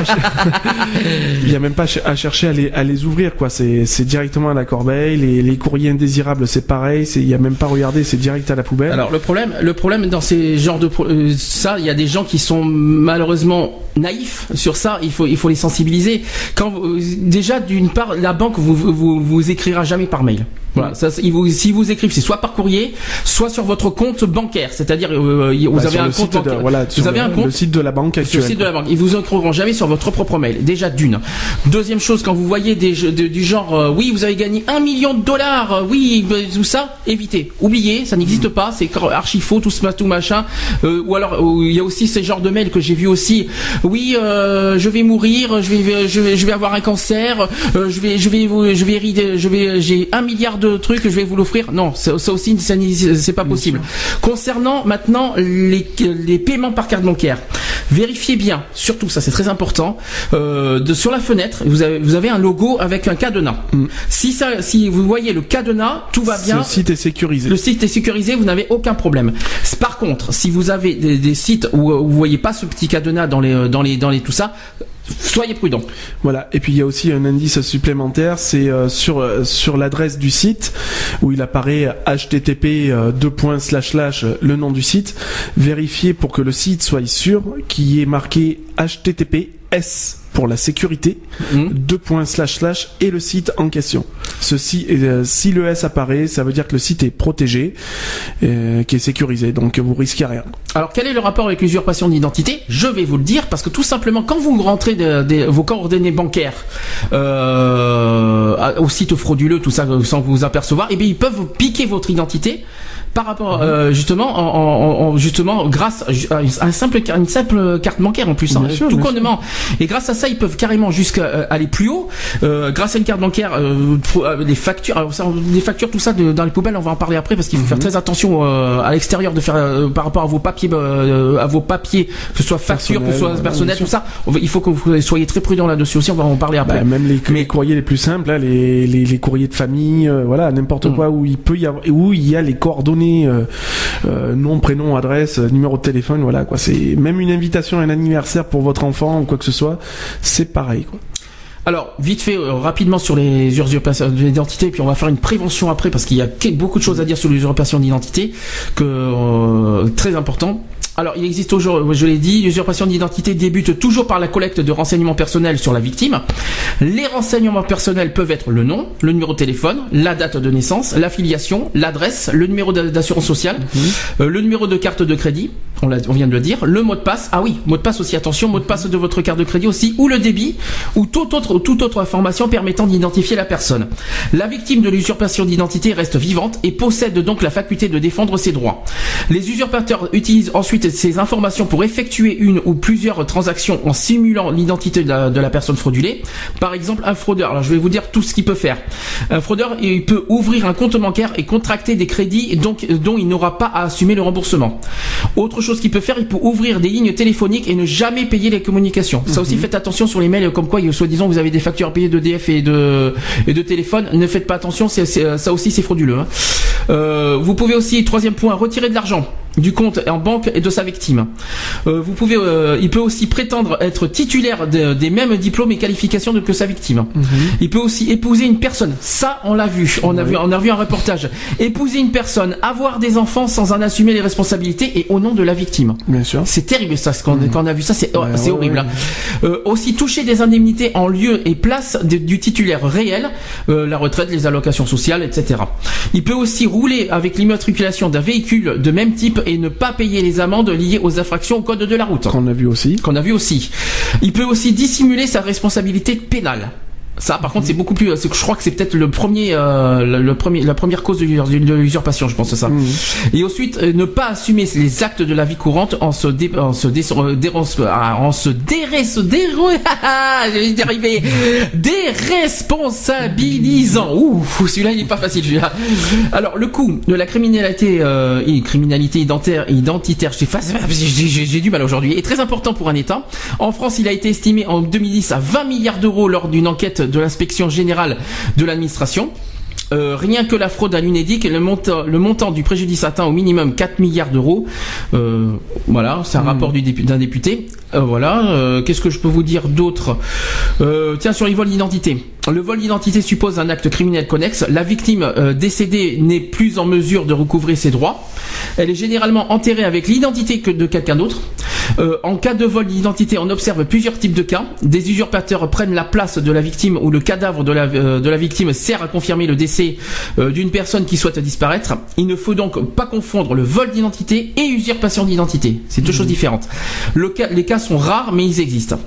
il y a même pas à chercher à les à les ouvrir, quoi. C'est c'est directement à la corbeille. Les les courriers indésirables, c'est pareil. C'est il y a même pas à regarder, c'est direct à la poubelle. Alors le problème le problème dans ces genres de euh, ça, il y a des gens qui sont malheureusement naïfs sur ça. Il faut il faut les sensibiliser. Quand euh, déjà d'une part la banque vous vous vous écrira jamais par mail. Voilà, ça, ils vous, si vous écrivent, c'est soit par courrier, soit sur votre compte bancaire, c'est-à-dire euh, vous bah, avez un compte bancaire. De, voilà, vous avez le, un compte le site de la banque actuelle. Sur le site de la banque, ils vous écriront jamais sur votre propre mail. Déjà d'une. Deuxième chose, quand vous voyez des jeux de, du genre, euh, oui, vous avez gagné un million de dollars, euh, oui, tout ça, évitez, oubliez, ça n'existe pas, c'est archi faux, tout ce tout machin. Euh, ou alors, il y a aussi ces genres de mails que j'ai vu aussi. Oui, euh, je vais mourir, je vais, je vais, je vais avoir un cancer, euh, je vais, je vais, je vais, je vais, je vais, j'ai un milliard de trucs, je vais vous l'offrir. Non, ça, ça aussi, ça, c'est pas possible. Concernant maintenant les, les paiements par carte bancaire, vérifiez bien, surtout ça c'est très important, euh, de, sur la fenêtre, vous avez, vous avez un logo avec un cadenas. Mm. Si, ça, si vous voyez le cadenas, tout va bien. Le site est sécurisé. Le site est sécurisé, vous n'avez aucun problème. Par contre, si vous avez des, des sites où, où vous voyez pas ce petit cadenas dans les, dans les, dans les tout ça, soyez prudents. Voilà. Et puis il y a aussi un indice supplémentaire, c'est euh, sur euh, sur l'adresse du site où il apparaît H T T P euh, deux points slash slash le nom du site. Vérifiez pour que le site soit sûr qu'il y ait marqué H T T P S pour la sécurité, mmh. deux points slash slash et le site en question. Ceci, euh, si le S apparaît, ça veut dire que le site est protégé, euh, qui est sécurisé, donc vous risquez rien. Alors quel est le rapport avec l'usurpation d'identité ? Je vais vous le dire parce que tout simplement quand vous rentrez de, de, vos coordonnées bancaires euh, au site frauduleux, tout ça sans vous apercevoir, et bien ils peuvent vous piquer votre identité. Par rapport euh, justement, en, en, en, justement, grâce à un simple, une simple carte bancaire en plus, hein, sûr, tout connement. Et grâce à ça, ils peuvent carrément jusqu'à euh, aller plus haut. Euh, grâce à une carte bancaire, euh, les factures, alors ça, les factures, tout ça de, dans les poubelles, on va en parler après parce qu'il faut mm-hmm. faire très attention euh, à l'extérieur de faire euh, par rapport à vos papiers, euh, à vos papiers, que ce soit facture, que ce soit personnel, tout ça. Va, il faut que vous soyez très prudent là-dessus aussi. On va en parler après. Bah, même les, Mais, les courriers les plus simples, là, les, les, les courriers de famille, euh, voilà, n'importe mm. quoi où il peut y avoir, où il y a les coordonnées. Euh, euh, nom, prénom, adresse, numéro de téléphone, voilà quoi. C'est même une invitation à un anniversaire pour votre enfant ou quoi que ce soit, c'est pareil quoi. Alors, vite fait, euh, rapidement sur les usurpations d'identité, puis on va faire une prévention après parce qu'il y a beaucoup de choses à dire sur l'usurpation d'identité, que euh, très important. Alors, il existe toujours, je l'ai dit, l'usurpation d'identité débute toujours par la collecte de renseignements personnels sur la victime. Les renseignements personnels peuvent être le nom, le numéro de téléphone, la date de naissance, l'affiliation, l'adresse, le numéro d'assurance sociale, mmh. euh, le numéro de carte de crédit, on, l'a, on vient de le dire, le mot de passe, ah oui, mot de passe aussi, attention, mot de passe de votre carte de crédit aussi, ou le débit, ou toute autre, toute autre information permettant d'identifier la personne. La victime de l'usurpation d'identité reste vivante et possède donc la faculté de défendre ses droits. Les usurpateurs utilisent ensuite ces informations pour effectuer une ou plusieurs transactions en simulant l'identité de la, de la personne fraudulée. Par exemple, un fraudeur, alors je vais vous dire tout ce qu'il peut faire. Un fraudeur, il peut ouvrir un compte bancaire et contracter des crédits donc, dont il n'aura pas à assumer le remboursement. Autre chose qu'il peut faire, il peut ouvrir des lignes téléphoniques et ne jamais payer les communications. Ça aussi, mm-hmm. faites attention sur les mails comme quoi, soi-disant, vous avez des factures à payer d'E D F et de, et de téléphone. Ne faites pas attention, c'est, c'est, ça aussi c'est frauduleux. Hein. Euh, vous pouvez aussi, troisième point, retirer de l'argent. du compte en banque et de sa victime. Euh, vous pouvez, euh, il peut aussi prétendre être titulaire de, des mêmes diplômes et qualifications que sa victime. Mm-hmm. Il peut aussi épouser une personne. Ça, on l'a vu. On a oui. vu, on a vu un reportage. Épouser une personne, avoir des enfants sans en assumer les responsabilités et au nom de la victime. Bien sûr. C'est terrible ça. Quand, mm-hmm. quand on a vu ça, c'est, ouais, c'est ouais, horrible. Ouais. Hein. Euh, aussi toucher des indemnités en lieu et place de, du titulaire réel, euh, la retraite, les allocations sociales, et cetera. Il peut aussi rouler avec l'immatriculation d'un véhicule de même type et ne pas payer les amendes liées aux infractions au code de la route. Qu'on a vu aussi. Qu'on a vu aussi. Il peut aussi dissimuler sa responsabilité pénale. Ça, par mmh. contre, c'est beaucoup plus. C'est, je crois que c'est peut-être le premier, euh, le, le premier, la première cause de, de l'usurpation, je pense ça. Mmh. Et ensuite, euh, ne pas assumer les actes de la vie courante en se dé, en se dé, dé, en se déré, se dé, je vais y arriver, déresponsabilisant. Ouf, celui-là, il est pas facile. Celui-là. Alors, le coût de la criminalité, euh, criminalité identitaire, identitaire, j'ai, j'ai, j'ai du mal aujourd'hui, est très important pour un État. En France, il a été estimé en deux mille dix à vingt milliards d'euros lors d'une enquête de l'inspection générale de l'administration. Euh, rien que la fraude à l'Unédic, le montant, le montant du préjudice atteint au minimum quatre milliards d'euros. Euh, voilà, c'est un mmh. rapport du dépu- d'un député. Euh, voilà, euh, qu'est-ce que je peux vous dire d'autre ? euh, Tiens, sur les vols d'identité. Le vol d'identité suppose un acte criminel connexe. La victime euh, décédée n'est plus en mesure de recouvrer ses droits. Elle est généralement enterrée avec l'identité que de quelqu'un d'autre. Euh, en cas de vol d'identité, on observe plusieurs types de cas. Des usurpateurs prennent la place de la victime ou le cadavre de la, euh, de la victime sert à confirmer le décès euh, d'une personne qui souhaite disparaître. Il ne faut donc pas confondre le vol d'identité et usurpation d'identité. C'est deux mmh. choses différentes. Le cas, les cas sont rares, mais ils existent.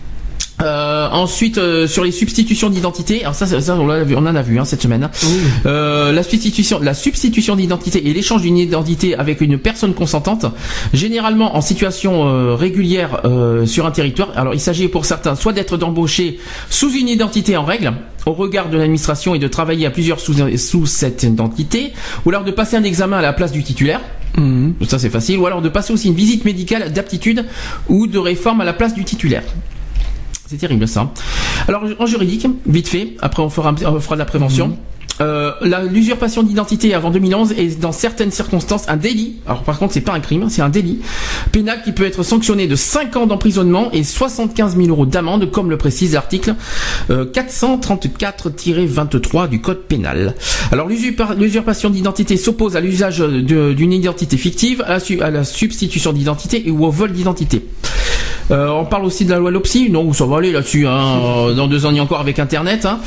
Euh, ensuite, euh, sur les substitutions d'identité, alors ça, ça, ça on, l'a vu, on en a vu hein, cette semaine. Hein. Oui. Euh, la substitution, la substitution d'identité et l'échange d'une identité avec une personne consentante, généralement en situation euh, régulière euh, sur un territoire. Alors, il s'agit pour certains soit d'être embauché sous une identité en règle, au regard de l'administration et de travailler à plusieurs sous, sous cette identité, ou alors de passer un examen à la place du titulaire. Mmh. Ça, c'est facile. Ou alors de passer aussi une visite médicale d'aptitude ou de réforme à la place du titulaire. C'est terrible ça. Alors en juridique, vite fait, après on fera, on fera de la prévention. Mmh. Euh, la, l'usurpation d'identité avant deux mille onze est dans certaines circonstances un délit. Alors par contre c'est pas un crime, c'est un délit pénal qui peut être sanctionné de cinq ans d'emprisonnement et soixante-quinze mille euros d'amende, comme le précise l'article euh, quatre cent trente-quatre tiret vingt-trois du code pénal. Alors l'usurpa- l'usurpation d'identité s'oppose à l'usage de, d'une identité fictive, à la, su- à la substitution d'identité et ou au vol d'identité. Euh, on parle aussi de la loi Lopsi. Non, ça va aller là-dessus. Hein. Dans deux ans, il y a encore avec Internet. Hein.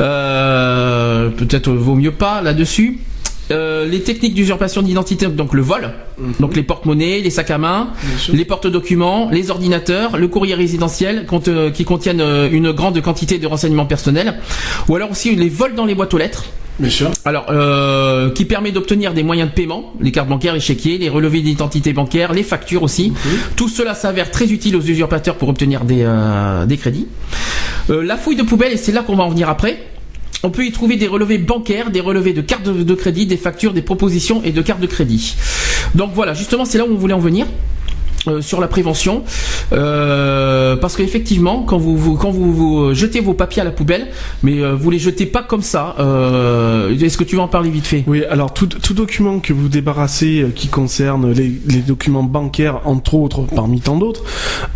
Euh, peut-être vaut mieux pas là-dessus. Euh, les techniques d'usurpation d'identité, donc le vol, mm-hmm. donc les porte-monnaies, les sacs à main, les porte-documents, les ordinateurs, le courrier résidentiel compte, euh, qui contiennent euh, une grande quantité de renseignements personnels, ou alors aussi les vols dans les boîtes aux lettres. Bien sûr. Alors, euh, qui permet d'obtenir des moyens de paiement, les cartes bancaires, les chéquiers, les relevés d'identité bancaire, les factures aussi. Mm-hmm. Tout cela s'avère très utile aux usurpateurs pour obtenir des, euh, des crédits. Euh, la fouille de poubelle, et c'est là qu'on va en venir après. On peut y trouver des relevés bancaires, des relevés de cartes de, de crédit, des factures, des propositions et de cartes de crédit. Donc voilà, justement, c'est là où on voulait en venir. Euh, sur la prévention, euh, parce qu'effectivement, quand vous, vous quand vous, vous jetez vos papiers à la poubelle, mais euh, vous les jetez pas comme ça. Euh, est-ce que tu veux en parler vite fait ? Oui, alors tout, tout document que vous débarrassez euh, qui concerne les, les documents bancaires, entre autres, parmi tant d'autres,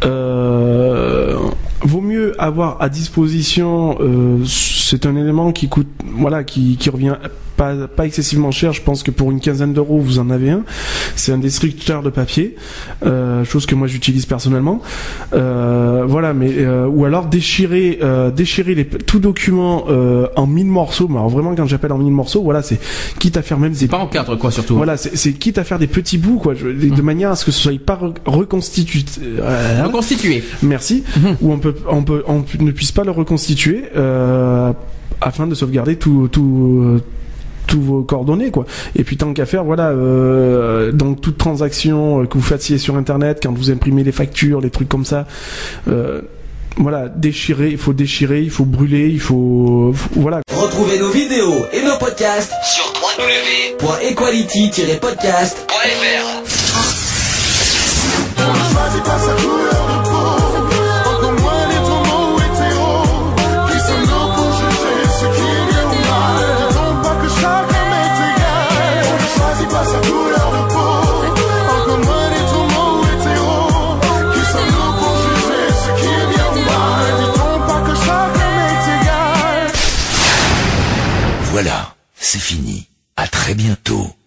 euh, vaut mieux avoir à disposition. Euh, c'est un élément qui coûte, voilà, qui, qui revient pas, pas excessivement cher. Je pense que pour une quinzaine d'euros, vous en avez un. C'est un destructeur de papier. Euh, chose que moi j'utilise personnellement, euh, voilà, mais euh, ou alors déchirer, euh, déchirer les, tout document euh, en mille morceaux. Mais alors vraiment, quand j'appelle en mille morceaux, voilà, c'est quitte à faire même c'est des, pas en cadre quoi surtout. Voilà, c'est, c'est quitte à faire des petits bouts quoi, je, mmh. de manière à ce que ce soit pas re- reconstitué. Euh, reconstitué. Merci. Mmh. Ou on peut, on peut, on ne puisse pas le reconstituer euh, afin de sauvegarder tout, tout. Euh, tous vos coordonnées quoi. Et puis tant qu'à faire, voilà, euh, donc toute transaction que vous fassiez sur internet, quand vous imprimez les factures, les trucs comme ça, euh, voilà, déchirer, il faut déchirer, il faut brûler, il faut, faut voilà. Retrouvez nos vidéos et nos podcasts sur w w w point equality tiret podcast point f r. Sa couleur de peau, c'est fini. À très bientôt.